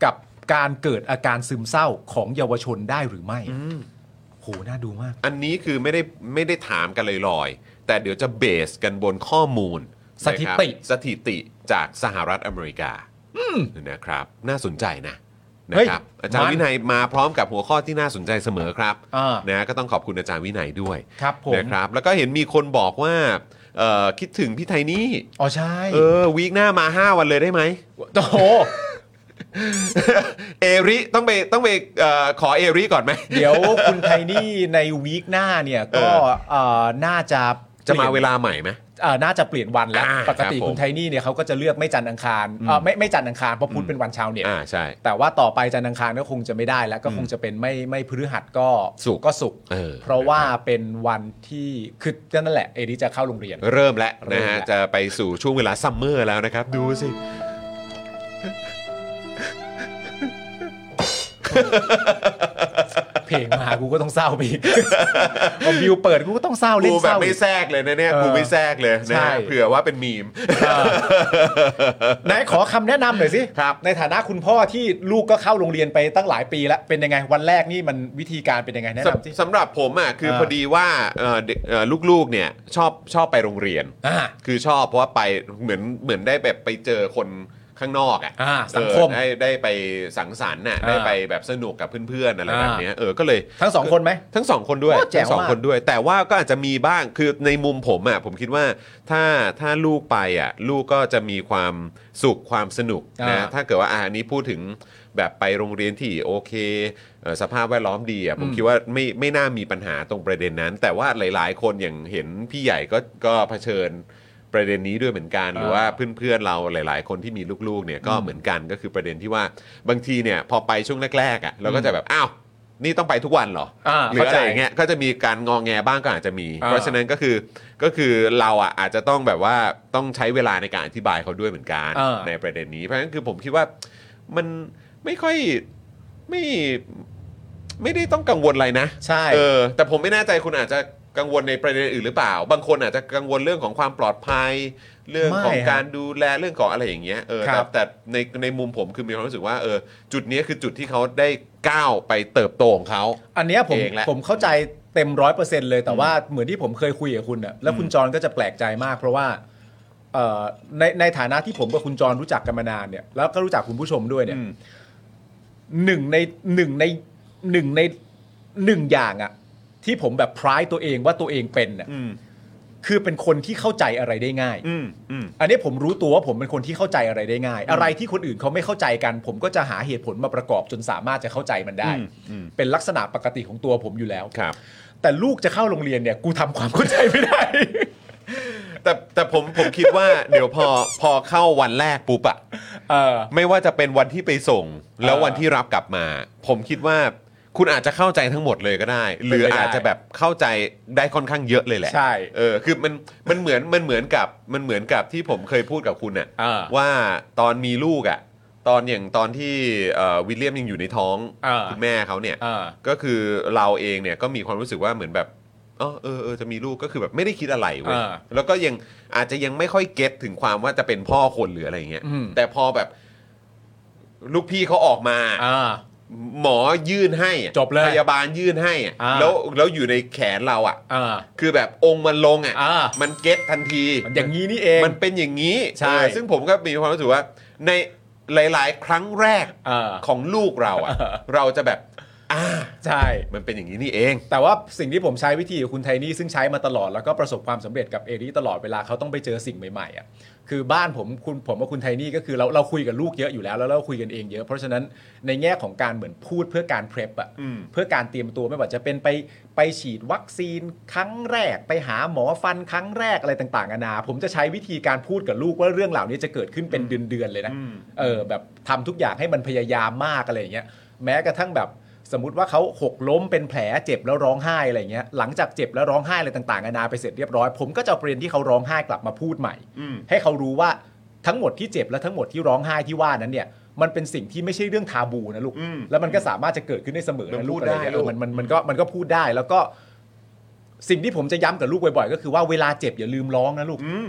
การเกิดอาการซึมเศร้าของเยาวชนได้หรือไม่โหน่าดูมากอันนี้คือไม่ได้ไม่ได้ถามกันลอยๆแต่เดี๋ยวจะเบสกันบนข้อมูลสถิติสถิติจากสหรัฐอเมริกานะครับน่าสนใจนะนะครับอาจารย์วินัยมาพร้อมกับหัวข้อที่น่าสนใจเสมอครับนะก็ต้องขอบคุณอาจารย์วินัยด้วยนะครับแล้วก็เห็นมีคนบอกว่าคิดถึงพี่ไทนี่อ๋อใช่เออวีคหน้ามาห้าวันเลยได้ไหมโอ้โหเอริต้องไปต้องไปขอเอริก่อนไหมเดี๋ยวคุณไทนี่ในวีคหน้าเนี่ยก็น่าจะจะมาเวลาใหม่ไหมน่าจะเปลี่ยนวันแล้วปกติคุณไทนี่เนี่ยเขาก็จะเลือกไม่จันทร์อังคารไม่ไม่จันทร์อังคารเพราะพุธเป็นวันชาวเน็ตใช่แต่ว่าต่อไปจันทร์อังคารก็คงจะไม่ได้แล้วก็คงจะเป็นไม่ไม่พฤหัสก็ศุกร์ก็ศุกร์เพราะว่าเป็นวันที่คือนั่นแหละเอริจะเข้าโรงเรียนเริ่มแล้วนะฮะจะไปสู่ช่วงเวลาซัมเมอร์แล้วนะครับดูสิเพลงมากูก็ต้องเศร้าไปอีกพอบิวเปิดกูก็ต้องเศร้าเล่นเศร้ากูแบบไม่แทรกเลยนะเนี่ยกูไม่แทรกเลยนะเผื่อว่าเป็นมีมไหนขอคำแนะนำหน่อยสิในฐานะคุณพ่อที่ลูกก็เข้าโรงเรียนไปตั้งหลายปีแล้วเป็นยังไงวันแรกนี่มันวิธีการเป็นยังไงแนะนำสิสำหรับผมอ่ะคือพอดีว่าลูกๆเนี่ยชอบชอบไปโรงเรียนคือชอบเพราะว่าไปเหมือนเหมือนได้แบบไปเจอคนข้างนอกอ่ะสังคมได้ได้ไปสังสรรค์น่ะได้ไปแบบสนุกกับเพื่อนๆอะไรแบบนี้เออก็เลยทั้งสองคนไหมทั้งสองคนด้วยทั้งสองคนด้วยแต่ว่าก็อาจจะมีบ้างคือในมุมผมอ่ะผมคิดว่าถ้าถ้าลูกไปอ่ะลูกก็จะมีความสุขความสนุกนะถ้าเกิดว่าอันนี้พูดถึงแบบไปโรงเรียนที่โอเคสภาพแวดล้อมดีอ่ะผมคิดว่าไม่ไม่น่ามีปัญหาตรงประเด็นนั้นแต่ว่าหลายๆคนอย่างเห็นพี่ใหญ่ก็ก็เผชิญประเด็นนี้ด้วยเหมือนกันหรือว่าเพื่อนๆเราหลายๆคนที่มีลูกๆเนี่ยก็เหมือนกันก็คือประเด็นที่ว่าบางทีเนี่ยพอไปช่วงแรกๆอ่ะเราก็จะแบบอ้าวนี่ต้องไปทุกวันเหรอหรืออะไรอย่างเงี้ยก็จะมีการงอแงบ้างก็อาจจะมีเพราะฉะนั้นก็คือก็คือเราอ่ะอาจจะต้องแบบว่าต้องใช้เวลาในการอธิบายเขาด้วยเหมือนกันในประเด็นนี้เพราะฉะนั้นคือผมคิดว่ามันไม่ค่อยไม่ไม่ได้ต้องกังวลอะไรนะใช่เออแต่ผมไม่แน่ใจคุณอาจจะกังวลในประเด็นอื่นหรือเปล่าบางคนอาจจะกังวลเรื่องของความปลอดภัยเรื่องของการดูแลเรื่องของอะไรอย่างเงี้ยเออแต่แต่ในในมุมผมคือมีความรู้สึกว่าเออจุดนี้คือจุดที่เขาได้ก้าวไปเติบโตของเขาอันนี้ผมผมเข้าใจเต็มร้อยเปอร์เซ็นต์เลยแต่ว่าเหมือนที่ผมเคยคุยกับคุณอ่ะแล้วคุณจรก็จะแปลกใจมากเพราะว่าในในฐานะที่ผมกับคุณจรรู้จักกันมานานเนี่ยแล้วก็รู้จักคุณผู้ชมด้วยเนี่ยหนึ่งในหนึ่งในหนึ่งในหนึ่งอย่างอ่ะที่ผมแบบพรายตัวเองว่าตัวเองเป็นน่ะคือเป็นคนที่เข้าใจอะไรได้ง่ายอันนี้ผมรู้ตัวว่าผมเป็นคนที่เข้าใจอะไรได้ง่ายอะไรที่คนอื่นเขาไม่เข้าใจกันผมก็จะหาเหตุผลมาประกอบจนสามารถจะเข้าใจมันได้เป็นลักษณะปกติของตัวผมอยู่แล้วแต่ลูกจะเข้าโรงเรียนเนี่ยกูทำความเข้าใจไม่ได้แต่แต่ผมผมคิดว่าเดี๋ยวพอพอเข้าวันแรกปุ๊บอะไม่ว่าจะเป็นวันที่ไปส่งแล้ววันที่รับกลับมาผมคิดว่าคุณอาจจะเข้าใจทั้งหมดเลยก็ได้หรืออาจจะแบบเข้าใจได้ค่อนข้างเยอะเลยแหละใช่เออคือมันมันเหมือนมันเหมือนกับมันเหมือนกับที่ผมเคยพูดกับคุณน่ะว่าตอนมีลูกอ่ะตอนอย่างตอนที่วิลเลียมยังอยู่ในท้องคุณแม่เขาเนี่ยก็คือเราเองเนี่ยก็มีความรู้สึกว่าเหมือนแบบอ๋อเออเออจะมีลูกก็คือแบบไม่ได้คิดอะไรเว้ยแล้วก็ยังอาจจะยังไม่ค่อยเก็ตถึงความว่าจะเป็นพ่อคนหรืออะไรอย่างเงี้ยแต่พอแบบลูกพี่เขาออกมาหมอยื่นให้จบเลยพยาบาลยื่นให้แล้วแล้วอยู่ในแขนเราอ่ะคือแบบองค์มันลงอ่ะมันเก็ตทันทีมันอย่างนี้นี่เองมันเป็นอย่างนี้ใช่ซึ่งผมก็มีความรู้สึกว่าในหลายๆครั้งแรกของลูกเราอ่ะเราจะแบบอ่าใช่มันเป็นอย่างนี้นี่เองแต่ว่าสิ่งที่ผมใช้วิธีกับคุณไทนี่ซึ่งใช้มาตลอดแล้วก็ประสบความสำเร็จกับเอริตลอดเวลาเขาต้องไปเจอสิ่งใหม่ๆอ่ะคือบ้านผมคุณผมกับคุณไทนี่ก็คือเราเราคุยกับลูกเยอะอยู่แล้วแล้วเราคุยกันเองเยอะเพราะฉะนั้นในแง่ของการเหมือนพูดเพื่อการเพรพอ่ะเพื่อการเตรียมตัวไม่ว่าจะเป็นไปไปฉีดวัคซีนครั้งแรกไปหาหมอฟันครั้งแรกอะไรต่างๆนานาผมจะใช้วิธีการพูดกับลูกว่าเรื่องเหล่านี้จะเกิดขึ้นเป็นเดือนๆเลยนะเออแบบทำทุกอย่างให้มันพยายามมากอะไรอย่างเงี้ยแม้กระทั่งแบบสมมุติว่าเขาหกล้มเป็นแผลเจ็บแล้วร้องไห้อะไรเงี้ยหลังจากเจ็บแล้วร้องไห้อะไรต่างๆนานาไปเสร็จเรียบร้อยผมก็จะเอาประเด็นที่เขาร้องไห้กลับมาพูดใหม่ให้เขารู้ว่าทั้งหมดที่เจ็บและทั้งหมดที่ร้องไห้ที่ว่านั้นเนี่ยมันเป็นสิ่งที่ไม่ใช่เรื่องทาบูนะลูกแล้วมันก็สามารถจะเกิดขึ้นได้เสมอนะลูกอะไรเงี้ยมันมันมันก็มันก็พูดได้แล้วก็สิ่งที่ผมจะย้ำกับลูกบ่อยๆก็คือว่าเวลาเจ็บอย่าลืมร้องนะลูก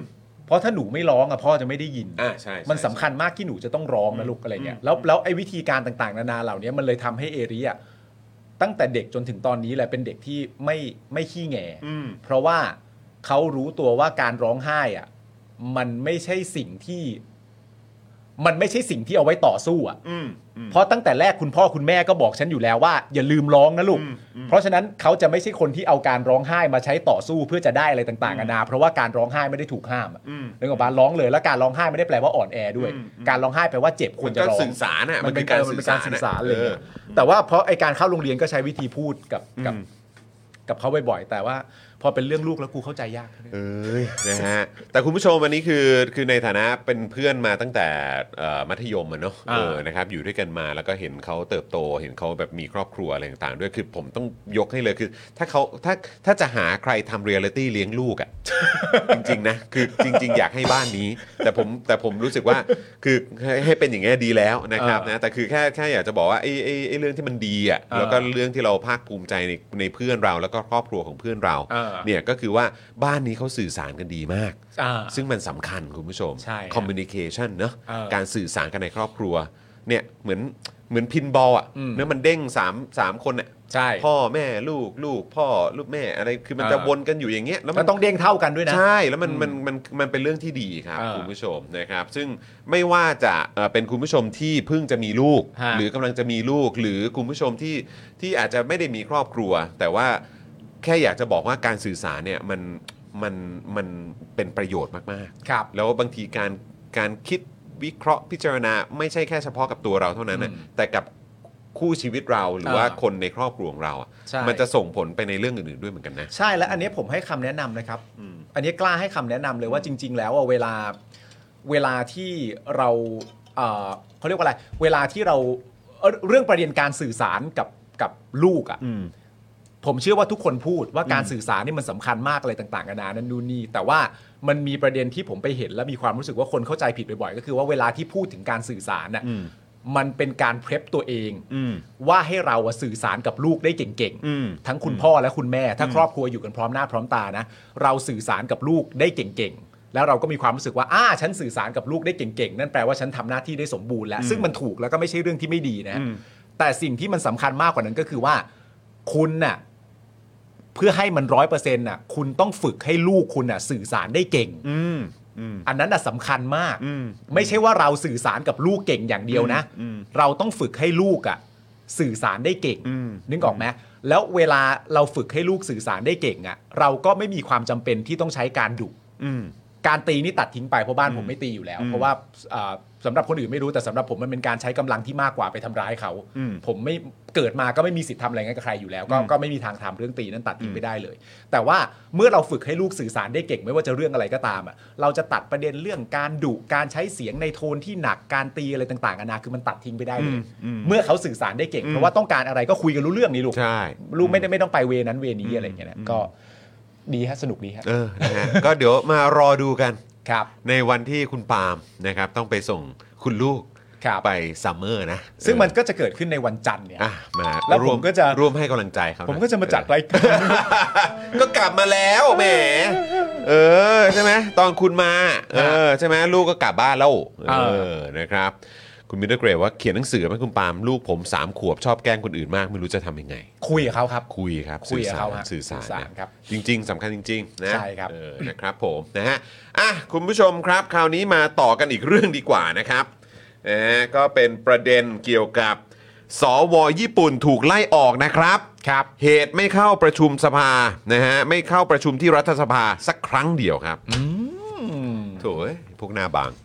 เพราะถ้าหนูไม่ร้องอ่ะพ่อจะไม่ได้ยินอ่าใช่มันสำคัญมากที่หนูจะต้องร้องนะลูกอะไรเงี้ยแล้วแล้วไอ้วิธีการต่างๆนานาเหล่านี้มันเลยทำให้เอริอ่ะตั้งแต่เด็กจนถึงตอนนี้แหละเป็นเด็กที่ไม่ไม่ขี้แงเพราะว่าเขารู้ตัวว่าการร้องไห้อ่ะมันไม่ใช่สิ่งที่มันไม่ใช่สิ่งที่เอาไว้ต่อสู้อ่ะเพราะตั้งแต่แรกคุณพ่อคุณแม่ก็บอกฉันอยู่แล้วว่าอย่าลืมร้องนะลูกเพราะฉะนั้นเขาจะไม่ใช่คนที่เอาการร้องไห้มาใช้ต่อสู้เพื่อจะได้อะไรต่างๆนานาเพราะว่าการร้องไห้ไม่ได้ถูกห้ามนึกออกปะร้องเลยแล้วการร้องไห้ไม่ได้แปลว่าอ่อนแอด้วยการร้องไห้แปลว่าเจ็บควรจะร้องสื่อสารอ่ะมันเป็นการสื่อสารเลยแต่ว่าเพราะไอการเข้าโรงเรียนก็ใช้วิธีพูดกับกับกับเขาบ่อยๆแต่ว่าพอเป็นเรื่องลูกแล้วกูเข้าใจยากเอ้ยนะฮะแต่คุณผู้ชมวันนี้คือคือในฐานะเป็นเพื่อนมาตั้งแต่มัธยมอะเนาะเออนะครับอยู่ด้วยกันมาแล้วก็เห็นเขาเติบโตเห็นเขาแบบมีครอบครัวอะไรต่างๆด้วยคือผมต้องยกให้เลยคือถ้าเขาถ้าถ้าจะหาใครทำเรียลลิตี้เลี้ยงลูกอะ จริงๆนะคือจริงๆอยากให้บ้านนี้แต่ผมแต่ผมรู้สึกว่าคือให้ให้เป็นอย่างเงี้ยดีแล้วนะครับนะแต่คือแค่แค่อยากจะบอกว่าไอ้ไอ้ไอ้เรื่องที่มันดีอะแล้วก็เรื่องที่เราภาคภูมิใจในในเพื่อนเราแล้วก็ครอบครัวของเพื่อนเราเนี่ยก็คือว่าบ้านนี้เขาสื่อสารกันดีมากซึ่งมันสำคัญคุณผู้ชม communication เนอะการสื่อสารกันในครอบครัวเนี่ยเหมือนเหมือนพินบอลอ่ะเนื้อมันเด้งสาม สามคนเนี่ยพ่อแม่ลูกลูกพ่อลูกแม่อะไรคือมันจะวนกันอยู่อย่างเงี้ยแล้วมันต้องเด้งเท่ากันด้วยนะใช่แล้วมันมันมันมันเป็นเรื่องที่ดีครับคุณผู้ชมนะครับซึ่งไม่ว่าจะเป็นคุณผู้ชมที่เพิ่งจะมีลูกหรือกำลังจะมีลูกหรือคุณผู้ชมที่ที่อาจจะไม่ได้มีครอบครัวแต่ว่าแค่อยากจะบอกว่าการสื่อสารเนี่ยมันมันมันเป็นประโยชน์มากๆครับแล้วบางทีการการคิดวิเคราะห์พิจารณาไม่ใช่แค่เฉพาะกับตัวเราเท่านั้นนะแต่กับคู่ชีวิตเราหรือว่าคนในครอบครัวของเราอ่ะมันจะส่งผลไปในเรื่องอื่นๆด้วยเหมือนกันนะใช่และอันนี้ผมให้คำแนะนำนะครับอันนี้กล้าให้คำแนะนำเลยว่าจริงๆแล้วเวลาเวลาที่เราเขาเรียกว่าอะไรเวลาที่เราเรื่องประเด็นการสื่อสารกับกับลูกอ่ะผมเชื่อว่าทุกคนพูดว่าการสื่อสารนี่มันสำคัญมากอะไรต่างๆกันานานั่นนู่นนี่แต่ว่ามันมีประเด็นที่ผมไปเห็นและมีความรู้สึกว่าคนเข้าใจผิดบ่อยๆก็คือว่าเวลาที่พูดถึงการสื่อสารน่ะมันเป็นการเพรพตัวเองว่าให้เราสื่อสารกับลูกได้เก่งๆทั้งคุณพ่อและคุณแม่ถ้าครอบครัวอยู่กันพร้อมหน้าพร้อมตานะเราสื่อสารกับลูกได้เก่งๆแล้วเราก็มีความรู้สึกว่าอ่าฉันสื่อสารกับลูกได้เก่งๆนั่นแปลว่าฉันทำหน้าที่ได้สมบูรณ์แล้วซึ่งมันถูกแล้วก็ไม่ใช่เรื่องที่ไม่ดีนะแต่สิ่งที่มันสำคัญมากกว่านั้นก็คือว่าคุณน่ะเพื่อให้มันร้อยเปอร์เซ็นต์น่ะคุณต้องฝึกให้ลูกคุณน่ะสื่อสารได้เก่งอันนั้นน่ะสำคัญมากไม่ใช่ว่าเราสื่อสารกับลูกเก่งอย่างเดียวนะเราต้องฝึกให้ลูกอ่ะสื่อสารได้เก่งนึกออกไหมแล้วเวลาเราฝึกให้ลูกสื่อสารได้เก่งอ่ะเราก็ไม่มีความจำเป็นที่ต้องใช้การดุการตีนี่ตัดทิ้งไปเพราะบ้านผมไม่ตีอยู่แล้วเพราะว่าสำหรับคนอื่นไม่รู้แต่สำหรับผมมันเป็นการใช้กำลังที่มากกว่าไปทำร้ายเขาผมไม่เกิดมาก็ไม่มีสิทธิ์ทำอะไรงั้นกับใครอยู่แล้วก็ก็ไม่มีทางทำเรื่องตีนั้นตัดทิ้งไปได้เลยแต่ว่าเมื่อเราฝึกให้ลูกสื่อสารได้เก่งไม่ว่าจะเรื่องอะไรก็ตามอ่ะเราจะตัดประเด็นเรื่องการดุการใช้เสียงในโทนที่หนักการตีอะไรต่างๆนานาคือมันตัดทิ้งไปได้เลยเมื่อเขาสื่อสารได้เก่งเพราะว่าต้องการอะไรก็คุยกันรู้เรื่องนี่ลูกลูกไม่ได้ไม่ต้องไปเวนั้นเวนี้อะไรอย่างเงี้ยก็ดีฮะสนุกดีฮะเออนะฮะก็เดี๋ยวมารอดูกันในวันที่คุณปาล์มนะครับต้องไปส่งคุณลูกไปซัมเมอร์นะซึ่งมันก็จะเกิดขึ้นในวันจันทร์เนี่ยมาแล้วผมก็จะร่วมให้กำลังใจเขาผมก็จะมาจัดรายการก็กลับมาแล้วแหมเออใช่ไหมตอนคุณมาเออใช่ไหมลูกก็กลับบ้านแล้วเออนะครับคุณมิเตอร์เกรดว่าเขียนหนังสือไหมคุณปาล์มลูกผมสามขวบชอบแกล้งคนอื่นมากไม่รู้จะทำยังไงคุยกับเขาครับคุยครับคุยกับเขาสื่อสารครับจริงๆสำคัญจริงๆนะใช่ครับเออนะครับผมนะฮะอ่ะคุณผู้ชมครับคราวนี้มาต่อกันอีกเรื่องดีกว่านะครับนะฮะก็เป็นประเด็นเกี่ยวกับสว.ญี่ปุ่นถูกไล่ออกนะครับครับเหตุไม่เข้าประชุมสภานะฮะไม่เข้าประชุมที่รัฐสภาสักครั้งเดียวครับโถ่พวกหน้าบาง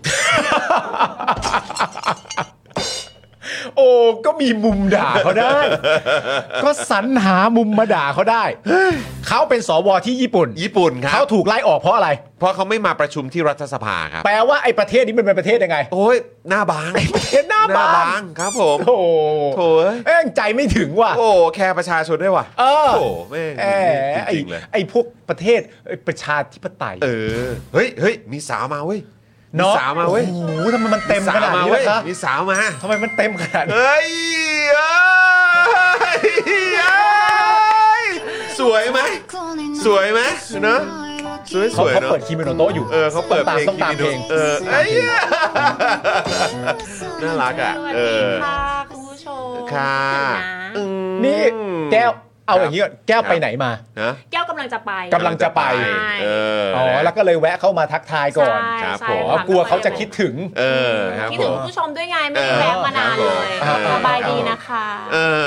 โอ้ก็มีมุมด่าเขาได้ก็สรรหามุมมาด่าเขาได้เขาเป็นสวที่ญี่ปุ่นญี่ปุ่นครับเขาถูกไล่ออกเพราะอะไรเพราะเขาไม่มาประชุมที่รัฐสภาครับแปลว่าไอ้ประเทศนี้มันเป็นประเทศยังไงโอ้ยหน้าบางไอ้ประเทศหน้าบางครับผมโอ้โถเอ้ยใจไม่ถึงว่ะโอ้แคร์ประชาชนด้วยว่ะเออโอ้แม่งจริงๆเลยไอ้พวกประเทศประชาธิปไตยเออเฮ้ยเฮ้ยมีสาวมาเว้ยมีสาวมาเว้ยโอ้โหทำไมมันเต็มขนาดนี้วะมีสาวมาทำไมมันเต็มขนาดนี้เฮ้ยสวยไหมสวยไหมเนอะสวยเขาๆเขาเนาะเปิดคีมิโนโตะอยู่เออเขาเปิดเพลงต้องตามเพลงเออไอ้เหี้ยน่ารักอ่ะสวัสเอดีอค่ะคุณผู้ชมค่ะอืมนี่แก้วเอาอย่างนี้ก่อนแก้วไปไหนมาฮะแก้วกำลังจะไปกำลังจะไปเอออ๋อแล้วก็เลยแวะเข้ามาทักทายก่อนใช่ครับใช่ผมอ๋อค่ะกลัวเขาจะคิดถึงเออครับคิดผถึงมคุณผู้ชมด้วยไงไม่ได้แวะมานานเลยเออสบายดีนะคะเออ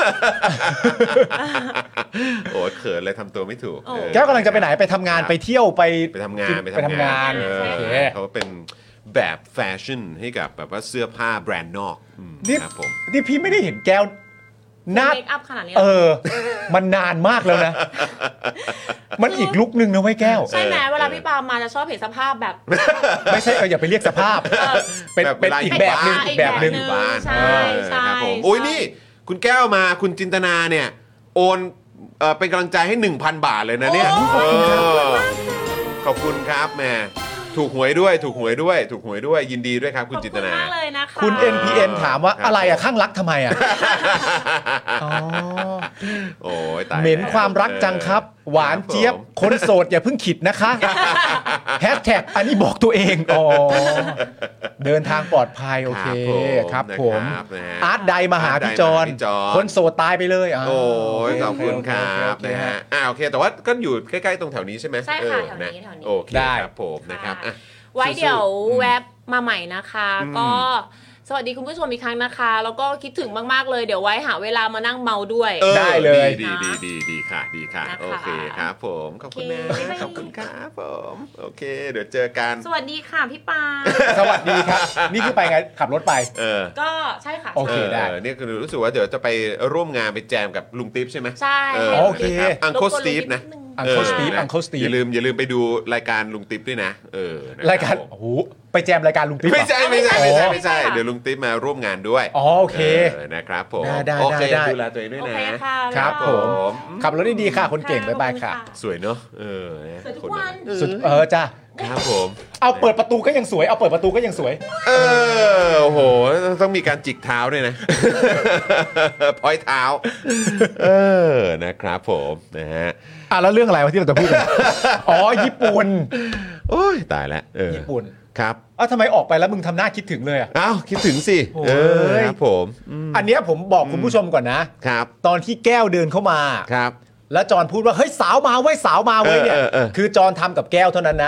โอ้ยเขินเลยทำตัวไม่ถูกโอ้เออแก้วกำลังจะไปไหนไปทำงานไปเที่ยวไปไปทำงานไปทำงานเออโอเคเขาเป็นแบบแฟชั่นให้กับแบบว่าเสื้อผ้าแบรนด์นอกอืมนี่ครับผมนี่พี่ไม่ได้เห็นแก้วหน้าเมคอัพขนาดนี้เออ มันนานมากแล้วนะ มันอีกลุกนึงนะไว้ยแก้วใช่ไหมเวลาพี่ปามาจะชอบเห็นสภาพแบบไม่ใช่เอออย่าไปเรียกสภาพ เป็นแบบเป็นเวลาอีกอยู่แบบหนึ่งบ้านอีกแบบหนึ่งอีกบ้านใช่เออใช่ครับผมใช่โอ้ยนี่คุณแก้วมาคุณจินตนาเนี่ย โอนเอ่อเป็นกำลังใจให้ หนึ่งพัน บาทเลยนะเนี่ยเออขอบคุณครับแหม่ถูกหวยด้วยถูกหวยด้วย ถูกหวยด้วยยินดีด้วยครับ คุณจินตนาขอบคุณมากเลยนะคะคุณ เอ็น พี เอ็น ถามว่าครับอะไรอะข้างรักทำไมอะอ๋อโอ้ยตายเหม็นแล้วความรักจังครับ หวานเจี๊ยบครับผมคนโสดอย่าเพิ่งขิดนะคะแฮชแท็กอันนี้บอกตัวเองอ๋อเดินทางปลอดภัยโอเคครับผมนะครับนะฮะอาร์ตไดมาหาพี่จอนอาร์ตไดมาหาพี่จอนคนโสดตายไปเลยอ่าโอ้ยโขอบคุณครับโอเนะฮะอ่าโอเค แต่ว่าก็อยู่ใกล้ๆตรงแถวนี้ใช่ไหมใช่ค่ะเออแถวนี้ะแถวนี้โอเคได้ครับผมนะครับอ่ะไว้เดี๋ยวสู้ๆแวบมาใหม่นะคะอืมก็สวัสดีคุณผู้ชมอีกครั้งนะคะ แล้วก็คิดถึงมากๆเลยเดี๋ยวไว้หาเวลามานั่งเมาด้วยออได้เลยดีดีดีดีค่ะดีค่ะนะคะโอเคครับผมขอบคุณนะโอเคขอบคุณครับผมโอเค เดี๋ยวเจอกันสวัสดีค่ะพี่ปาสวัสดีครับ นี่คือไปไงขับรถไปเออก็ใช่ค่ะโอเคได้เนี่ยคือรู้สึกว่าเดี๋ยวจะไปร่วมงานไปแจมกับลุงติ๊บใช่ไหมใช่เออโอเคอังโคสตีฟนะ Uncle เ Steve นะ Uncle Steve อย่าลืมอย่าลืมไปดูรายการลุงติ๊บด้วยนะเออนะคบรายการผมโอ้โหไปแจมรายการลุงติ๊บเหรอไม่ใช่ไม่ใช่ไม่ใช่อ๋อไม่ใช่เดี๋ยวลุงติ๊บมาร่วมงานด้วยอ๋อโอเคเออนะครับผมได้ได้โอเคได้ดูแลตัวเองด้วยโอนะเคค่ะครับบ๊ายผบายม ขับรถดีๆค่ะ คนเก่งบ๊ายบายค่ะสวยเนอะเออนะสวยทุกวันสุดเออจ้าครับผมเอาเปิดประตูก็ยังสวย เอาเปิดประตูก็ยังสวยเออโอ้โหต้องมีการจิกเท้าด้วยนะ พอยเท้า เออนะครับผมนะฮะอ่ะแล้วเรื่องอะไรวะที่เราจะพูดกัน อ๋อญี่ปุ่นโอ้ยตายแล้วเออญี่ปุ่นครับเอ้าทำไมออกไปแล้วมึงทำหน้าคิดถึงเลยอ่ะอ้าวคิดถึงสิโอ้ยเออครับผมอืมอันเนี้ยผมบอกคุณผู้ชมก่อนนะครับตอนที่แก้วเดินเข้ามาครับแล้วจอนพูดว่าเฮ้ยสาวมาเว้ยสาวมาเว้ยเนี่ยเออเออเออคือจอนทำกับแก้วเท่านั้นนะ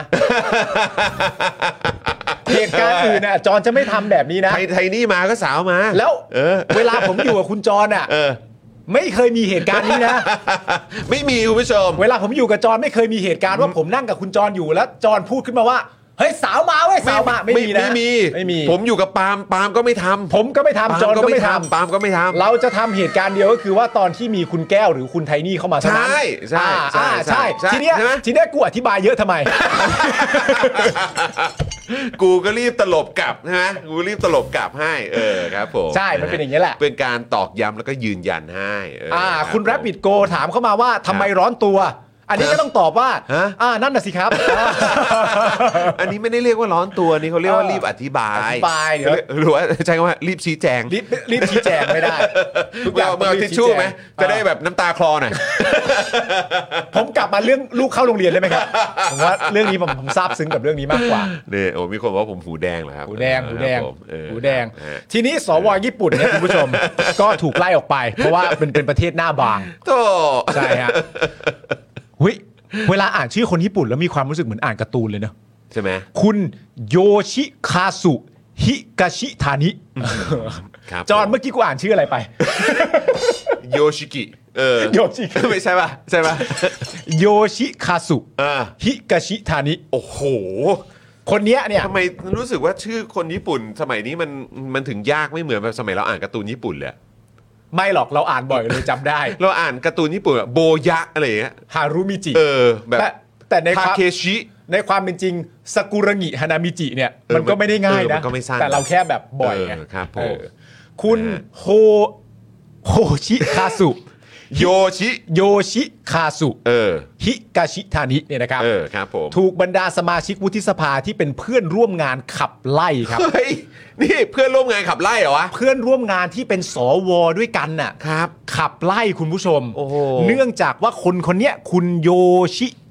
เหตุการณ์อื่นน่ะจอนจะไม่ทำแบบนี้นะไทยไทยนี่มาก็สาวมาแล้วเออเวลาผมอยู่กับคุณจอนอ่ะเออไม่เคยมีเหตุการณ์นี้นะไม่มีคุณผู้ชมเวลาผมอยู่กับจอนไม่เคยมีเหตุการณ์ว่าผมนั่งกับคุณจอนอยู่แล้วจอนพูดขึ้นมาว่าเฮ้ยสาวมาเว้ยสาวมาไม่มีนะไม่มีไม่มีผมอยู่กับปาล์มปาล์มก็ไม่ทำผมก็ไม่ทำปาล์จอนก็ไม่ทำปาล์มก็ไม่ทำเราจะทำเหตุการณ์เดียวก็คือว่าตอนที่มีคุณแก้วหรือคุณไทนี่เข้ามาเท่านั้นใช่ใช่อ่าใช่อ่าใช่ใช่ใช่ทีเนี้ยใช่ไหมทีเนี้ยกูอธิบายเยอะทำไมกูก็รีบตลบกลับนะฮะกูรีบตลบกลับให้เออครับผมใช่มันเป็นอย่างนี้แหละเป็นการตอกย้ำแล้วก็ยืนยันให้เอออ่ารับคุณผมแรปปิดโกถามเข้ามาว่าทำไมร้อนตัว อันนี้ก็ต้องตอบว่าฮะอ่านั่นน่ะสิครับอันนี้ไม่ได้เรียกว่าร้อนตัวนี่เขาเรียกว่ารีบอธิบายอธิบายเดี๋ยวหรือว่าใช้คำว่ารีบชี้แจงรีบรีบชี้แจงไม่ได้ทุกอย่างเมื่อเอาต้ทิงชรีบชู่ไหมชี้แจงจะได้แบบน้ำตาคลอหน่อยผมกลับมาเรื่องลูกเข้าโรงเรียนได้ไหมครับผมว่าเรื่องนี้ผมผมซาบซึ้งกับเรื่องนี้มากกว่านี่โอ้มีคนบอกว่าผมหูแดงเหรอครับหูแดงหูแดงครับผมเออหูแดงฮะทีนี้สวญี่ปุ่นเนี่ยคุณผู้ชม ก็ถูกไล่ออกไป เพราะว่าเป็นเป็นประเทศหน้าบางโธ่ใช่ฮะหุยเวลาอ่านชื่อคนญี่ปุ่นแล้วมีความรู้สึกเหมือนอ่านการ์ตูนเลยเนอะใช่ไหมคุณโยชิคาสุฮิกาชิทานิครับจอห์นเมื่อกี้กูอ่านชื่ออะไรไปโยชิกิเออโยชิไม่ใช่ป่ะใช่ป่ะโยชิคาสุอ่าฮิกาชิทานิโอ้โหคนเนี้ยเนี่ยทำไมรู้สึกว่าชื่อคนญี่ปุ่น สมัยนี้มันมันถึงยากไม่เหมือนแบบสมัยเราอ่านการ์ตูนญี่ปุ่นเลยไม่หรอกเราอ่านบ่อยเลยจำได้เราอ่านการ์ตูนญี่ปุ่นอะโบยะอะไรอย่างเงี้ยฮารุมิจิเออแบบแต่แต่ในคทาวามเคชิในความเป็นจริงสกุระงิฮานามิจิเนี่ยเออมันก็ไม่ได้ง่ายเออมันะนก็ไม่สั้นแต่เราแค่แบบบ่อยไงเออครับผมเออคุณนะฮะโฮโฮชิคาสุโยชิโยชิคาสุเออฮิกาชิทานิเนี่ยนะครับเออครับผมถูกบรรดาสมาชิกวุฒิสภาที่เป็นเพื่อนร่วมงานขับไล่ครับเฮ้ยนี่เพื่อนร่วมงานขับไล่เหรอวะเพื่อนร่วมงานที่เป็นสวด้วยกันน่ะครับขับไล่คุณผู้ชมโอ้โหเนื่องจากว่าคนคนเนี้ยคุณโยชิ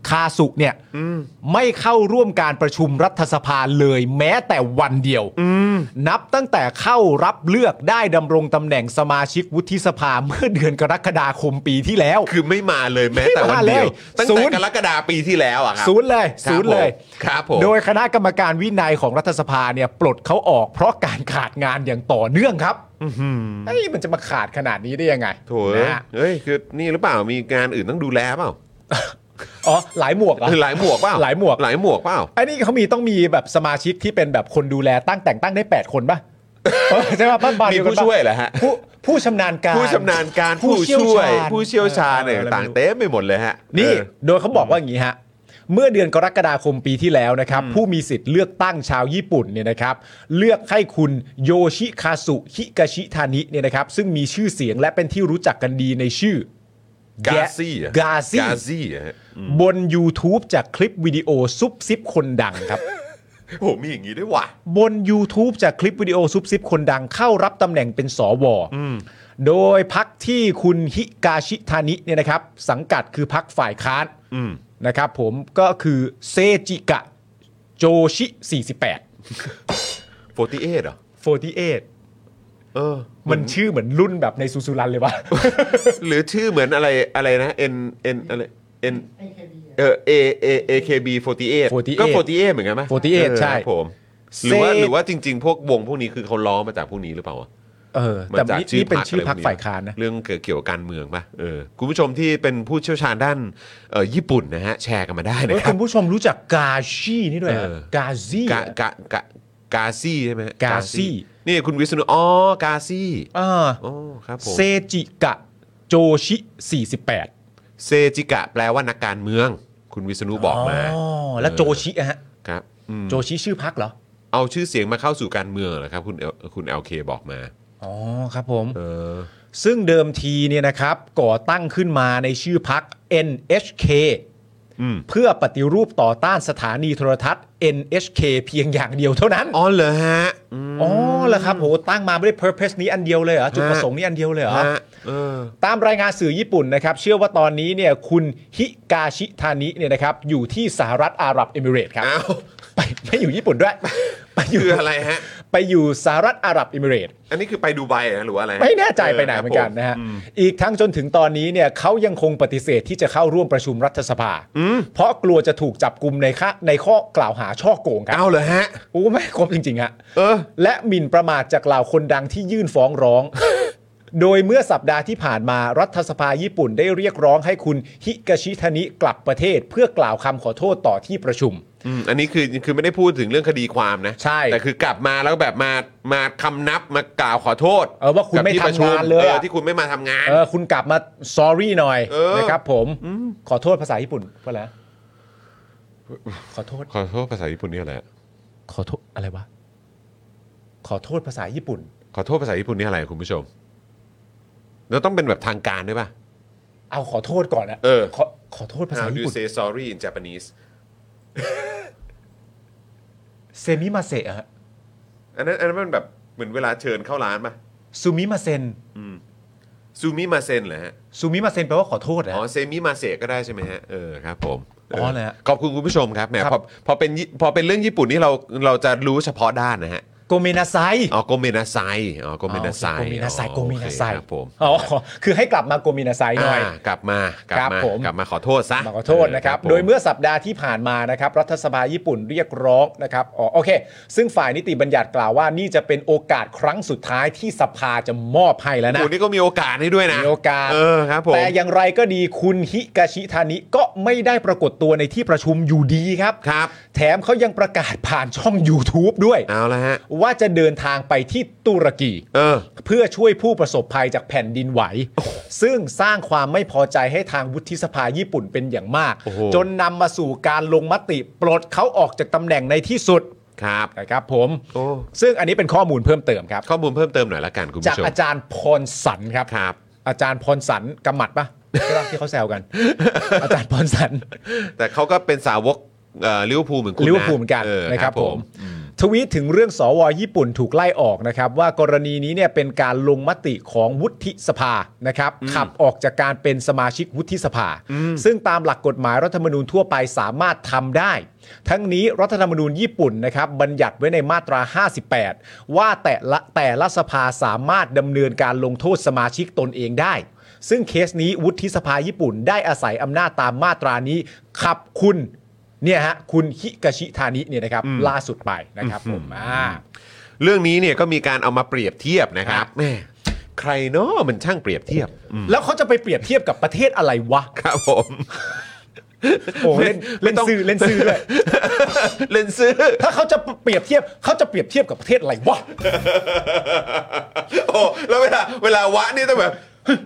คาสุเนี่ยไม่เข้าร่วมการประชุมรัฐสภาเลยแม้แต่วันเดียวนับตั้งแต่เข้ารับเลือกได้ดำรงตำแหน่งสมาชิกวุฒิสภาเมื่อเดือนกรกฎาคมปีที่แล้วคือไม่มาเลยแม้แต่วันเดียวตั้งแต่กรกฎาปีที่แล้วอะครับศูนย์เลยศูนย์เลยครับผมโดยคณะกรรมการวินัยของรัฐสภาเนี่ยปลดเขาออกเพราะการขาดงานอย่างต่อเนื่องครับไอ้มันจะมาขาดขนาดนี้ได้ยังไงโถ่เฮ้ยคือนี่หรือเปล่ามีงานอื่นต้องดูแลเปล่าอ๋อหลายหมวกเหรอหลายหมวกเปล่าหลายหมวกหลายหมวกเปล่าไอ้นี่เขามีต้องมีแบบสมาชิกที่เป็นแบบคนดูแลตั้งแต่งตั้งได้แปดคนป่ะใช่ป่ะบ้านบ้านมีผู้ช่วยเหรอฮะผู้ผู้ชำนาญการผู้ชำนาญการผู้ช่วยผู้เชี่ยวชาญเนี่ยต่างเต็มไปหมดเลยฮะนี่โดยเขาบอกว่าอย่างนี้ฮะเมื่อเดือนกรกฎาคมปีที่แล้วนะครับผู้มีสิทธิ์เลือกตั้งชาวญี่ปุ่นเนี่ยนะครับเลือกให้คุณโยชิคาสุฮิกาชิทานิเนี่ยนะครับซึ่งมีชื่อเสียงและเป็นที่รู้จักกันดีในชื่อกาซี่กาซี่กาซี่บน YouTube จากคลิปวิดีโอซุปซิปคนดังครับโอ้มีอย่างนี้ด้วยว่ะบน YouTube จากคลิปวิดีโอซุปซิปคนดังเข้ารับตำแหน่งเป็นสวโดยพรรคที่คุณฮิกาชิทานิเนี่ยนะครับสังกัดคือพรรคฝ่ายค้านนะครับผมก็คือเซจิกะโจชิสี่สิบแปดสี่สิบแปดเหรอสี่สิบแปดเออมันชื่อเหมือนรุ่นแบบในซูซูรันเลยว่ะหรือชื่อเหมือนอะไรอะไรนะ N N อะไร N เออ A A A K B สี่สิบแปดก็สี่สิบแปดเหมือนกันมั้ยสี่สิบแปดใช่ผมหรือว่าหรือว่าจริงๆพวกวงพวกนี้คือเขาล้อมาจากพวกนี้หรือเปล่าเออแต่นี่เป็นชื่อพรรคฝ่ายค้านนะเรื่องเกี่ยวกับการเมืองป่ะเออคุณผู้ชมที่เป็นผู้เชี่ยวชาญด้านเอ่อญี่ปุ่นนะฮะแชร์กันมาได้นะครับคุณผู้ชมรู้จักกาชินี่ด้วยกาซี่กากากากาซี่ใช่ไหมกาซี่นี่คุณวิษณุอ๋อกาซี่อ่าอ๋อครับผมเซจิกะโจชิสี่สิบแปดเซจิกะแปลว่านักการเมืองคุณวิษณุบอกมาอ๋อแล้วโจชิฮะครับโจชิชื่อพรรคเหรอเอาชื่อเสียงมาเข้าสู่การเมืองเหรอครับคุณคุณ แอล เค บอกมาอ๋อครับผมเออซึ่งเดิมทีเนี่ยนะครับก่อตั้งขึ้นมาในชื่อพรรค เอ็น เอช เค เพื่อปฏิรูปต่อต้านสถานีโทรทัศน์ เอ็น เอช เค เพียงอย่างเดียวเท่านั้นอ๋อเหรอฮะอ๋อเหรอครับโหตั้งมาไม่ได้ purpose นี้อันเดียวเลยเหรอจุดประสงค์นี้อันเดียวเลยเหรอตามรายงานสื่อญี่ปุ่นนะครับเชื่อว่าตอนนี้เนี่ยคุณฮิกาชิทานิเนี่ยนะครับอยู่ที่สหรัฐอาหรับเอมิเรตส์ครับไปไม่อยู่ญี่ปุ่นด้วยไปอยู่อะไรฮะไปอยู่สหรัฐอาหรับเอมิเรตส์อันนี้คือไปดูไบหรือว่าอะไรไม่แน่ใจไปไหนเหมือนกันนะฮะอีกทั้งจนถึงตอนนี้เนี่ยเขายังคงปฏิเสธที่จะเข้าร่วมประชุมรัฐสภาเพราะกลัวจะถูกจับกุมในข้อในข้อกล่าวหาช่อโกงครับเอาเลยฮะโอ้ไม่ครบจริงๆฮะและหมิ่นประมาทจากเหล่าคนดังที่ยื่นฟ้องร้องโดยเมื่อสัปดาห์ที่ผ่านมารัฐสภาญี่ปุ่นได้เรียกร้องให้คุณฮิกาชิทานิกลับประเทศเพื่อกล่าวคำขอโทษต่อที่ประชุมอันนี้คือคือไม่ได้พูดถึงเรื่องคดีความนะใช่แต่คือกลับมาแล้วแบบมามาคำนับมากล่าวขอโทษเออว่าคุณไม่ทำงานเลยที่คุณไม่มาทำงานเออคุณกลับมา sorry หน่อยนะครับผมขอโทษภาษาญี่ปุ่นว่าอะไรขอโทษขอโทษภาษาญี่ปุ่นนี่อะไรขอโทษอะไรวะขอโทษภาษาญี่ปุ่นขอโทษภาษาญี่ปุ่นนี่อะไรคุณผู้ชมแล้วต้องเป็นแบบทางการด้วยป่ะเอาขอโทษก่อนนะเออขอขอโทษภาษาญี่ปุ่น How do you say sorry in Japanese เซมิมาเซะฮะอันนั้นอันนั้นมันแบบเหมือนเวลาเชิญเข้าร้านป่ะซูมิมาเซนซูมิมาเซนเหรอฮะซูมิมาเซนแปลว่าขอโทษนะอ๋อเซมิมาเซะก็ได้ใช่ไหมฮะเออครับผมอ๋อเลยฮะขอบคุณคุณผู้ชมครับแหมพอพอเป็นพอเป็นเรื่องญี่ปุ่นนี่เราเราจะรู้เฉพาะด้านนะฮะโกเมนาไซอ๋อโกเมนาไซอ๋อโกเมนาไซโกเมนาไซโกเมนาไซครับผมอ๋อคือให้กลับมาโกเมนาไซหน่อยกลับมากลับมากลับมาขอโทษซะมาขอโทษนะครับโดยเมื่อสัปดาห์ที่ผ่านมานะครับรัฐสภาญี่ปุ่นเรียกร้องนะครับอ๋อโอเคซึ่งฝ่ายนิติบัญญัติกล่าวว่านี่จะเป็นโอกาสครั้งสุดท้ายที่สภาจะมอบให้แล้วนะคุณนี่ก็มีโอกาสให้ด้วยนะมีโอกาสเออครับผมแต่อย่างไรก็ดีคุณฮิกาชิทานิก็ไม่ได้ปรากฏตัวในที่ประชุมอยู่ดีครับครับแถมเขายังประกาศผ่านช่อง YouTube ด้วยเอาละฮะว่าจะเดินทางไปที่ตุรกีเออเพื่อช่วยผู้ประสบภัยจากแผ่นดินไหวซึ่งสร้างความไม่พอใจให้ทางวุฒิสภาญี่ปุ่นเป็นอย่างมากจนนำมาสู่การลงมติปลดเขาออกจากตำแหน่งในที่สุดครับนะครับผมซึ่งอันนี้เป็นข้อมูลเพิ่มเติมครับข้อมูลเพิ่มเติมหน่อยละกันคุณผู้ชมจากอาจารย์พรสันครับครับอาจารย์พรสันกำหมัดปะที่เขาแซวกันอาจารย์พรสันแต่เขาก็เป็นสาวกลิเวอร์พูลเหมือนคุณนะลิเวอร์พูลเหมือนกันนะครับผมทวีตถึงเรื่องสวญี่ปุ่นถูกไล่ออกนะครับว่ากรณีนี้เนี่ยเป็นการลงมติของวุฒิสภานะครับขับออกจากการเป็นสมาชิกวุฒิสภาซึ่งตามหลักกฎหมายรัฐธรรมนูญทั่วไปสามารถทำได้ทั้งนี้รัฐธรรมนูญญี่ปุ่นนะครับบัญญัติไว้ในมาตราห้าสิบแปดว่าแต่ละแต่ละสภาสามารถดำเนินการลงโทษสมาชิกตนเองได้ซึ่งเคสนี้วุฒิสภาญี่ปุ่นได้อาศัยอำนาจตามมาตรานี้ขับคุณเนี่ยฮะคุณฮิกาชิทานิเนี่ยนะครับล่าสุดไปนะครับผมอ่าเรื่องนี้เนี่ยก็มีการเอามาเปรียบเทียบนะครับแม่ใครเนาะมันช่างเปรียบเทียบแล้วเขาจะไปเปรียบเทียบกับประเทศอะไรวะครับผมโอ้เล่นเล่นซื้อเล่นซื้อด้วยเล่นซื้อถ้าเขาจะเปรียบเทียบเขาจะเปรียบเทียบกับประเทศอะไรวะโอ้แล้วเวลาเวลาวะนี่ต้องแบบ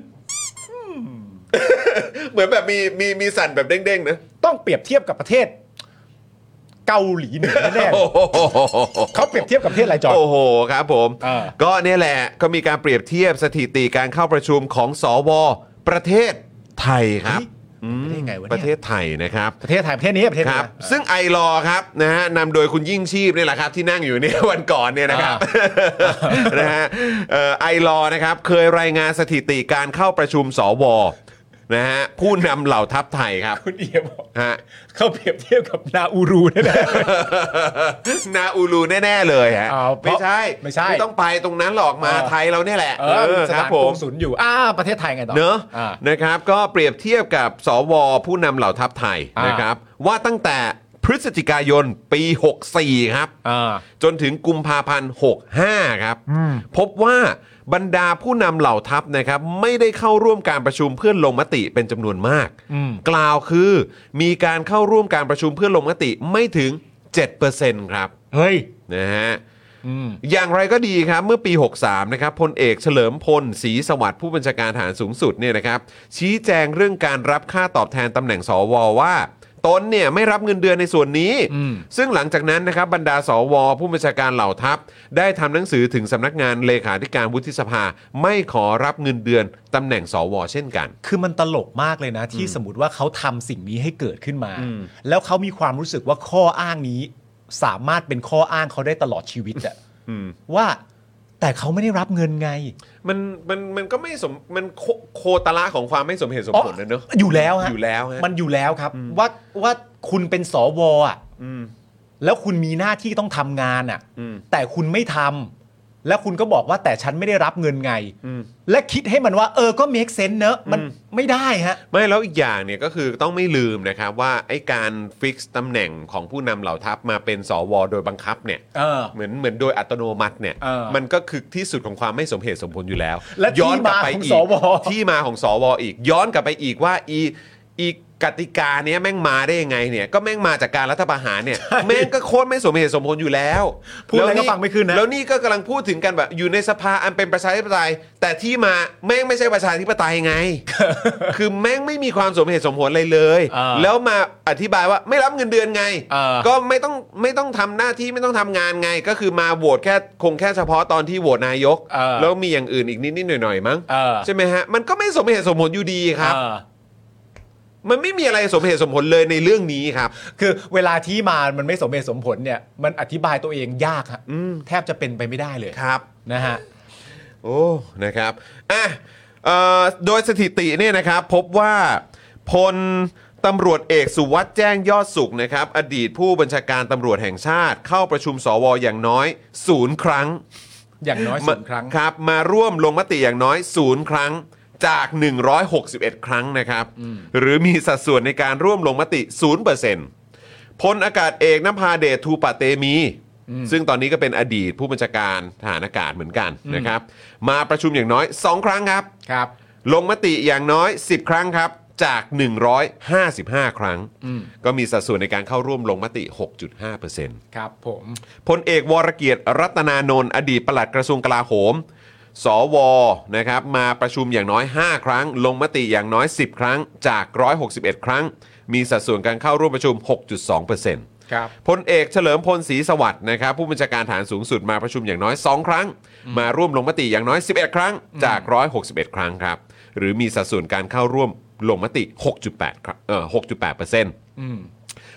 เหมือนแบบมีมีมีสั่นแบบเด้งๆนะต้องเปรียบเทียบกับประเทศเกาหลีเหนือแน่เขาเปรียบเทียบกับประเทศอะไรจอโอ้โหครับผมก็เนี่ยแหละก็มีการเปรียบเทียบสถิติการเข้าประชุมของสวประเทศไทยครับประเทศไงวะเนี่ยประเทศไทยนะครับประเทศไทยประเทศนี้ประเทศครับซึ่งไอรอครับนะฮะนำโดยคุณยิ่งชีพนี่แหละครับที่นั่งอยู่เนี่ยวันก่อนเนี่ยนะครับนะฮะไอรอนะครับเคยรายงานสถิติการเข้าประชุมสวนะฮะผู้นำเหล่าทัพไทยครับคุณเอียบอกฮะเขาเปรียบเทียบกับนาอูรูแน่ๆนาอูรูแน่ๆเลยฮะไม่ใช่ไม่ใช่ไม่ต้องไปตรงนั้นหรอกมาไทยเราเนี่ยแหละเออครับผมศูนย์อยู่อ่าประเทศไทยไงต่อเนอะนะครับก็เปรียบเทียบกับสวผู้นำเหล่าทัพไทยนะครับว่าตั้งแต่พฤศจิกายนปีหกสิบสี่ครับจนถึงกุมภาพันธ์หกสิบห้าครับพบว่าบรรดาผู้นำเหล่าทัพนะครับไม่ได้เข้าร่วมการประชุมเพื่อลงมติเป็นจำนวนมากกล่าวคือมีการเข้าร่วมการประชุมเพื่อลงมติไม่ถึง เจ็ดเปอร์เซ็นต์ ครับเฮ้ยนะฮะอย่างไรก็ดีครับเมื่อปีหกสิบสามนะครับพลเอกเฉลิมพลศรีสวัสดิ์ผู้บัญชาการทหารสูงสุดเนี่ยนะครับชี้แจงเรื่องการรับค่าตอบแทนตำแหน่งสวว่าตนเนี่ยไม่รับเงินเดือนในส่วนนี้ซึ่งหลังจากนั้นนะครับบรรดาสวผู้บัญชาการเหล่าทัพได้ทำหนังสือถึงสำนักงานเลขาธิการวุฒิสภาไม่ขอรับเงินเดือนตำแหน่งสวเช่นกันคือมันตลกมากเลยนะที่สมมติว่าเขาทำสิ่งนี้ให้เกิดขึ้นมาแล้วเขามีความรู้สึกว่าข้ออ้างนี้สามารถเป็นข้ออ้างเขาได้ตลอดชีวิตอะว่าแต่เขาไม่ได้รับเงินไงมันมันมันก็ไม่สมมันโค, โคตระของความไม่สมเหตุสมผลนะเนอะอยู่แล้วฮะอยู่แล้วมันอยู่แล้วครับว่าว่าคุณเป็นสวอ่ะแล้วคุณมีหน้าที่ต้องทำงานอ่ะแต่คุณไม่ทำแล้วคุณก็บอกว่าแต่ฉันไม่ได้รับเงินไงและคิดให้มันว่าเออก็ make sense เนอะมันไม่ได้ฮะไม่แล้วอีกอย่างเนี่ยก็คือต้องไม่ลืมนะครับว่าไอ้การฟิกซ์ตำแหน่งของผู้นำเหล่าทัพมาเป็นสวโดยบังคับเนี่ย เออ เหมือนเหมือนโดยอัตโนมัติเนี่ยมันก็คือที่สุดของความไม่สมเหตุสมผลอยู่แล้วและย้อนกลับไปอีกที่มาของสวอีกย้อนกลับไปอีกว่าอีอีกติกาเนี้ยแม่งมาได้ยังไงเนี่ยก็แม่งมาจากการรัฐประหารเนี่ยแม่งก็โคตรไม่สมเหตุสมผลอยู่แล้วพูดอะไรก็ฟังไม่ขึ้นนะแล้วนี่ก็กำลังพูดถึงกันแบบอยู่ในสภาอันเป็นประชาธิปไตยแต่ที่มาแม่งไม่ใช่ประชาธิปไตยไง คือแม่งไม่มีความสมเหตุสมผลอะไรเลยแล้วมาอธิบายว่าไม่รับเงินเดือนไงก็ไม่ต้องไม่ต้องทำหน้าที่ไม่ต้องทำงานไงก็คือมาโหวตแค่คงแค่เฉพาะตอนที่โหวตนายกแล้วมีอย่างอื่นอีกนิดๆหน่อยๆมั้งใช่ไหมฮะมันก็ไม่สมเหตุสมผลอยู่ดีครับมันไม่มีอะไรสมเหตุสมผลเลยในเรื่องนี้ครับคือเวลาที่มามันไม่สมเหตุสมผลเนี่ยมันอธิบายตัวเองยากครับแทบจะเป็นไปไม่ได้เลยครับนะฮะโอ้นะครับอ่ะเอ่อโดยสถิติเนี่ยนะครับพบว่าพลตำรวจเอกสุวัสด์แจ้งยอดสุขนะครับอดีตผู้บัญชาการตำรวจแห่งชาติเข้าประชุมสวอย่างน้อยศูนย์ครั้งอย่างน้อยศูนย์ครั้งครับมาร่วมลงมติอย่างน้อยศูนย์ครั้งจากหนึ่งร้อยหกสิบเอ็ดครั้งนะครับหรือมีสัดส่วนในการร่วมลงมติ ศูนย์เปอร์เซ็นต์ พลอากาศเอกนภาเดชทูปะเตมีซึ่งตอนนี้ก็เป็นอดีตผู้บัญชาการทหารอากาศเหมือนกันนะครับมาประชุมอย่างน้อยสองครั้งครับครับลงมติอย่างน้อยสิบครั้งครับจากหนึ่งร้อยห้าสิบห้าครั้งก็มีสัดส่วนในการเข้าร่วมลงมติ หกจุดห้าเปอร์เซ็นต์ครับผมพลเอกวรเกียรติรัตนานนท์อดีตปลัดกระทรวงกลาโหมสวนะครับมาประชุมอย่างน้อยห้าครั้งลงมติอย่างน้อยสิบครั้งจากหนึ่งร้อยหกสิบเอ็ดครั้งมีสัดส่วนการเข้าร่วมประชุม หกจุดสองเปอร์เซ็นต์ครับพลเอกเฉลิมพลศรีสวัสดิ์นะครับผู้บัญชาการทหารสูงสุดมาประชุมอย่างน้อยสองครั้งมาร่วมลงมติอย่างน้อยสิบเอ็ดครั้งจากหนึ่งร้อยหกสิบเอ็ดครั้งครับหรือมีสัดส่วนการเข้าร่วมลงมติ หกจุดแปด เอ่อ หกจุดแปดเปอร์เซ็นต์ อืม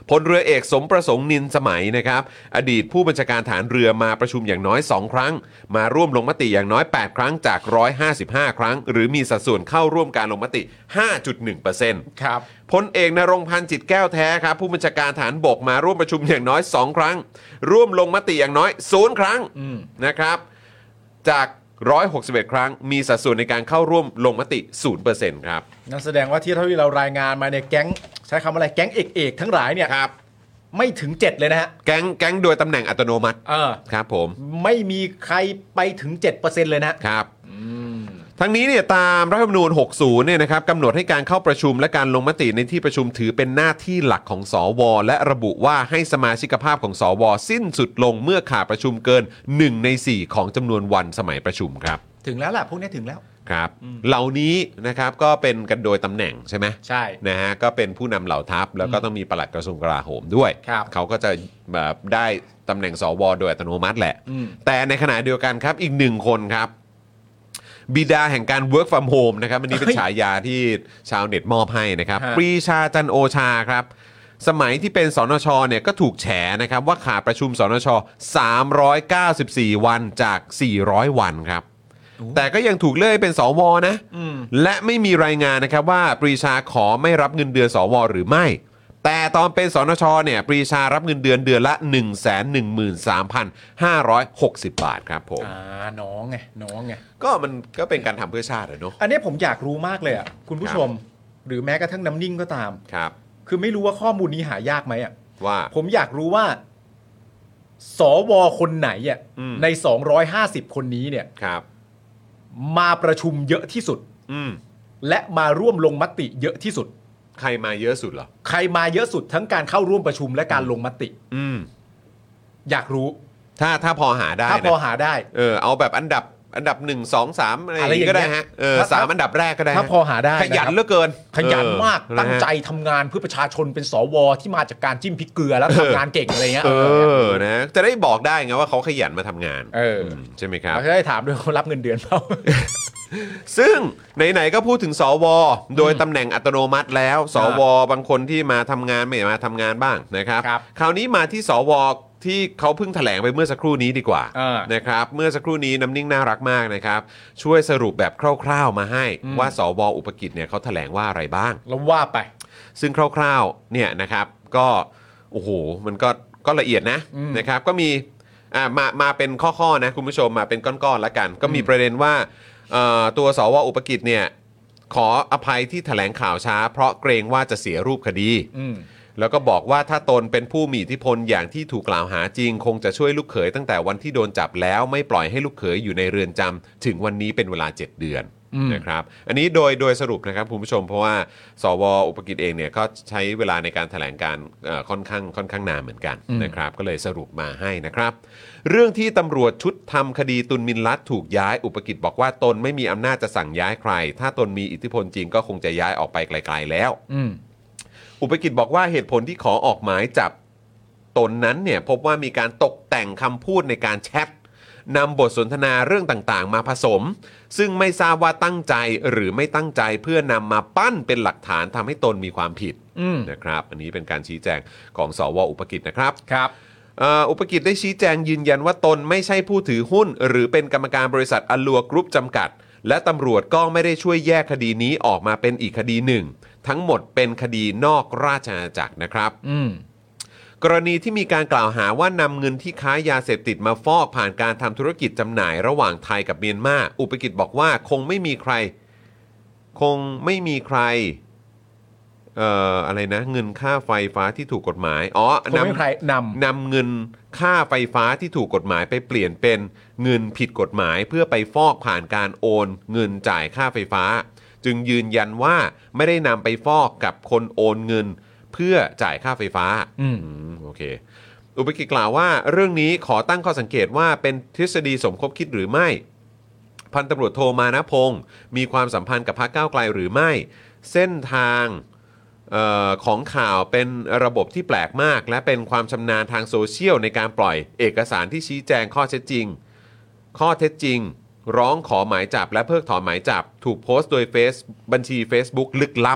พลเรือเอกสมประสงค์นินสมัยนะครับอดีตผู้บัญชาการฐานเรือมาประชุมอย่างน้อยสองครั้งมาร่วมลงมติอย่างน้อยแปดครั้งจากหนึ่งร้อยห้าสิบห้าครั้งหรือมีสัดส่วนเข้าร่วมการลงมติ ห้าจุดหนึ่งเปอร์เซ็นต์ครับพลเอกณรงค์พันธ์จิตแก้วแท้ครับผู้บัญชาการฐานบกมาร่วมประชุมอย่างน้อยสองครั้งร่วมลงมติอย่างน้อยศูนย์ครั้งนะครับจากหนึ่งร้อยหกสิบเอ็ดครั้งมีสัดส่วนในการเข้าร่วมลงมติ ศูนย์เปอร์เซ็นต์ ครับนั่นแสดงว่าที่เท่าที่เรารายงานมาเนี่ยแก๊งใช้คำอะไรแก๊งเอกๆทั้งหลายเนี่ยครับไม่ถึงเจ็ดเลยนะฮะแก๊งแก๊งโดยตำแหน่งอัตโนมัติเออครับผมไม่มีใครไปถึง เจ็ดเปอร์เซ็นต์ เลยนะครับทั้งนี้เนี่ยตามรัฐธรรมนูญหกสิบเนี่ยนะครับกำหนดให้การเข้าประชุมและการลงมติในที่ประชุมถือเป็นหน้าที่หลักของสวและระบุว่าให้สมาชิกภาพของสวสิ้นสุดลงเมื่อขาดประชุมเกินหนึ่งในสี่ของจำนวนวันสมัยประชุมครับถึงแล้วแหละพวกนี้ถึงแล้วครับเหล่านี้นะครับก็เป็นกันโดยตำแหน่งใช่ไหมใช่นะฮะก็เป็นผู้นำเหล่าทัพแล้วก็ต้องมีปลัดกระทรวงกลาโหมด้วยเขาก็จะแบบได้ตำแหน่งสวโดยอัตโนมัติแหละแต่ในขณะเดียวกันครับอีกหนึ่งคนครับบิดาแห่งการ work from home นะครับอันนี้เป็นฉายาที่ชาวเน็ตมอบให้นะครับปรีชาจันโอชาครับสมัยที่เป็นสนชเนี่ยก็ถูกแฉนะครับว่าขาดประชุมสนชสามร้อยเก้าสิบสี่วันจากสี่ร้อยวันครับแต่ก็ยังถูกเลื่อนเป็นสวนะและไม่มีรายงานนะครับว่าปรีชาขอไม่รับเงินเดือนสวหรือไม่แต่ตอนเป็นสนชเนี่ยปรีชารับเงินเดือนเดือนละ หนึ่งแสนหนึ่งหมื่นสามพันห้าร้อยหกสิบ บาทครับผมอ่าน้องไงน้องไงก็มันก็เป็นการทำเพื่อชาติอะเนาะอันนี้ผมอยากรู้มากเลยอ่ะคุณผู้ชมหรือแม้กระทั่งน้ำนิ่งก็ตามครับคือไม่รู้ว่าข้อมูลนี้หายากไหมอ่ะว่าผมอยากรู้ว่าสวคนไหนอ่ะในสองร้อยห้าสิบคนนี้เนี่ยครับมาประชุมเยอะที่สุดและมาร่วมลงมติเยอะที่สุดใครมาเยอะสุดเหรอใครมาเยอะสุดทั้งการเข้าร่วมประชุมและการลงมติอืมอยากรู้ถ้าถ้าพอหาได้ถ้าพอหาได้เออเอาแบบอันดับอันดับหนึ่ง สอง สามอะไรอย่างงี้ก็ได้ฮะเออสามอันดับแรกก็ได้ถ้าพอหาได้ขยันเหลือเกินขยันมากตั้งใจทำงานเพื่อประชาชนเป็นสวที่มาจากการจิ้มพริกเกลือแล้วทำงานเก่งอะไรเงี้ยเออนะจะได้บอกได้ไงว่าเขาขยันมาทำงานเออใช่ไหมครับจะได้ถามด้วยเขารับเงินเดือนเปล่าซึ่งไหนๆก็พูดถึงสวโดยตำแหน่งอัตโนมัติแล้วสวบางคนที่มาทำงานไม่มาทำงานบ้างนะครับคราวนี้มาที่สวที่เขาเพิ่งแถลงไปเมื่อสักครู่นี้ดีกว่านะครับเมื่อสักครู่นี้น้ำนิ่งน่ารักมากนะครับช่วยสรุปแบบคร่าวๆมาให้ว่าสวอุปกิจเนี่ยเขาแถลงว่าอะไรบ้างแล้วว่าไปซึ่งคร่าวๆเนี่ยนะครับก็โอ้โหมันก็ก็ละเอียดนะนะครับก็มีอ่ามามาเป็นข้อๆนะคุณผู้ชมมาเป็นก้อนๆแล้วกันก็มีประเด็นว่าตัวสวอุปกิจเนี่ยขออภัยที่แถลงข่าวช้าเพราะเกรงว่าจะเสียรูปคดีแล้วก็บอกว่าถ้าตนเป็นผู้มีอิทธิพลอย่างที่ถูกกล่าวหาจริงคงจะช่วยลูกเขยตั้งแต่วันที่โดนจับแล้วไม่ปล่อยให้ลูกเขยอยู่ในเรือนจำถึงวันนี้เป็นเวลาเจ็ดเดือนนะครับอันนี้โดยโดยสรุปนะครับคุณผู้ชมเพราะว่าสวอุปกิจเองเนี่ยก็ใช้เวลาในการแถลงการค่อนข้างค่อนข้างนานเหมือนกันนะครับก็เลยสรุปมาให้นะครับเรื่องที่ตำรวจชุดทำคดีตุลมินลัดถูกย้ายอุปกิจบอกว่าตนไม่มีอำนาจจะสั่งย้ายใครถ้าตนมีอิทธิพลจริงก็คงจะย้ายออกไปไกลๆแล้วอุปกิจบอกว่าเหตุผลที่ขอออกหมายจับตนนั้นเนี่ยพบว่ามีการตกแต่งคำพูดในการแชทนำบทสนทนาเรื่องต่างๆมาผสมซึ่งไม่ทราบว่าตั้งใจหรือไม่ตั้งใจเพื่อนำมาปั้นเป็นหลักฐานทำให้ตนมีความผิดนะครับอันนี้เป็นการชี้แจงของสวอุปกิจนะครับครับอุปกิจได้ชี้แจงยืนยันว่าตนไม่ใช่ผู้ถือหุ้นหรือเป็นกรรมการบริษัทอลัวกรุ๊ปจำกัดและตำรวจก็ไม่ได้ช่วยแยกคดีนี้ออกมาเป็นอีกคดีหนึ่งทั้งหมดเป็นคดีนอกราชอาณาจักรนะครับกรณีที่มีการกล่าวหาว่านำเงินที่ค้ายาเสพติดมาฟอกผ่านการทำธุรกิจจำหน่ายระหว่างไทยกับเมียนมาอุปกิจบอกว่าคงไม่มีใครคงไม่มีใครเอ่ออะไรนะเงินค่าไฟฟ้าที่ถูกกฎหมายอ๋อนำนำนำเงินค่าไฟฟ้าที่ถูกกฎหมายไปเปลี่ยนเป็นเงินผิดกฎหมายเพื่อไปฟอกผ่านการโอนเงินจ่ายค่าไฟฟ้าจึงยืนยันว่าไม่ได้นำไปฟอกกับคนโอนเงินเพื่อจ่ายค่าไฟฟ้าอืมโอเคอุปกิจกล่าวว่าเรื่องนี้ขอตั้งข้อสังเกตว่าเป็นทฤษฎีสมคบคิดหรือไม่พันตำรวจโทมานะพงศ์มีความสัมพันธ์กับพรรคก้าวไกลหรือไม่เส้นทางเอ่อของข่าวเป็นระบบที่แปลกมากและเป็นความชำนาญทางโซเชียลในการปล่อยเอกสารที่ชี้แจงข้อเท็จจริงข้อเท็จจริงร้องขอหมายจับและเพิกถอนหมายจับถูกโพสต์โดยเฟซบัญชี Facebook ลึกลับ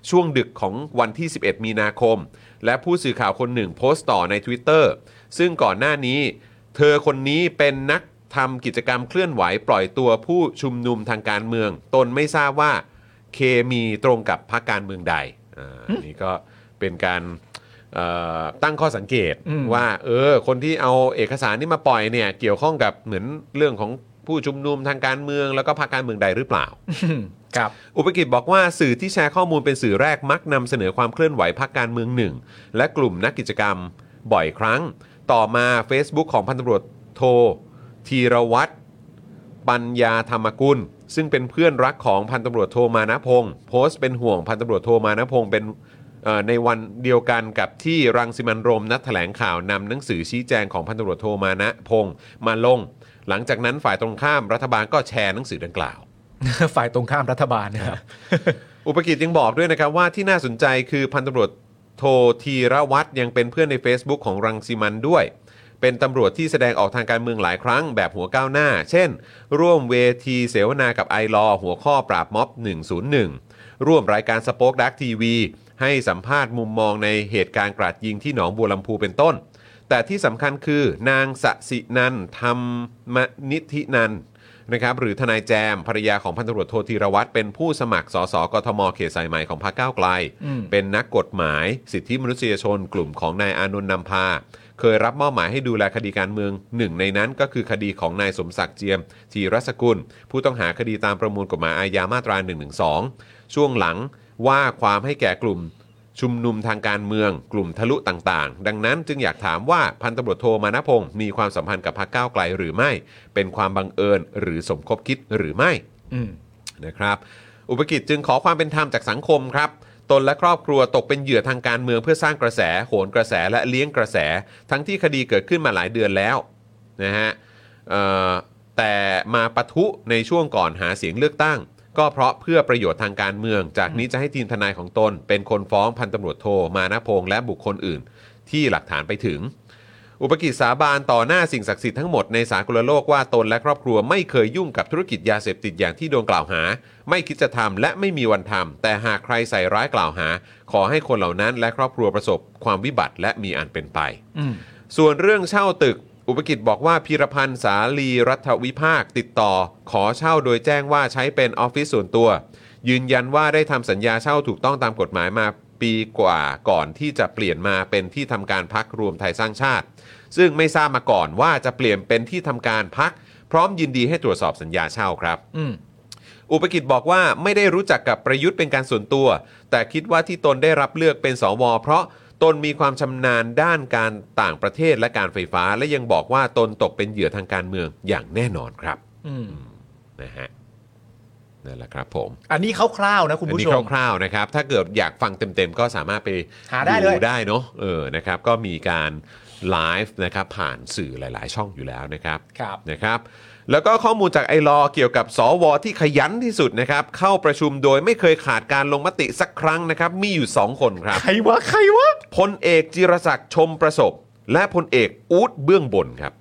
ช่วงดึกของวันที่สิบเอ็ดมีนาคมและผู้สื่อข่าวคนหนึ่งโพสต์ต่อใน Twitter ซึ่งก่อนหน้านี้เธอคนนี้เป็นนักทำกิจกรรมเคลื่อนไหวปล่อยตัวผู้ชุมนุมทางการเมืองตนไม่ทราบว่าเคมีตรงกับพรรคการเมืองใดอ่านี่ก็เป็นการตั้งข้อสังเกตว่าเออคนที่เอาเอกสารนี้มาปล่อยเนี่ยเกี่ยวข้องกับเหมือนเรื่องของผู้ชุมนุมทางการเมืองแล้วก็พรรคการเมืองใดหรือเปล่าครับอุปกิจบอกว่าสื่อที่แชร์ข้อมูลเป็นสื่อแรกมักนำเสนอความเคลื่อนไหวพรรคการเมืองหนึ่งและกลุ่มนักกิจกรรมบ่อยครั้งต่อมา Facebook ของพันตำรวจโทธีรวัตรปัญญาธรรมกุลซึ่งเป็นเพื่อนรักของพันตำรวจโทมานะพงศ์โพสต์เป็นห่วงพันตำรวจโทมานะพงศ์เป็นในวันเดียวกันกับที่รังสิมันต์โรมนัดแถลงข่าวนำหนังสือชี้แจงของพันตำรวจโทมานะพงศ์มาลงหลังจากนั้นฝ่ายตรงข้ามรัฐบาลก็แชร์หนังสือดังกล่าวฝ่ายตรงข้ามรัฐบาลนะครับอุปกิจยังบอกด้วยนะครับว่าที่น่าสนใจคือพันตำรวจโทธีรวัตรยังเป็นเพื่อนใน Facebook ของรังสิมันต์ด้วยเป็นตำรวจที่แสดงออกทางการเมืองหลายครั้งแบบหัวก้าวหน้าเช่นร่วมเวทีเสวนากับไอลอหัวข้อปราบม็อบหนึ่งศูนย์หนึ่งร่วมรายการสป็อคดักทีวีให้สัมภาษณ์มุมมองในเหตุการณ์กราดยิงที่หนองบัวลำพูเป็นต้นแต่ที่สำคัญคือนางสสินันท์ธรรมนิธินันท์นะครับหรือทนายแจมภรรยาของพันตำรวจโทธีรวัตรเป็นผู้สมัครสสกทมเขตสายไหมของพรรคก้าวไกลเป็นนักกฎหมายสิทธิมนุษยชนกลุ่มของนายอานนท์นำพาเคยรับมอบหมายให้ดูแลคดีการเมืองหนึ่งในนั้นก็คือคดีของนายสมศักดิ์เจียมธีรสกุลผู้ต้องหาคดีตามประมวลกฎหมายอาญามาตราหนึ่งหนึ่งสองช่วงหลังว่าความให้แก่กลุ่มชุมนุมทางการเมืองกลุ่มทะลุต่างๆดังนั้นจึงอยากถามว่าพันตำรวจโทมานะพงศ์มีความสัมพันธ์กับพรรคก้าวไกลหรือไม่เป็นความบังเอิญหรือสมคบคิดหรือไม่นะครับอุปกิจจึงขอความเป็นธรรมจากสังคมครับตนและครอบครัวตกเป็นเหยื่อทางการเมืองเพื่อสร้างกระแสโหนกระแสและเลี้ยงกระแสทั้งที่คดีเกิดขึ้นมาหลายเดือนแล้วนะฮะแต่มาปะทุในช่วงก่อนหาเสียงเลือกตั้งก็เพราะเพื่อประโยชน์ทางการเมืองจากนี้จะให้ทีมทนายของตนเป็นคนฟ้องพันตำรวจโทมานะพงษ์และบุคคลอื่นที่หลักฐานไปถึงอุปกิจสาบานต่อหน้าสิ่งศักดิ์สิทธิ์ทั้งหมดในสากลโลกว่าตนและครอบครัวไม่เคยยุ่งกับธุรกิจยาเสพติดอย่างที่โดนกล่าวหาไม่คิดจะทำและไม่มีวันทำแต่หากใครใส่ร้ายกล่าวหาขอให้คนเหล่านั้นและครอบครัวประสบความวิบัติและมีอันเป็นไปส่วนเรื่องเช่าตึกอุปกิจบอกว่าพีรพันธ์สาลีรัฐวิภาคติดต่อขอเช่าโดยแจ้งว่าใช้เป็นออฟฟิศส่วนตัวยืนยันว่าได้ทำสัญญาเช่าถูกต้องตามกฎหมายมาปีกว่าก่อนที่จะเปลี่ยนมาเป็นที่ทำการพรรครวมไทยสร้างชาติซึ่งไม่ทราบมาก่อนว่าจะเปลี่ยนเป็นที่ทำการพรรคพร้อมยินดีให้ตรวจสอบสัญญาเช่าครับอุปกิจบอกว่าไม่ได้รู้จักกับประยุทธ์เป็นการส่วนตัวแต่คิดว่าที่ตนได้รับเลือกเป็นสวเพราะตนมีความชำนาญด้านการต่างประเทศและการไฟฟ้าและยังบอกว่าตนตกเป็นเหยื่อทางการเมืองอย่างแน่นอนครับนะฮะนั่นแหละครับผมอันนี้คร่าวๆนะคุณผู้ชมอันนี้คร่าวๆนะครับถ้าเกิดอยากฟังเต็มๆก็สามารถไปหาได้เลยได้เนาะเออนะครับก็มีการไลฟ์นะครับผ่านสื่อหลายๆช่องอยู่แล้วนะครับครับนะครับแล้วก็ข้อมูลจากไอลอเกี่ยวกับสวที่ขยันที่สุดนะครับเข้าประชุมโดยไม่เคยขาดการลงมติสักครั้งนะครับมีอยู่สองคนครับใครวะใครวะพลเอกจิรศักดิ์ชมประสบและพลเอกอู๊ดเบื้องบนครับ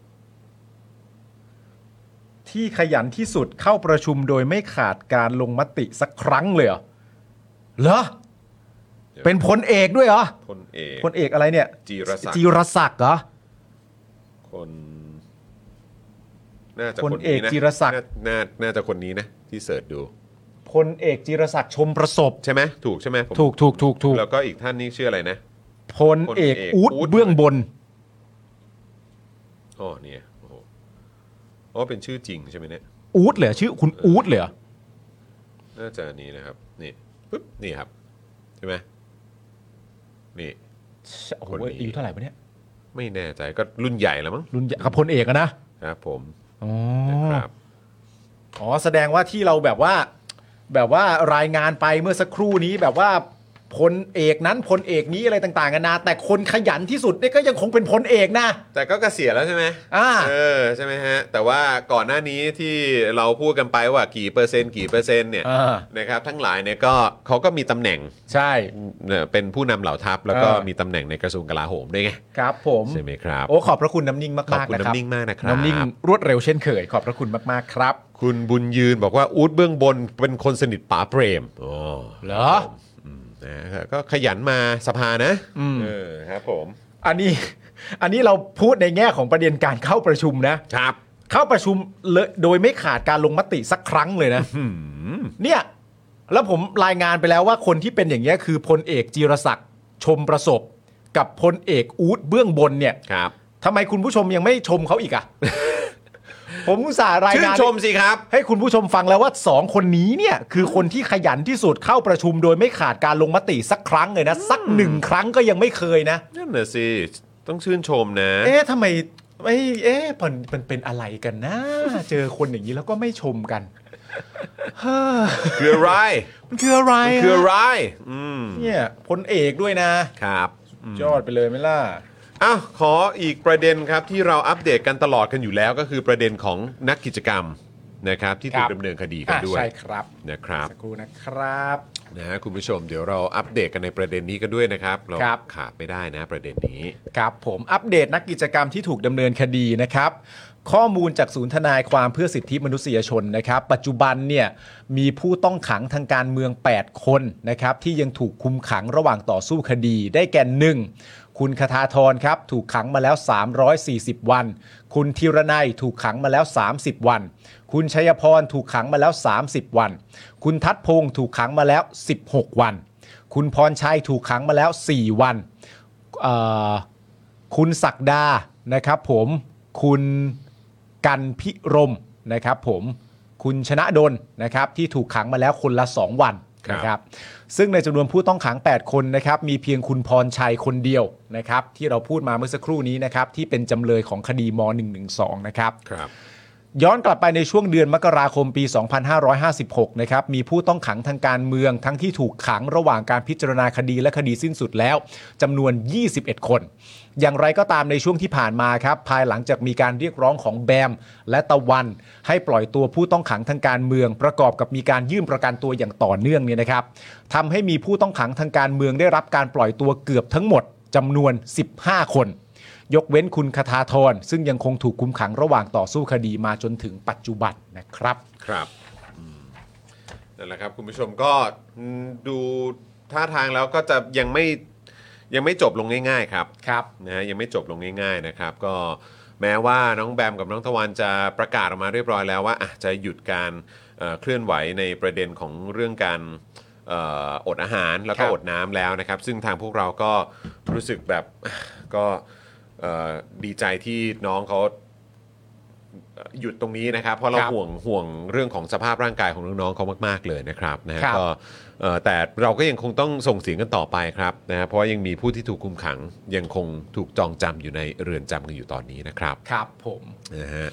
ที่ขยันที่สุดเข้าประชุมโดยไม่ขาดการลงมติสักครั้งเลยเหรอเหรอเป็นพลเอกด้วยเหรอพลเอกพลเอกอะไรเนี่ยจิรศักดิ์จิรศักดิ์เหรอคนน่าจะพลเอกจิรศักดิ์น่าน่าจะคนนี้นะที่เสิร์ชดูพลเอกจิรศักดิ์ชมประสบใช่ไหมถูกใช่ไหมถูกถูกถูกถูกแล้วก็อีกท่านนี้ชื่ออะไรนะพลเอกอู๊ดเบื้องบนอ๋อเนี่ยโอ้โหอ๋อเป็นชื่อจริงใช่ไหมเนี่ยอู๊ดเหรอชื่อคุณอู๊ดเหรอน่าจะนี้นะครับนี่ปึ๊บนี่ครับใช่ไหมนี่โอ้โหอายุเท่าไหร่ปะเนี่ยไม่แน่ใจก็รุ่นใหญ่แล้วมั้งรุ่นใหญ่กับพลเอกนะครับผมอ๋อนะครับอ๋อแสดงว่าที่เราแบบว่าแบบว่ารายงานไปเมื่อสักครู่นี้แบบว่าพลเอกนั้นพลเอกนี้อะไรต่างๆกันนะแต่คนขยันที่สุดเนี่ยก็ยังคงเป็นพลเอกนะแต่ก็เกษียณแล้วใช่ไหมอ่าเออใช่ไหมฮะแต่ว่าก่อนหน้านี้ที่เราพูดกันไปว่ากี่เปอร์เซ็นต์กี่เปอร์เซ็นต์เนี่ยนะครับทั้งหลายเนี่ยก็เขาก็มีตำแหน่งใช่เป็นผู้นำเหล่าทัพแล้วก็มีตำแหน่งในกระทรวงกลาโหมด้วยไงครับผมใช่ไหมครับโอ้ขอบพระคุณน้ำนิ่งมากๆนะครับขอบคุณน้ำนิ่งมากนะครับน้ำนิ่งรวดเร็วเช่นเคยขอบพระคุณมากๆครับคุณบุญยืนบอกว่าอู๊ดเบื้องบนเป็นคนสนิทป๋าเปรมอ๋อเหรอนะก็ขยันมาสภานะเออครับผมอันนี้อันนี้เราพูดในแง่ของประเด็นการเข้าประชุมนะครับเข้าประชุมเลยโดยไม่ขาดการลงมติสักครั้งเลยนะเนี่ยแล้วผมรายงานไปแล้วว่าคนที่เป็นอย่างนี้คือพลเอกจีรศักดิ์ชมประสบกับพลเอกอู๊ดเบื้องบนเนี่ยครับทำไมคุณผู้ชมยังไม่ชมเขาอีกอะ ผมอุตส่าห์รายงานชื่นชมสิครับให้คุณผู้ชมฟังแล้วว่าสองคนนี้เนี่ยคือคนที่ขยันที่สุดเข้าประชุมโดยไม่ขาดการลงมติสักครั้งเลยนะสักหนึ่งครั้งก็ยังไม่เคยนะนั่นน่ะสิต้องชื่นชมนะเอ๊ะทำไมไม่เอ๊ะมันมันเป็นอะไรกันนะเจอคนอย่างนี้แล้วก็ไม่ชมกันคืออะไรมันคืออะไรคืออะไรเนี่ยพลเอกด้วยนะครับยอดไปเลยไหมล่ะอ้าวขออีกประเด็นครับที่เราอัปเดตกันตลอดกันอยู่แล้วก็คือประเด็นของนักกิจกรรมนะครับที่ถูกดำเนินคดีกันด้วยใช่ครับนะครับสักครู่นะครับนะฮะคุณผู้ชมเดี๋ยวเราอัปเดตกันในประเด็นนี้กันด้วยนะครับเราขาดไม่ได้นะประเด็นนี้ครับผมอัปเดตนักกิจกรรมที่ถูกดำเนินคดีนะครับข้อมูลจากศูนย์ทนายความเพื่อสิทธิมนุษยชนนะครับปัจจุบันเนี่ยมีผู้ต้องขังทางการเมืองแปดคนนะครับที่ยังถูกคุมขังระหว่างต่อสู้คดีได้แก่หนึ่งคุณคทาธรครับถูกขังมาแล้วสามร้อยสี่สิบวันคุณธีรนัยถูกขังมาแล้วสามสิบวันคุณชัยพรถูกขังมาแล้วสามสิบวันคุณทัศพงศ์ถูกขังมาแล้วสิบหกวันคุณพรชัยถูกขังมาแล้วสี่วันคุณศักดานะครับผมคุณกันพิรมนะครับผมคุณชนะดลนะครับที่ถูกขังมาแล้วคนละสองวันนะครับซึ่งในจำนวนผู้ต้องขังแปดคนนะครับมีเพียงคุณพรชัยคนเดียวนะครับที่เราพูดมาเมื่อสักครู่นี้นะครับที่เป็นจำเลยของคดีม หนึ่งหนึ่งสอง นะครับครับย้อนกลับไปในช่วงเดือนมกราคมปีสองพันห้าร้อยห้าสิบหกนะครับมีผู้ต้องขังทางการเมืองทั้งที่ถูกขังระหว่างการพิจารณาคดีและคดีสิ้นสุดแล้วจำนวนยี่สิบเอ็ดคนอย่างไรก็ตามในช่วงที่ผ่านมาครับภายหลังจากมีการเรียกร้องของแบมและตะวันให้ปล่อยตัวผู้ต้องขังทางการเมืองประกอบกับมีการยื่นประกันตัวอย่างต่อเนื่องเนี่ยนะครับทำให้มีผู้ต้องขังทางการเมืองได้รับการปล่อยตัวเกือบทั้งหมดจำนวนสิบห้าคนยกเว้นคุณคทาธรซึ่งยังคงถูกคุมขังระหว่างต่อสู้คดีมาจนถึงปัจจุบันนะครับครับนั่นแหละครับคุณผู้ชมก็ดูท่าทางแล้วก็จะยังไม่ยังไม่จบลงง่ายๆครับครับนะยังไม่จบลงง่ายๆนะครับก็แม้ว่าน้องแบมกับน้องตะวันจะประกาศออกมาเรียบร้อยแล้วว่าจะหยุดการเคลื่อนไหวในประเด็นของเรื่องการอดอาหารแล้วก็อดน้ำแล้วนะครับซึ่งทางพวกเราก็รู้สึกแบบก็ดีใจที่น้องเขาหยุดตรงนี้นะครับเพราะเราห่วงห่วงเรื่องของสภาพร่างกายของน้องๆเขามากๆเลยนะครับนะฮะก็แต่เราก็ยังคงต้องส่งเสียงกันต่อไปครับนะฮะเพราะว่ายังมีผู้ที่ถูกคุมขังยังคงถูกจองจำอยู่ในเรือนจำกันอยู่ตอนนี้นะครับครับผมนะฮะ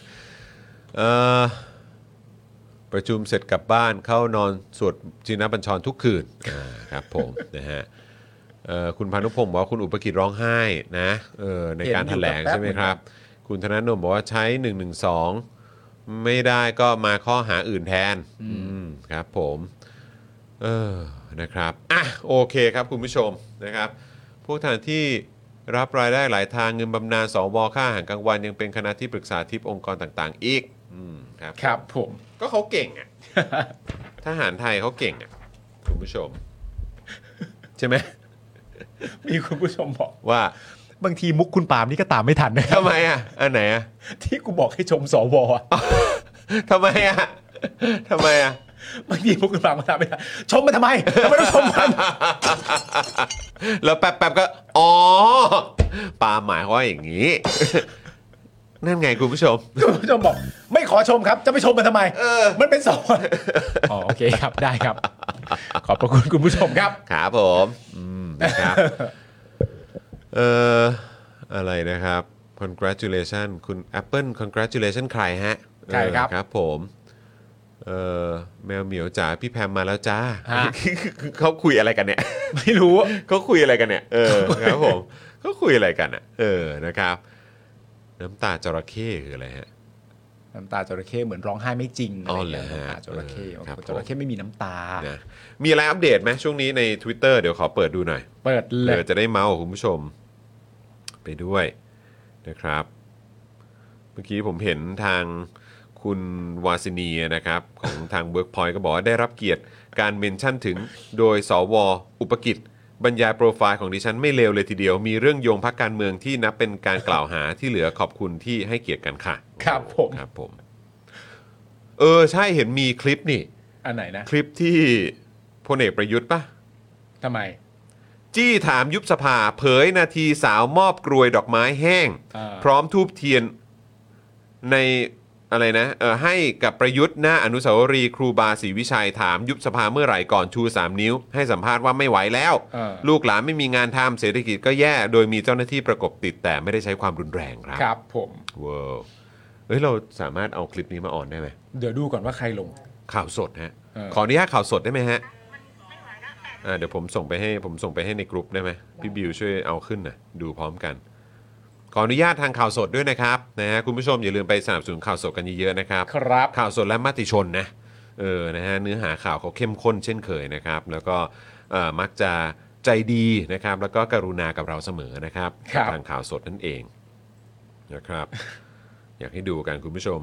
ประชุมเสร็จกลับบ้านเข้านอนสวดชินบัญชรทุกคืนครับผมนะฮะคุณพานุพงศ์บอกว่าคุณอุปกิจร้องไห้นะในการแถลงใช่ไหมครับคุณธนาโนมบอกว่าใช้หนึ่งหนึ่งสองไม่ได้ก็มาข้อหาอื่นแทนครับผมเออนะครับอ่ะโอเคครับคุณผู้ชมนะครับพวกท่านที่รับรายได้หลายทางเงินบำนาญสวค่าอาหารกลางวันยังเป็นคณะที่ปรึกษาทิพย์องค์กรต่างๆอีกครับครับผมก็เขาเก่งอ่ะทหารไทยเขาเก่งอ่ะคุณผู้ชมใช่ไหมมีคุณผู้ชมบอกว่าบางทีมุกคุณปาล์มนี่ก็ตามไม่ทันนะทำไมอ่ะอันไหนอ่ะที่กูบอกให้ชมสวอ่ะทำไมอ่ะทำไมอ่ะบางทีมุกคุณปาล์มก็ตามไม่ทันชมมันทำไมทำไมต้องชมมันแล้วแป๊บๆก็อ๋อปาล์มหมายว่าอย่างนี้นั่นไงคุณผู้ชมคุณผู้ชมบอกไม่ขอชมครับจะไปชมมันทำไมเออมันเป็นสวอ๋อโอเคครับได้ครับขอบพระคุณคุณผู้ชมครับครับผมนะครับเอ่ออะไรนะครับ congratulation คุณ Apple congratulation ใครฮะใครครับครับผมเอ่อแมวเหมียวจ๋าพี่แพมมาแล้วจ้าเขาคุยอะไรกันเนี่ยไม่รู้เขาคุยอะไรกันเนี่ยเออครับผมเขาคุยอะไรกันอ่ะเออนะครับน้ำตาจระเข้คืออะไรฮะน้ำตาจระเข้เหมือนร้องไห้ไม่จริงอ๋อเหรอฮะจระเข้จระเข้ไม่มีน้ำตานะมีอะไรอัปเดตไหมช่วงนี้ใน Twitter เดี๋ยวขอเปิดดูหน่อยเปิดเลยจะได้เมาส์คุณผู้ชมไปด้วยนะครับเมื่อกี้ผมเห็นทางคุณวาสินีนะครับของทาง Workpoint ก็บอกว่าได้รับเกียรติการเมนชั่นถึงโดยสวอุปกิจบรรยายโปรไฟล์ของดิฉันไม่เลวเลยทีเดียวมีเรื่องโยงพรรคการเมืองที่นับเป็นการกล่าวหาที่เหลือขอบคุณที่ให้เกียรติกันค่ะครับผมครับผมเออใช่เห็นมีคลิปนี่อันไหนนะคลิปที่พลเอกประยุทธ์ป่ะทำไมจี้ถามยุบสภาเผยนาทีสาวมอบกรวยดอกไม้แห้งพร้อมทูบเทียนในอะไรนะเออให้กับประยุทธ์หน้าอนุสาวรีย์ครูบาศรีวิชัยถามยุบสภาเมื่อไหร่ก่อนชูสามนิ้วให้สัมภาษณ์ว่าไม่ไหวแล้วลูกหลานไม่มีงานทำเศรษฐกิจก็แย่โดยมีเจ้าหน้าที่ประกบติดแต่ไม่ได้ใช้ความรุนแรงครับครับผมว้าวเฮ้ยเราสามารถเอาคลิปนี้มาออนได้ไหมเดี๋ยวดูก่อนว่าใครลงข่าวสดฮะขออนุญาตข่าวสดได้ไหมฮะอ่าเดี๋ยวผมส่งไปให้ผมส่งไปให้ในกรุ๊ปได้ไหมพี่บิวช่วยเอาขึ้นนะดูพร้อมกันขออนุญาตทางข่าวสดด้วยนะครับนะฮะคุณผู้ชมอย่าลืมไปสนับสนุนข่าวสดกันเยอะๆนะครับครับข่าวสดและมติชนนะเออนะฮะเนื้อหาข่าวเขาเข้มข้นเช่นเคยนะครับแล้วก็มักจะใจดีนะครับแล้วก็กรุณากับเราเสมอนะครับทางข่าวสดนั่นเองนะครับอยากให้ดูกันคุณผู้ชม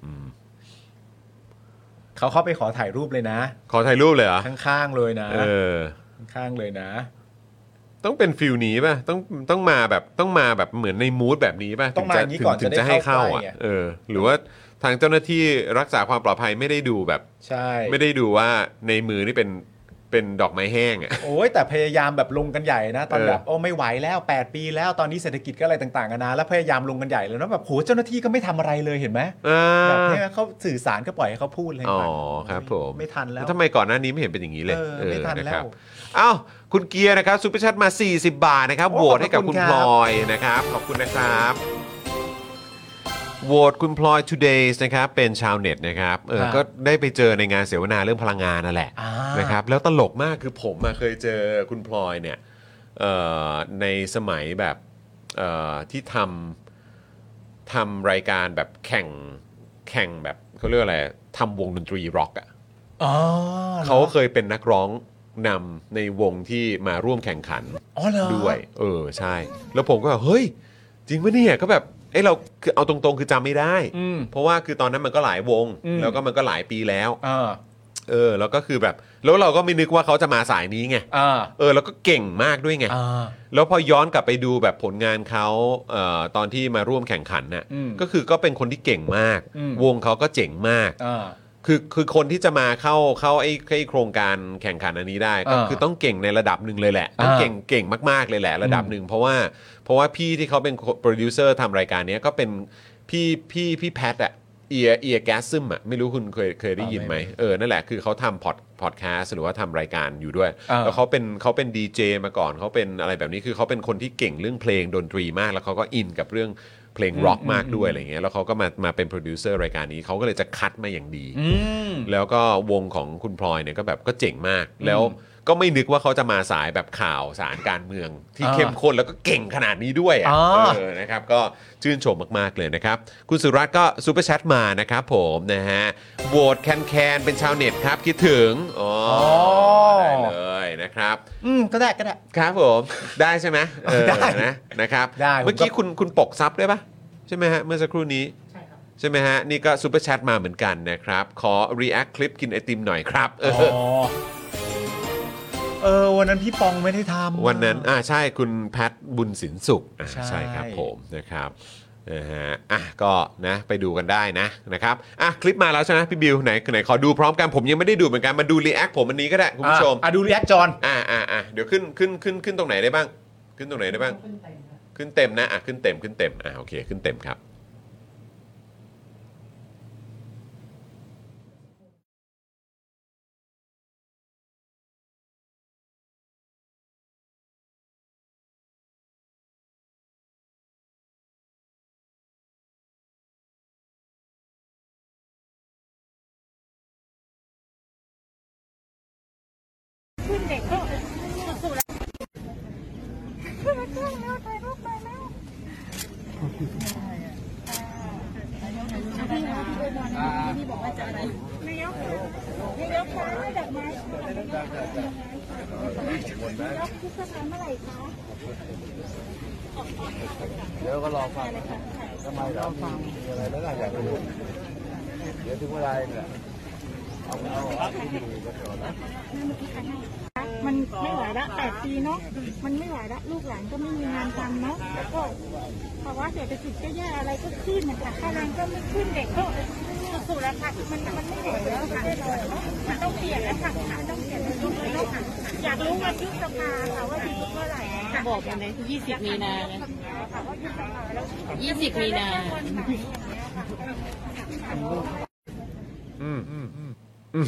เขาเข้าไปขอถ่ายรูปเลยนะขอถ่ายรูปเลยเหรอข้างๆเลยนะเออข้างๆเลยนะต้องเป็นฟิลนี้ป่ะต้องต้องมาแบบต้องมาแบบเหมือนในมูดแบบนี้ป่ะต้องมาอย่างนี้ก่อนถึงจะให้เข้าอ่ะเออหรือว่าทางเจ้าหน้าที่รักษาความปลอดภัยไม่ได้ดูแบบใช่ไม่ได้ดูว่าในมือนี่เป็นเป็นดอกไม้แห้งอ่ะโอ้ยแต่พยายามแบบลงกันใหญ่นะตอนแบบโอ้ไม่ไหวแล้วแปดปีแล้วตอนนี้เศรษฐกิจก็อะไรต่างๆกันานะแล้วพยายามลงกันใหญ่แล้วนะแบบโหเจ้าหน้าที่ก็ไม่ทำอะไรเลยเห็นไหมแบบนี้เขาสื่อสารก็ปล่อยให้เขาพูดเลยอ๋อครับผมไม่ทันแล้วทำไมก่อนหน้านี้ไม่เห็นเป็นอย่างนี้เลยไม่ทันแล้วอ้าวคุณเกียร์นะครับซุปเปอร์แชทมาสี่สิบบาทนะครับโหวตให้กับคุณพลอยนะครับขอบคุณนะครับโหวตคุณพลอย today นะครับเป็นชาวเน็ตนะครับเออก็ได้ไปเจอในงานเสวนาเรื่องพลังงานนั่นแหละนะครับแล้วตลกมากคือผมเคยเจอคุณพลอยเนี่ยในสมัยแบบที่ทำทำรายการแบบแข่งแข่งแบบเขาเรียกอะไรทำวงดนตรีร็อกอ่ะเขาเคยเป็นนักร้องนำในวงที่มาร่วมแข่งขันด้วยเออใช่แล้วผมก็แบบเฮ้ยจริงปะเนี่ยก็แบบเอ้เราคือเอาตรงๆคือจำไม่ได้เพราะว่าคือตอนนั้นมันก็หลายวงแล้วก็มันก็หลายปีแล้วเออแล้วก็คือแบบแล้วเราก็ไม่นึกว่าเขาจะมาสายนี้ไงเออแล้วก็เก่งมากด้วยไงแล้วพอย้อนกลับไปดูแบบผลงานเขาเอ่อตอนที่มาร่วมแข่งขันน่ะก็คือก็เป็นคนที่เก่งมากวงเขาก็เจ๋งมากคือคือคนที่จะมาเข้าเข้าไอ้ไอ้โครงการแข่งขันอันนี้ได้ก็คือต้องเก่งในระดับหนึ่งเลยแหละต้องเก่งเก่งมากๆเลยแหละระดับหนึ่งเพราะว่าเพราะว่าพี่ที่เขาเป็นโปรดิวเซอร์ทำรายการนี้ก็เป็นพี่พี่พี่แพทอะเอียเอียแกสซึมอะไม่รู้คุณเคยเคยได้ยินไหมเออนั่นแหละคือเขาทำพอดพอดแคสต์หรือว่าทำรายการอยู่ด้วยแล้วเขาเป็นเขาเป็นดีเจมาก่อนเขาเป็นอะไรแบบนี้คือเขาเป็นคนที่เก่งเรื่องเพลงดนตรีมากแล้วเขาก็อินกับเรื่องเพลงร็อกมากด้วยอะไรเงี้ยแล้วเขาก็มามาเป็นโปรดิวเซอร์รายการนี้เขาก็เลยจะคัดมาอย่างดีแล้วก็วงของคุณพลอยเนี่ยก็แบบก็เจ๋งมากแล้วก็ไม่นึกว่าเขาจะมาสายแบบข่าวสารการเมืองที่เข้มข้นแล้วก็เก่งขนาดนี้ด้วยอ่ะเออนะครับก็ชื่นชมมากๆเลยนะครับคุณสุรัตน์ก็ซูเปอร์แชทมานะครับผมนะฮะโหวตแคนแคนเป็นชาวเน็ตครับคิดถึงอ๋อได้เลยนะครับอืมก็ได้ก็ได้ครับผมได้ใช่ไหมได้นะนะครับเมื่อกี้คุณคุณปกซับได้ปะใช่ไหมฮะเมื่อสักครู่นี้ใช่ครับใช่ไหมฮะนี่ก็ซูเปอร์แชทมาเหมือนกันนะครับขอ react คลิปกินไอติมหน่อยครับเออเออวันนั้นพี่ปองไม่ได้ทำวันนั้นอ่าใช่คุณแพทบุญสินสุขอ่าใช่ครับผมนะครับนะฮะอ่ะก็นะไปดูกันได้นะนะครับอ่ะคลิปมาแล้วใช่ไหมพี่บิวไหนไหนขอดูพร้อมกันผมยังไม่ได้ดูเหมือนกันมาดู react ผมอันนี้ก็ได้คุณผู้ชมอ่ะดู react จอนอ่าอ่าอ่าเดี๋ยวขึ้นขึ้นขึ้นขึ้นตรงไหนได้บ้างขึ้นตรงไหนได้บ้างขึ้นเต็มนะอ่ะขึ้นเต็มขึ้นเต็มอ่ะโอเคขึ้นเต็มครับขึ้นเด็กก็สุดแล้วขึ้นมาขึ้นแล้วถ่ายรูปไปแล้วพี่บอกว่าจะอะไรไม่ยกไม่ยกฟ้าไม่ดอกไม้ยกคุกสะเมื่อไหร่คะเดี๋ยวก็รอฟังทำไมเราฟังอะไรแล้วอยากรู้เดี๋ยวถึงเวลาเนี่ยเอาเอามันไม่ไหวละแปดปีเนาะมันไม่ไหวละลูกหลานก็ไม่มีงานทำเนาะแล้วก็ภาวะเศรษฐกิจก็แย่อะไรก็ขึ้นนะคะค่าแรงก็ไม่ขึ้นเด็กก็สุดๆแล้วค่ะมันมันไม่ไหวแล้วค่ะมันต้องเปลี่ยนแล้วค่ะต้องเปลี่ยนเลยแล้วค่ะอยากรู้วันยุบสภาค่ะว่าจะยุบเมื่อไหร่บอกมาเลยยี่สิบมีนาเนี่ยยี่สิบมีนาอืมอืมอืมอืม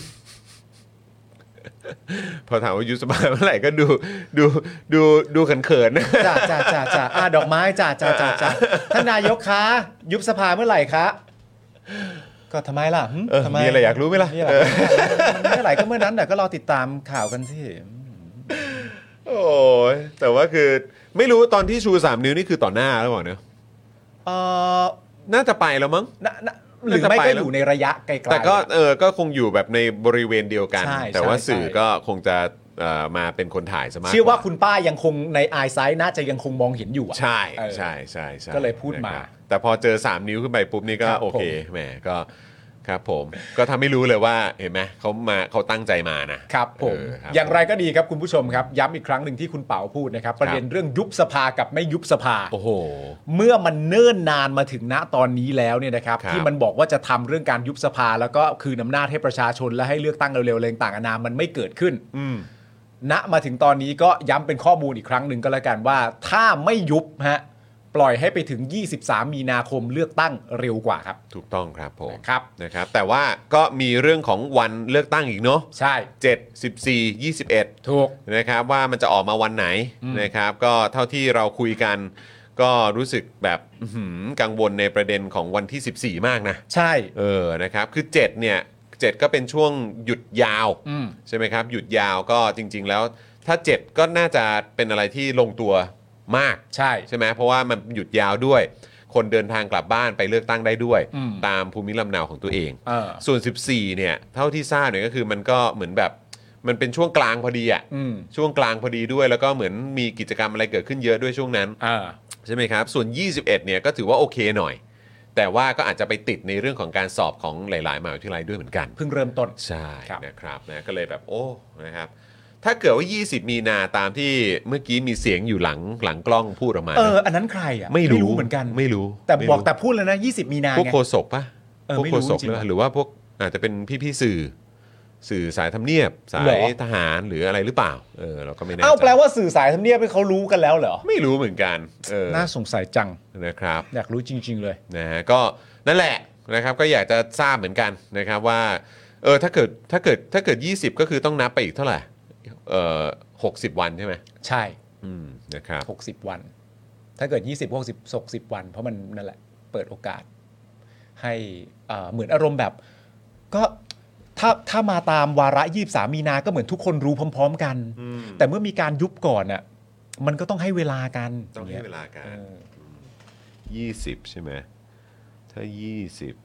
พอถามว่ายุบสภาเมื่อไหร่ก็ดูดูดูดูเขินๆนะจ้าจ้าจ้าจ้าอ่าดอกไม้จ้าจ้าจ้าจ้าท่านนายกคะยุบสภาเมื่อไหร่คะก็ทำไมล่ะทำไมมีอะไรอยากรู้ไหมล่ะเมื่อไหร่ก็เมื่อนั้นแต่ก็รอติดตามข่าวกันสิโอ้ยแต่ว่าคือไม่รู้ตอนที่ชูสามนิ้วนี่คือต่อหน้าหรือเปล่าเนี่ยเออน่าจะไปแล้วมั้งหรือไม่ก็อยู่ในระยะไกลๆแต่ก็เออก็คงอยู่แบบในบริเวณเดียวกันแต่ว่าสื่อก็คงจะมาเป็นคนถ่ายซะมากเชื่อว่าคุณป้ายังคงในไอไซต์น่าจะยังคงมองเห็นอยู่ใช่ใช่ใช่ก็เลยพูดมาแต่พอเจอสามนิ้วขึ้นไปปุ๊บนี่ก็โอเคแหมก็ครับผมก็ทำให้รู้เลยว่าเห็นไหมเขามาเขาตั้งใจมานะครับผมอย่างไรก็ดีครับคุณผู้ชมครับย้ำอีกครั้งหนึ่งที่คุณเป๋าพูดนะครับประเด็นเรื่องยุบสภากับไม่ยุบสภาโอ้โหเมื่อมันเนิ่นนานมาถึงณตอนนี้แล้วเนี่ยนะครับที่มันบอกว่าจะทำเรื่องการยุบสภาแล้วก็คืนอำนาจให้ประชาชนและให้เลือกตั้งเร็วๆอะไรต่างๆนานามันไม่เกิดขึ้นณมาถึงตอนนี้ก็ย้ำเป็นข้อมูลอีกครั้งหนึ่งก็แล้วกันว่าถ้าไม่ยุบฮะปล่อยให้ไปถึงยี่สิบสามมีนาคมเลือกตั้งเร็วกว่าครับถูกต้องครับผมครับนะครับแต่ว่าก็มีเรื่องของวันเลือกตั้งอีกเนาะใช่เจ็ด สิบสี่ ยี่สิบเอ็ดถูกนะครับว่ามันจะออกมาวันไหนนะครับก็เท่าที่เราคุยกันก็รู้สึกแบบกังวลในประเด็นของวันที่สิบสี่มากนะใช่เออนะครับคือเจ็ดเนี่ยเจ็ดก็เป็นช่วงหยุดยาวใช่ไหมครับหยุดยาวก็จริงๆแล้วถ้าเจ็ดก็น่าจะเป็นอะไรที่ลงตัวมากใช่ใช่ไหมเพราะว่ามันหยุดยาวด้วยคนเดินทางกลับบ้านไปเลือกตั้งได้ด้วยตามภูมิลำเนาของตัวเองส่วนสิบสี่เนี่ยเท่าที่ทราบเนี่ยก็คือมันก็เหมือนแบบมันเป็นช่วงกลางพอดีอ่ะช่วงกลางพอดีด้วยแล้วก็เหมือนมีกิจกรรมอะไรเกิดขึ้นเยอะด้วยช่วงนั้นใช่ไหมครับส่วนยี่สิบเอ็ดเนี่ยก็ถือว่าโอเคหน่อยแต่ว่าก็อาจจะไปติดในเรื่องของการสอบของหลายๆมหาวิทยาลัยด้วยเหมือนกันเพิ่งเริ่มต้นใช่นะครับนะก็เลยแบบโอ้นะครับถ้าเกิดว่ายี่สิบมีนาตามที่เมื่อกี้มีเสียงอยู่หลังหลังกล้องพูดออกมาเอออันนั้นใครอ่ะไม่รู้เหมือนกันไม่รู้แต่บอกแต่พูดเลยนะยี่สิบมีนาไงพวกโฆษกป่ะพวกโฆษกหรือว่าพวกอาจจะเป็นพี่ๆสื่อสื่อสายทำเนียบสายทหารหรืออะไรหรือเปล่าเออเราก็ไม่แน่ใจอ้าวแปลว่าสื่อสายทำเนียบเขารู้กันแล้วเหรอไม่รู้เหมือนกันเออน่าสงสัยจังนะครับอยากรู้จริงๆเลยนะฮะก็นั่นแหละนะครับก็อยากจะทราบเหมือนกันนะครับว่าเออถ้าเกิดถ้าเกิดถ้าเกิดยี่สิบก็คือต้องนับไปอีกเท่าไหร่เอ่อหกสิบวันใช่ไหมใช่อืมนะครับหกสิบวันถ้าเกิดยี่สิบ หกสิบ หกสิบวันเพราะมันนั่นแหละเปิดโอกาสให้อ่าเหมือนอารมณ์แบบก็ถ้าถ้ามาตามวาระยี่สิบสามมีนาก็เหมือนทุกคนรู้พร้อมๆกันแต่เมื่อมีการยุบก่อนน่ะมันก็ต้องให้เวลากันต้องให้เวลากันยี่สิบใช่ไหมถ้ายี่สิบ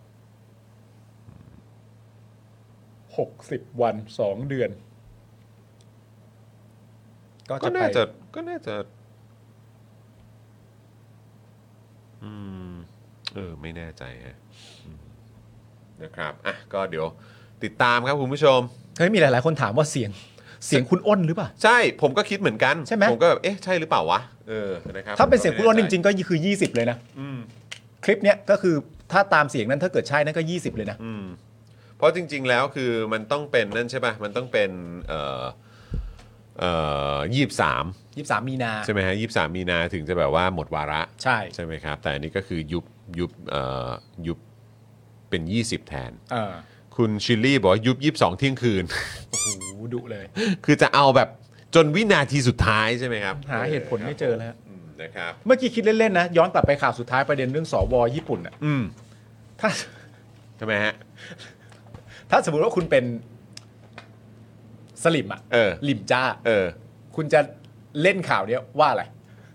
หกสิบวันสองเดือนก็น่าจะก็น่าจะอืมเออไม่แน่ใจฮะนะครับอ่ะก็เดี๋ยวติดตามครับคุณผู้ชมเฮ้ยมีหลายๆคนถามว่าเสียงเสียงคุณอ้นหรือเปล่าใช่ผมก็คิดเหมือนกันใช่ไหมผมก็แบบเอ๊ะใช่หรือเปล่าวะเออนะครับถ้าเป็นเสียงคุณอ้นจริงๆก็คือยี่สิบเลยนะคลิปเนี้ยก็คือถ้าตามเสียงนั้นถ้าเกิดใช่นั่นก็ยี่สิบเลยนะเพราะจริงๆแล้วคือมันต้องเป็นนั่นใช่ป่ะมันต้องเป็นเอ่อเอ่อยี่สิบสามยี่สิบสามมีนาใช่ไหมฮะยี่สิบสามมีนาถึงจะแบบว่าหมดวาระใช่ใช่ไหมครับแต่อันนี้ก็คือยุบยุบเอ่อยุบเป็นยี่สิบแทนคุณชิลลี่บอกว่ายุบยี่สิบสองเที่ยงคืนโอ้โหดุเลยคือจะเอาแบบจนวินาทีสุดท้ายใช่ไหมครับหาเหตุผลไม่เจอแล้วนะครับเมื่อกี้คิดเล่นๆนะย้อนกลับไปข่าวสุดท้ายประเด็นเรื่องสวญี่ปุ่นอ่ะอืมถ้าทำไมฮะถ้าสมมติว่าคุณเป็นสลิมอ่ะเออลิมจ้าเออคุณจะเล่นข่าวเนี้ยว่าอะไร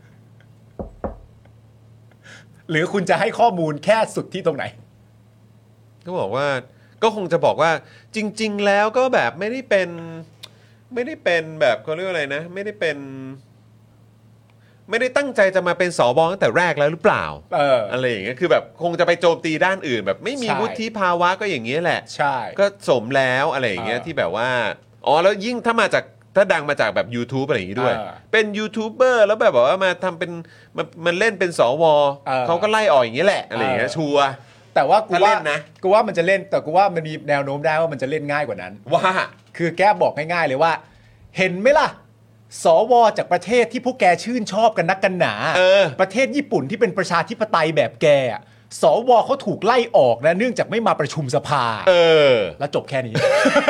หรือคุณจะให้ข้อมูลแค่สุดที่ตรงไหนก็บอกว่าก็คงจะบอกว่าจริงๆแล้วก็แบบไม่ได้เป็นไม่ได้เป็นแบบเขาเรียกอะไรนะไม่ได้เป็นไม่ได้ตั้งใจจะมาเป็นสวตั้งแต่แรกแล้วหรือเปล่าเอออะไรอย่างเงี้ยคือแบบคงจะไปโจมตีด้านอื่นแบบไม่มีใช่วุฒิภาวะก็อย่างเงี้ยแหละใช่ก็สมแล้วอะไรอย่างเงี้ยเออที่แบบว่าอ๋อแล้วยิ่งถ้ามาจากถ้าดังมาจากแบบ YouTube อะไรอย่างงี้ด้วยเออเป็นยูทูบเบอร์แล้วแบบว่ามาทำเป็นมันมันเล่นเป็นสวเออเขาก็ไล่ออกอย่างเงี้ยแหละอะไรอย่างเงี้ยเออชัวร์แต่ว่ากูถ้าเล่ว่านนะกูว่ามันจะเล่นแต่กูว่ามันมีแนวโน้มได้ว่ามันจะเล่นง่ายกว่านั้นว่าคือแกบอกง่ายๆเลยว่า เห็นไหมล่ะ สวจากประเทศที่พวกแกชื่นชอบกันนักกันหนาเออประเทศญี่ปุ่นที่เป็นประชาธิปไตยแบบแกอะสวเขาถูกไล่ออกนะเนื่องจากไม่มาประชุมสภาเออแล้วจบแค่นี้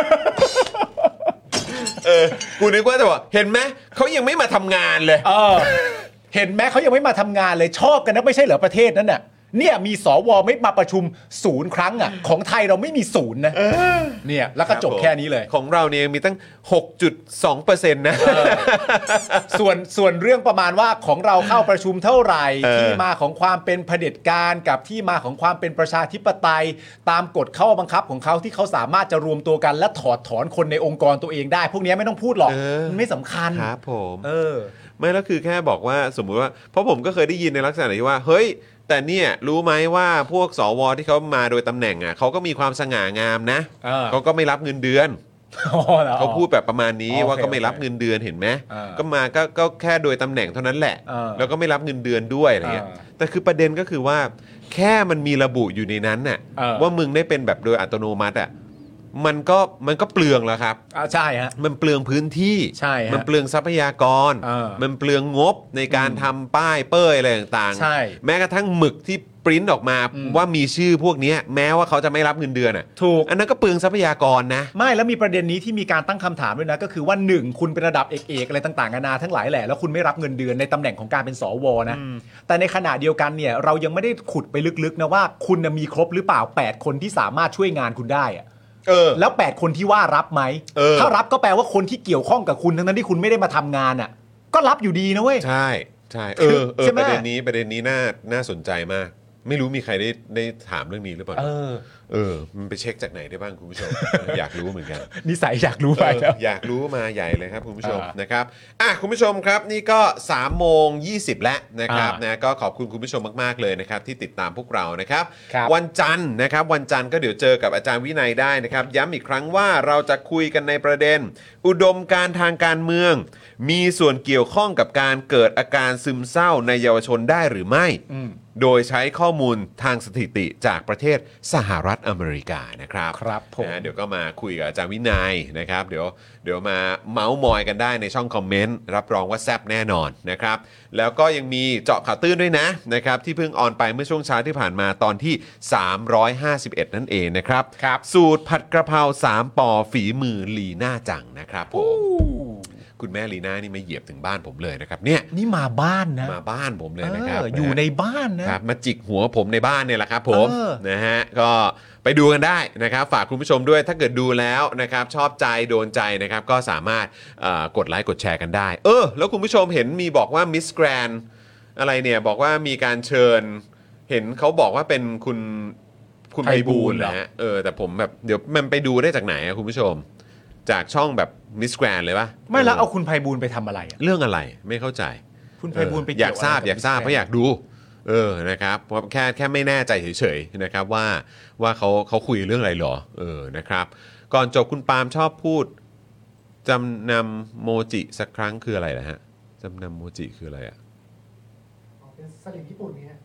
เออกูนึกว่าจะบอกเห็นไหมเขายังไม่มาทำงานเลยเออ เห็นไหมเขายังไม่มาทำงานเลยชอบกันนะไม่ใช่เหรอประเทศนั้นน่ะเนี่ยมีสวไม่มาประชุมศูนย์ครั้งอ่ะของไทยเราไม่มีศูนย์นะเนี่ยแล้วก็จบแค่นี้เลยของเราเนี่ยมีตั้ง หกจุดสองเปอร์เซ็นต์ นะส่วนส่วนเรื่องประมาณว่าของเราเข้าประชุมเท่าไหร่เออที่มาของความเป็นเผด็จการกับที่มาของความเป็นประชาธิปไตย ตามกฎข้อบังคับของเขาที่เขาสามารถจะรวมตัวกันและถอดถอนคนในองค์กรตัวเองได้ พวกนี้ไม่ต้องพูดหรอกเออมันไม่สำคัญครับผมเออไม่แล้วคือแค่บอกว่าสมมุติว่าเพราะผมก็เคยได้ยินในลักษณะที่ว่าเฮ้ยแต่เนี่ยรู้ไหมว่าพวกสวที่เขามาโดยตำแหน่งอ่ะเขาก็มีความสง่างามนะเออเขาก็ไม่รับเงินเดือนอ๋อหรอเขาพูดแบบประมาณนี้อ๋อโอเคว่าก็ไม่รับเงินเดือนเห็นไหมเออก็มาก็ก็แค่โดยตำแหน่งเท่านั้นแหละเออแล้วก็ไม่รับเงินเดือนด้วยอะไรเงี้ยเออแต่คือประเด็นก็คือว่าแค่มันมีระบุอยู่ในนั้นน่ะเออว่ามึงได้เป็นแบบโดยอัตโนมัติอ่ะมันก็มันก็เปลืองแล้วครับอ่าใช่ฮะมันเปลืองพื้นที่ใช่ฮะมันเปลืองทรัพยากรเออมันเปลืองงบในการทำป้ายเป้ยอะไรต่างใช่แม้กระทั่งหมึกที่ปริ้นออกมาอืมว่ามีชื่อพวกเนี้ยแม้ว่าเขาจะไม่รับเงินเดือนอ่ะถูกอันนั้นก็เปลืองทรัพยากรนะไม่แล้วมีประเด็นนี้ที่มีการตั้งคำถามด้วยนะก็คือว่าหนึ่งคุณเป็นระดับเอกเอกอะไรต่างๆนานาทั้งหลายแหละแล้วคุณไม่รับเงินเดือนในตำแหน่งของการเป็นสวนะแต่ในขณะเดียวกันเนี่ยเรายังไม่ได้ขุดไปลึกๆนะว่าคุณน่ะมีครบหรือเปล่าแปดคนที่สามารถช่วยงานคุณได้อะเออแล้วแปดคนที่ว่ารับไหมเออถ้ารับก็แปลว่าคนที่เกี่ยวข้องกับคุณทั้งนั้นที่คุณไม่ได้มาทำงานอ่ะ ก็รับอยู่ดีนะเว้ยใช่ใช่เออเออใช่ไหมประเด็นนี้ประเด็นนี้น่าน่าสนใจมาก ไม่รู้มีใครได้ได้ถามเรื่องนี้หรือเปล่าเออเออมันไปเช็คจากไหนได้บ้างคุณผู้ชม อยากรู้เหมือนกันนิสัยอยากรู้ไปแล้วเอออยากรู้มาใหญ่เลยครับคุณผู้ชมอ่านนะครับอ่ะคุณผู้ชมครับนี่ก็3ามโมงยีแล้วนะครับอ่านนะก็ขอบคุณคุณผู้ชมมากๆเลยนะครับที่ติดตามพวกเรานะครับครับวันจันทร์นะครับวันจันทร์ก็เดี๋ยวเจอกับอาจารย์วินัยได้นะครับย้ำอีกครั้งว่าเราจะคุยกันในประเด็น อุดมการณ์ทางการเมือง มีส่วนเกี่ยวข้องกับการเกิดอาการซึมเศร้าในเยาวชนได้หรือไม่อืมโดยใช้ข้อมูลทางสถิติจากประเทศสหรัฐอเมริกานะครับครับผมนะเดี๋ยวก็มาคุยกับอาจารย์วินัยนะครับเดี๋ยวเดี๋ยวมาเมาส์มอยกันได้ในช่องคอมเมนต์รับรองว่าแซ่บแน่นอนนะครับแล้วก็ยังมีเจาะข่าวตื้นด้วยนะนะครับที่เพิ่งออนไปเมื่อช่วงเช้าที่ผ่านมาตอนที่สามร้อยห้าสิบเอ็ดนั่นเองนะครับครับสูตรผัดกระเพราสามปอฝีมือลีน่าจังนะครับผมคุณแม่ลีน่านี่มาเหยียบถึงบ้านผมเลยนะครับเนี่ยนี่มาบ้านนะมาบ้านผมเลยนะครับเอออยู่ในบ้านนะครับมาจิกหัวผมในบ้านเนี่ยแหละครับผมเออนะฮะก็ไปดูกันได้นะครับฝากคุณผู้ชมด้วยถ้าเกิดดูแล้วนะครับชอบใจโดนใจนะครับก็สามารถเอ่อกดไลค์กดแชร์กันได้ เออแล้วคุณผู้ชมเห็นมีบอกว่ามิสแกรนอะไรเนี่ยบอกว่ามีการเชิญ เห็นเขาบอกว่าเป็นคุณคุณไพบูลย์ไพบูลย์เหรอนะฮะเออแต่ผมแบบเดี๋ยวมันไปดูได้จากไหนอะคุณผู้ชม จากช่องแบบมิสแกรนเลยปะไม่แล้วเอาคุณไพบูลย์ไปทำอะไรอะเรื่องอะไรไม่เข้าใจคุณไพบูลย์ไปเอออยากทราบเกี่ยวอะไรกับอยากทราบ Miss เพราะอยากดู เออนะครับเพราะแค่แค่ไม่แน่ใจเฉยๆนะครับว่าว่าเขาเขาคุยเรื่องอะไรหรอเออนะครับ ก่อนจบคุณปาล์มชอบพูดจำนำโมจิสักครั้งคืออะไรนะฮะจำนำโมจิคืออะไรอ่ะเป็นสลิมญี่ปุ่นเนี่ย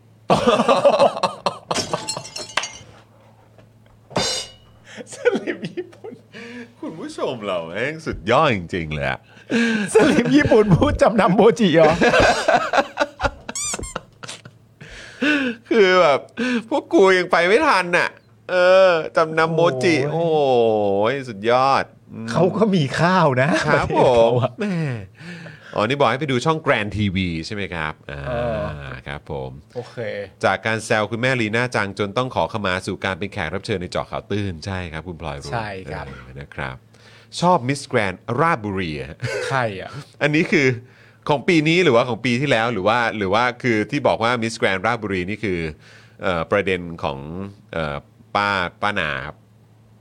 สลิมญี่ปุ่นคุณผู้ชมเราแม่งสุดยอดจริงๆเลยอะสลิมญี่ปุ่นพูดจำนำโมจิเหรอคือแบบพวกกูยังไปไม่ทันน่ะเออจำนำโมจิโอ้โอ้ยยสุดยอดอืมเขาก็มีข้าวนะครับผประเทศมเขาอะแม่อ๋อนี่บอกให้ไปดูช่องแกรนทีวีใช่ไหมครับอ่าเออครับผมโอเคจากการแซวคุณแม่ลีน่าจังจนต้องขอขมาสู่การเป็นแขกรับเชิญในเจาะข่าวตื้นใช่ครับคุณพลอยรู้ใช่ครับเออนะครับ ชอบมิสแกรนราชบุรีอะใครอ่ะอันนี้คือของปีนี้หรือว่าของปีที่แล้วหรือว่าหรือว่าคือที่บอกว่ามิสแกรนราชบุรีนี่คือเอ่อประเด็นของเอ่อป้าป้านาครับ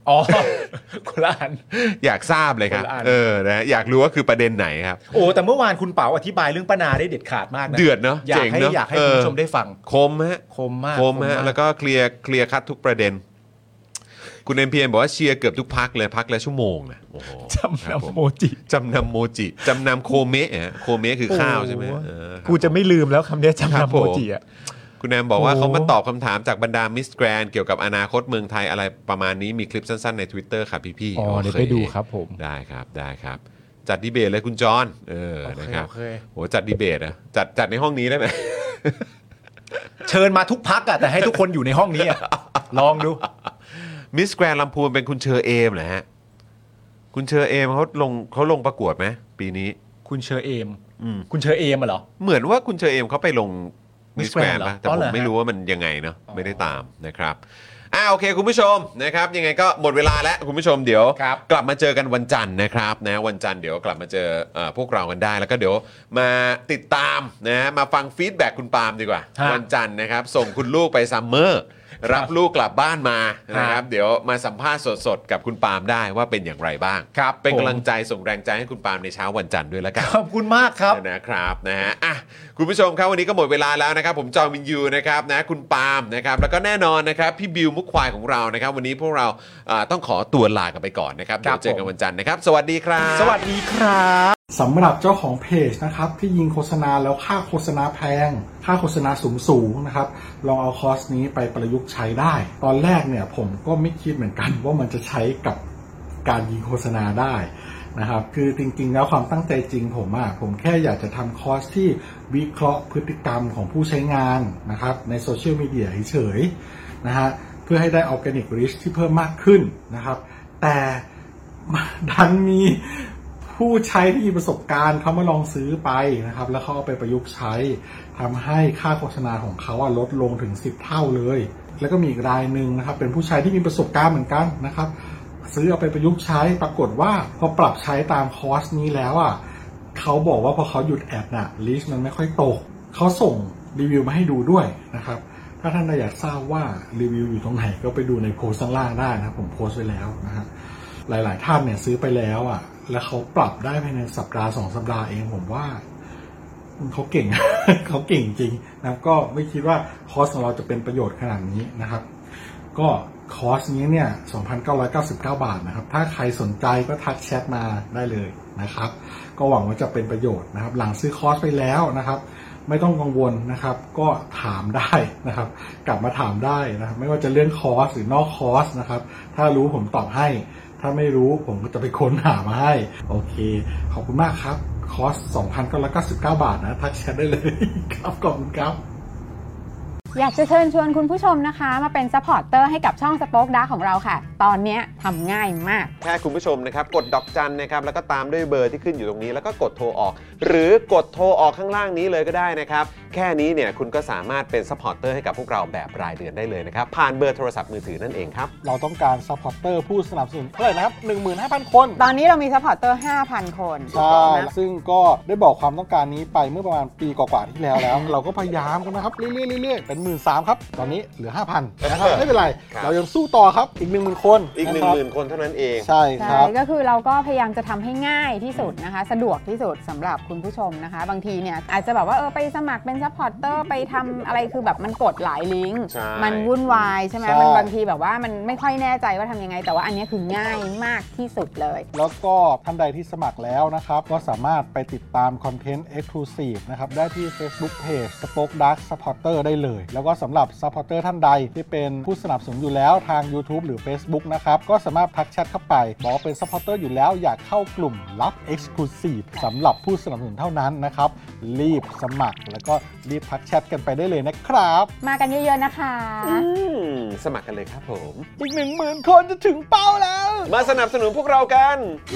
อ๋อคนละอันอยากทราบเลยครับเออนะอยากรู้ว่าคือประเด็นไหนครับโอ้แต่เมื่อวานคุณเป๋าอธิบายเรื่องป้านาได้เด็ดขาดมากนะเดือดเนาะอยากให้อยากให้คุณผู้ชมได้ฟังคมฮะคมมากคมฮะแล้วก็เคลียร์เคลียร์คัดทุกประเด็นคุณเอ็มพีเอ็มบอกว่าเชียร์เกือบทุกพักเลยพักละชั่วโมงนะโอ้โหจำนำโมจิจำนำโมจิจำนำโคเมะฮะโคเมะคือข้าวใช่ไหมกูจะไม่ลืมแล้วคำนี้จำนำโมจิอ่ะคุณแอมบอกว่าเขามาตอบคำถามจากบรรดามิสแกรนเกี่ยวกับอนาคตเมืองไทยอะไรประมาณนี้มีคลิปสั้นๆใน Twitter ครับพี่ๆอ๋อเดี๋ยวไปดูครับผมได้ครับได้ครับจัดดีเบตเลยคุณจอนเออนะครับโหจัดดีเบตอะจัดจัดในห้องนี้ได้ไหมเชิญมาทุกพักอะแต่ให้ทุกคนอยู่ในห้องนี้ลองดูมิสแกรนลำพูนเป็นคุณเชอเอมเหรอฮะคุณเชอเอมเขาลงเขาลงประกวดไหมปีนี้คุณเชอเอมคุณเชอเอมเหรอเหมือนว่าคุณเชอเอมเขาไปลงมิสแกรนด์ป่ะแต่ผมไม่รู้ว่ามันยังไงเนาะไม่ได้ตามนะครับอ่าโอเคคุณผู้ชมนะครับยังไงก็หมดเวลาแล้วคุณผู้ชมเดี๋ยวกลับมาเจอกันวันจันทร์นะครับนะวันจันทร์เดี๋ยวกลับมาเจอพวกเรากันได้แล้วก็เดี๋ยวมาติดตามนะมาฟังฟีดแบ็กคุณปาล์มดีกว่าวันจันทร์นะครับส่งคุณลูกไปซัมเมอร์รับลูกกลับบ้านมานะครับเดี๋ยวมาสัมภาษณ์สดๆกับคุณปาล์มได้ว่าเป็นอย่างไรบ้างครับเป็นกำลังใจส่งแรงใจให้คุณปาล์มในเช้าวันจันทร์ด้วยแล้วกันขอบคุณมากครับนะครับนะฮะอ่ะคุณผู้ชมครับวันนี้ก็หมดเวลาแล้วนะครับผมจอมินยูนะครับนะคุณปาล์มนะครับแล้วก็แน่นอนนะครับพี่บิวมุกควายของเรานะครับวันนี้พวกเราต้องขอตัวลากันไปก่อนนะครับเดี๋ยวเจอกันวันจันทร์นะครับสวัสดีครับสวัสดีครับสำหรับเจ้าของเพจนะครับที่ยิงโฆษณาแล้วค่าโฆษณาแพงค่าโฆษณาสูงสูงนะครับลองเอาคอร์สนี้ไปประยุกต์ใช้ได้ตอนแรกเนี่ยผมก็ไม่คิดเหมือนกันว่ามันจะใช้กับการยิงโฆษณาได้นะครับคือจริงๆแล้วความตั้งใจจริงผมอะผมแค่อยากจะทำคอร์สที่วิเคราะห์พฤติกรรมของผู้ใช้งานนะครับในโซเชียลมีเดียเฉยๆนะฮะเพื่อให้ได้ออร์แกนิกริชที่เพิ่มมากขึ้นนะครับแต่ดันมีผู้ใช้ที่มีประสบการณ์เขามาลองซื้อไปนะครับแล้วเขาเอาไปประยุกต์ใช้ทำให้ค่าโฆษณาของเขาลดลงถึงสิบเท่าเลยแล้วก็มีอีกรายหนึ่งนะครับเป็นผู้ใช้ที่มีประสบการณ์เหมือนกันนะครับซื้อเอาไปประยุกต์ใช้ปรากฏว่าพอปรับใช้ตามคอร์สนี้แล้วอ่ะเขาบอกว่าพอเขาหยุดแอดน่ะลิสต์มันไม่ค่อยตกเขาส่งรีวิวมาให้ดูด้วยนะครับถ้าท่านอยากทราบว่ารีวิวอยู่ตรงไหนก็ไปดูในโพสต์ข้างล่างได้นะผมโพสต์ไว้แล้วนะฮะหลายๆท่านเนี่ยซื้อไปแล้วอ่ะแล้วเขาปรับได้ภายในสัปดาห์สองสัปดาห์เองผมว่าเขาเก่ง เขาเก่งจริงนะก็ไม่คิดว่าคอร์สของเราจะเป็นประโยชน์ขนาดนี้นะครับก็คอร์สนี้เนี่ย สองพันเก้าร้อยเก้าสิบเก้า บาทนะครับถ้าใครสนใจก็ทักแชทมาได้เลยนะครับก็หวังว่าจะเป็นประโยชน์นะครับหลังซื้อคอร์สไปแล้วนะครับไม่ต้องกังวลนะครับก็ถามได้นะครับกลับมาถามได้นะครับไม่ว่าจะเรื่องคอร์สหรือนอกคอร์สนะครับถ้ารู้ผมตอบให้ถ้าไม่รู้ผมก็จะไปค้นหามาให้โอเคขอบคุณมากครับคอร์ส สองพันเก้าร้อยเก้าสิบเก้า บาทนะทักแชทได้เลยครับขอบคุณครับอยากจะเชิญชวนคุณผู้ชมนะคะมาเป็นซัพพอร์ตเตอร์ให้กับช่องสป็อคดาร์กของเราค่ะตอนนี้ทำง่ายมากแค่คุณผู้ชมนะครับกดดอกจันนะครับแล้วก็ตามด้วยเบอร์ที่ขึ้นอยู่ตรงนี้แล้วก็กดโทรออกหรือกดโทรออกข้างล่างนี้เลยก็ได้นะครับแค่นี้เนี่ยคุณก็สามารถเป็นซัพพอร์ตเตอร์ให้กับพวกเราแบบรายเดือนได้เลยนะครับผ่านเบอร์โทรศัพท์มือถือนั่นเองครับเราต้องการซัพพอร์ตเตอร์ผู้สนับสนุนเท่าไหร่นะครับ หนึ่งหมื่นห้าพัน คนตอนนี้เรามีซัพพอร์ตเตอร์ ห้าพัน คนใช่ซึ่งก็ได้บอกความต้องการนี้ไปเมื่อประมาณปีกว่าๆที่แล้วแล้ว เราก็พยายามกันนะครับเรื่อยๆๆเป็น หนึ่งหมื่นสามพัน ครับตอนนี้เหลือ ห้าพัน นะครับไม่เป็นไรเรายังสู้ต่อครับอีก หนึ่งหมื่น คนอีก หนึ่งหมื่น คนเท่านั้นเองใช่ครับก็คือเราก็พยายามจะทำให้ง่ายที่สุดนะคะสะดวกที่สุดสำหรับคุณผู้ชมนะคะบางทีเนี่ยอาจจะแบบว่าเออไปสมัครเป็นซัพพอร์ตเตอร์ไปทำอะไรคือแบบมันกดหลายลิงก์มันวุ่นวายใช่ไหมมันบางทีแบบว่ามันไม่ค่อยแน่ใจว่าทำยังไงแต่ว่าอันนี้คือง่ายมากที่สุดเลยแล้วก็ท่านใดที่สมัครแล้วนะครับก็สามารถไปติดตามคอนเทนต์ Exclusive นะครับได้ที่ Facebook Page Spoke Dark Supporter ได้เลยแล้วก็สำหรับ Supporter ท่านใดที่เป็นผู้สนับสนุนอยู่แล้วทาง YouTube หรือ Facebook นะครับก็สามารถทักแชทเข้าไปบอกเป็น Supporter อยู่แล้วอยากเข้ากลุ่มลับ Exclusive สำหรับผู้สนับสนุนเท่านั้นนะครับรีบสมัครแล้วก็รีบทักแชทกันไปได้เลยนะครับมากันเยอะๆนะคะสมัครกันเลยครับผมอีก หนึ่งหมื่น คนจะถึงเป้าแล้วมาสนับสนุนพวกเรากันเย้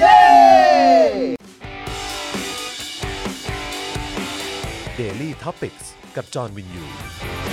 Daily Topics กับจอห์นวินยู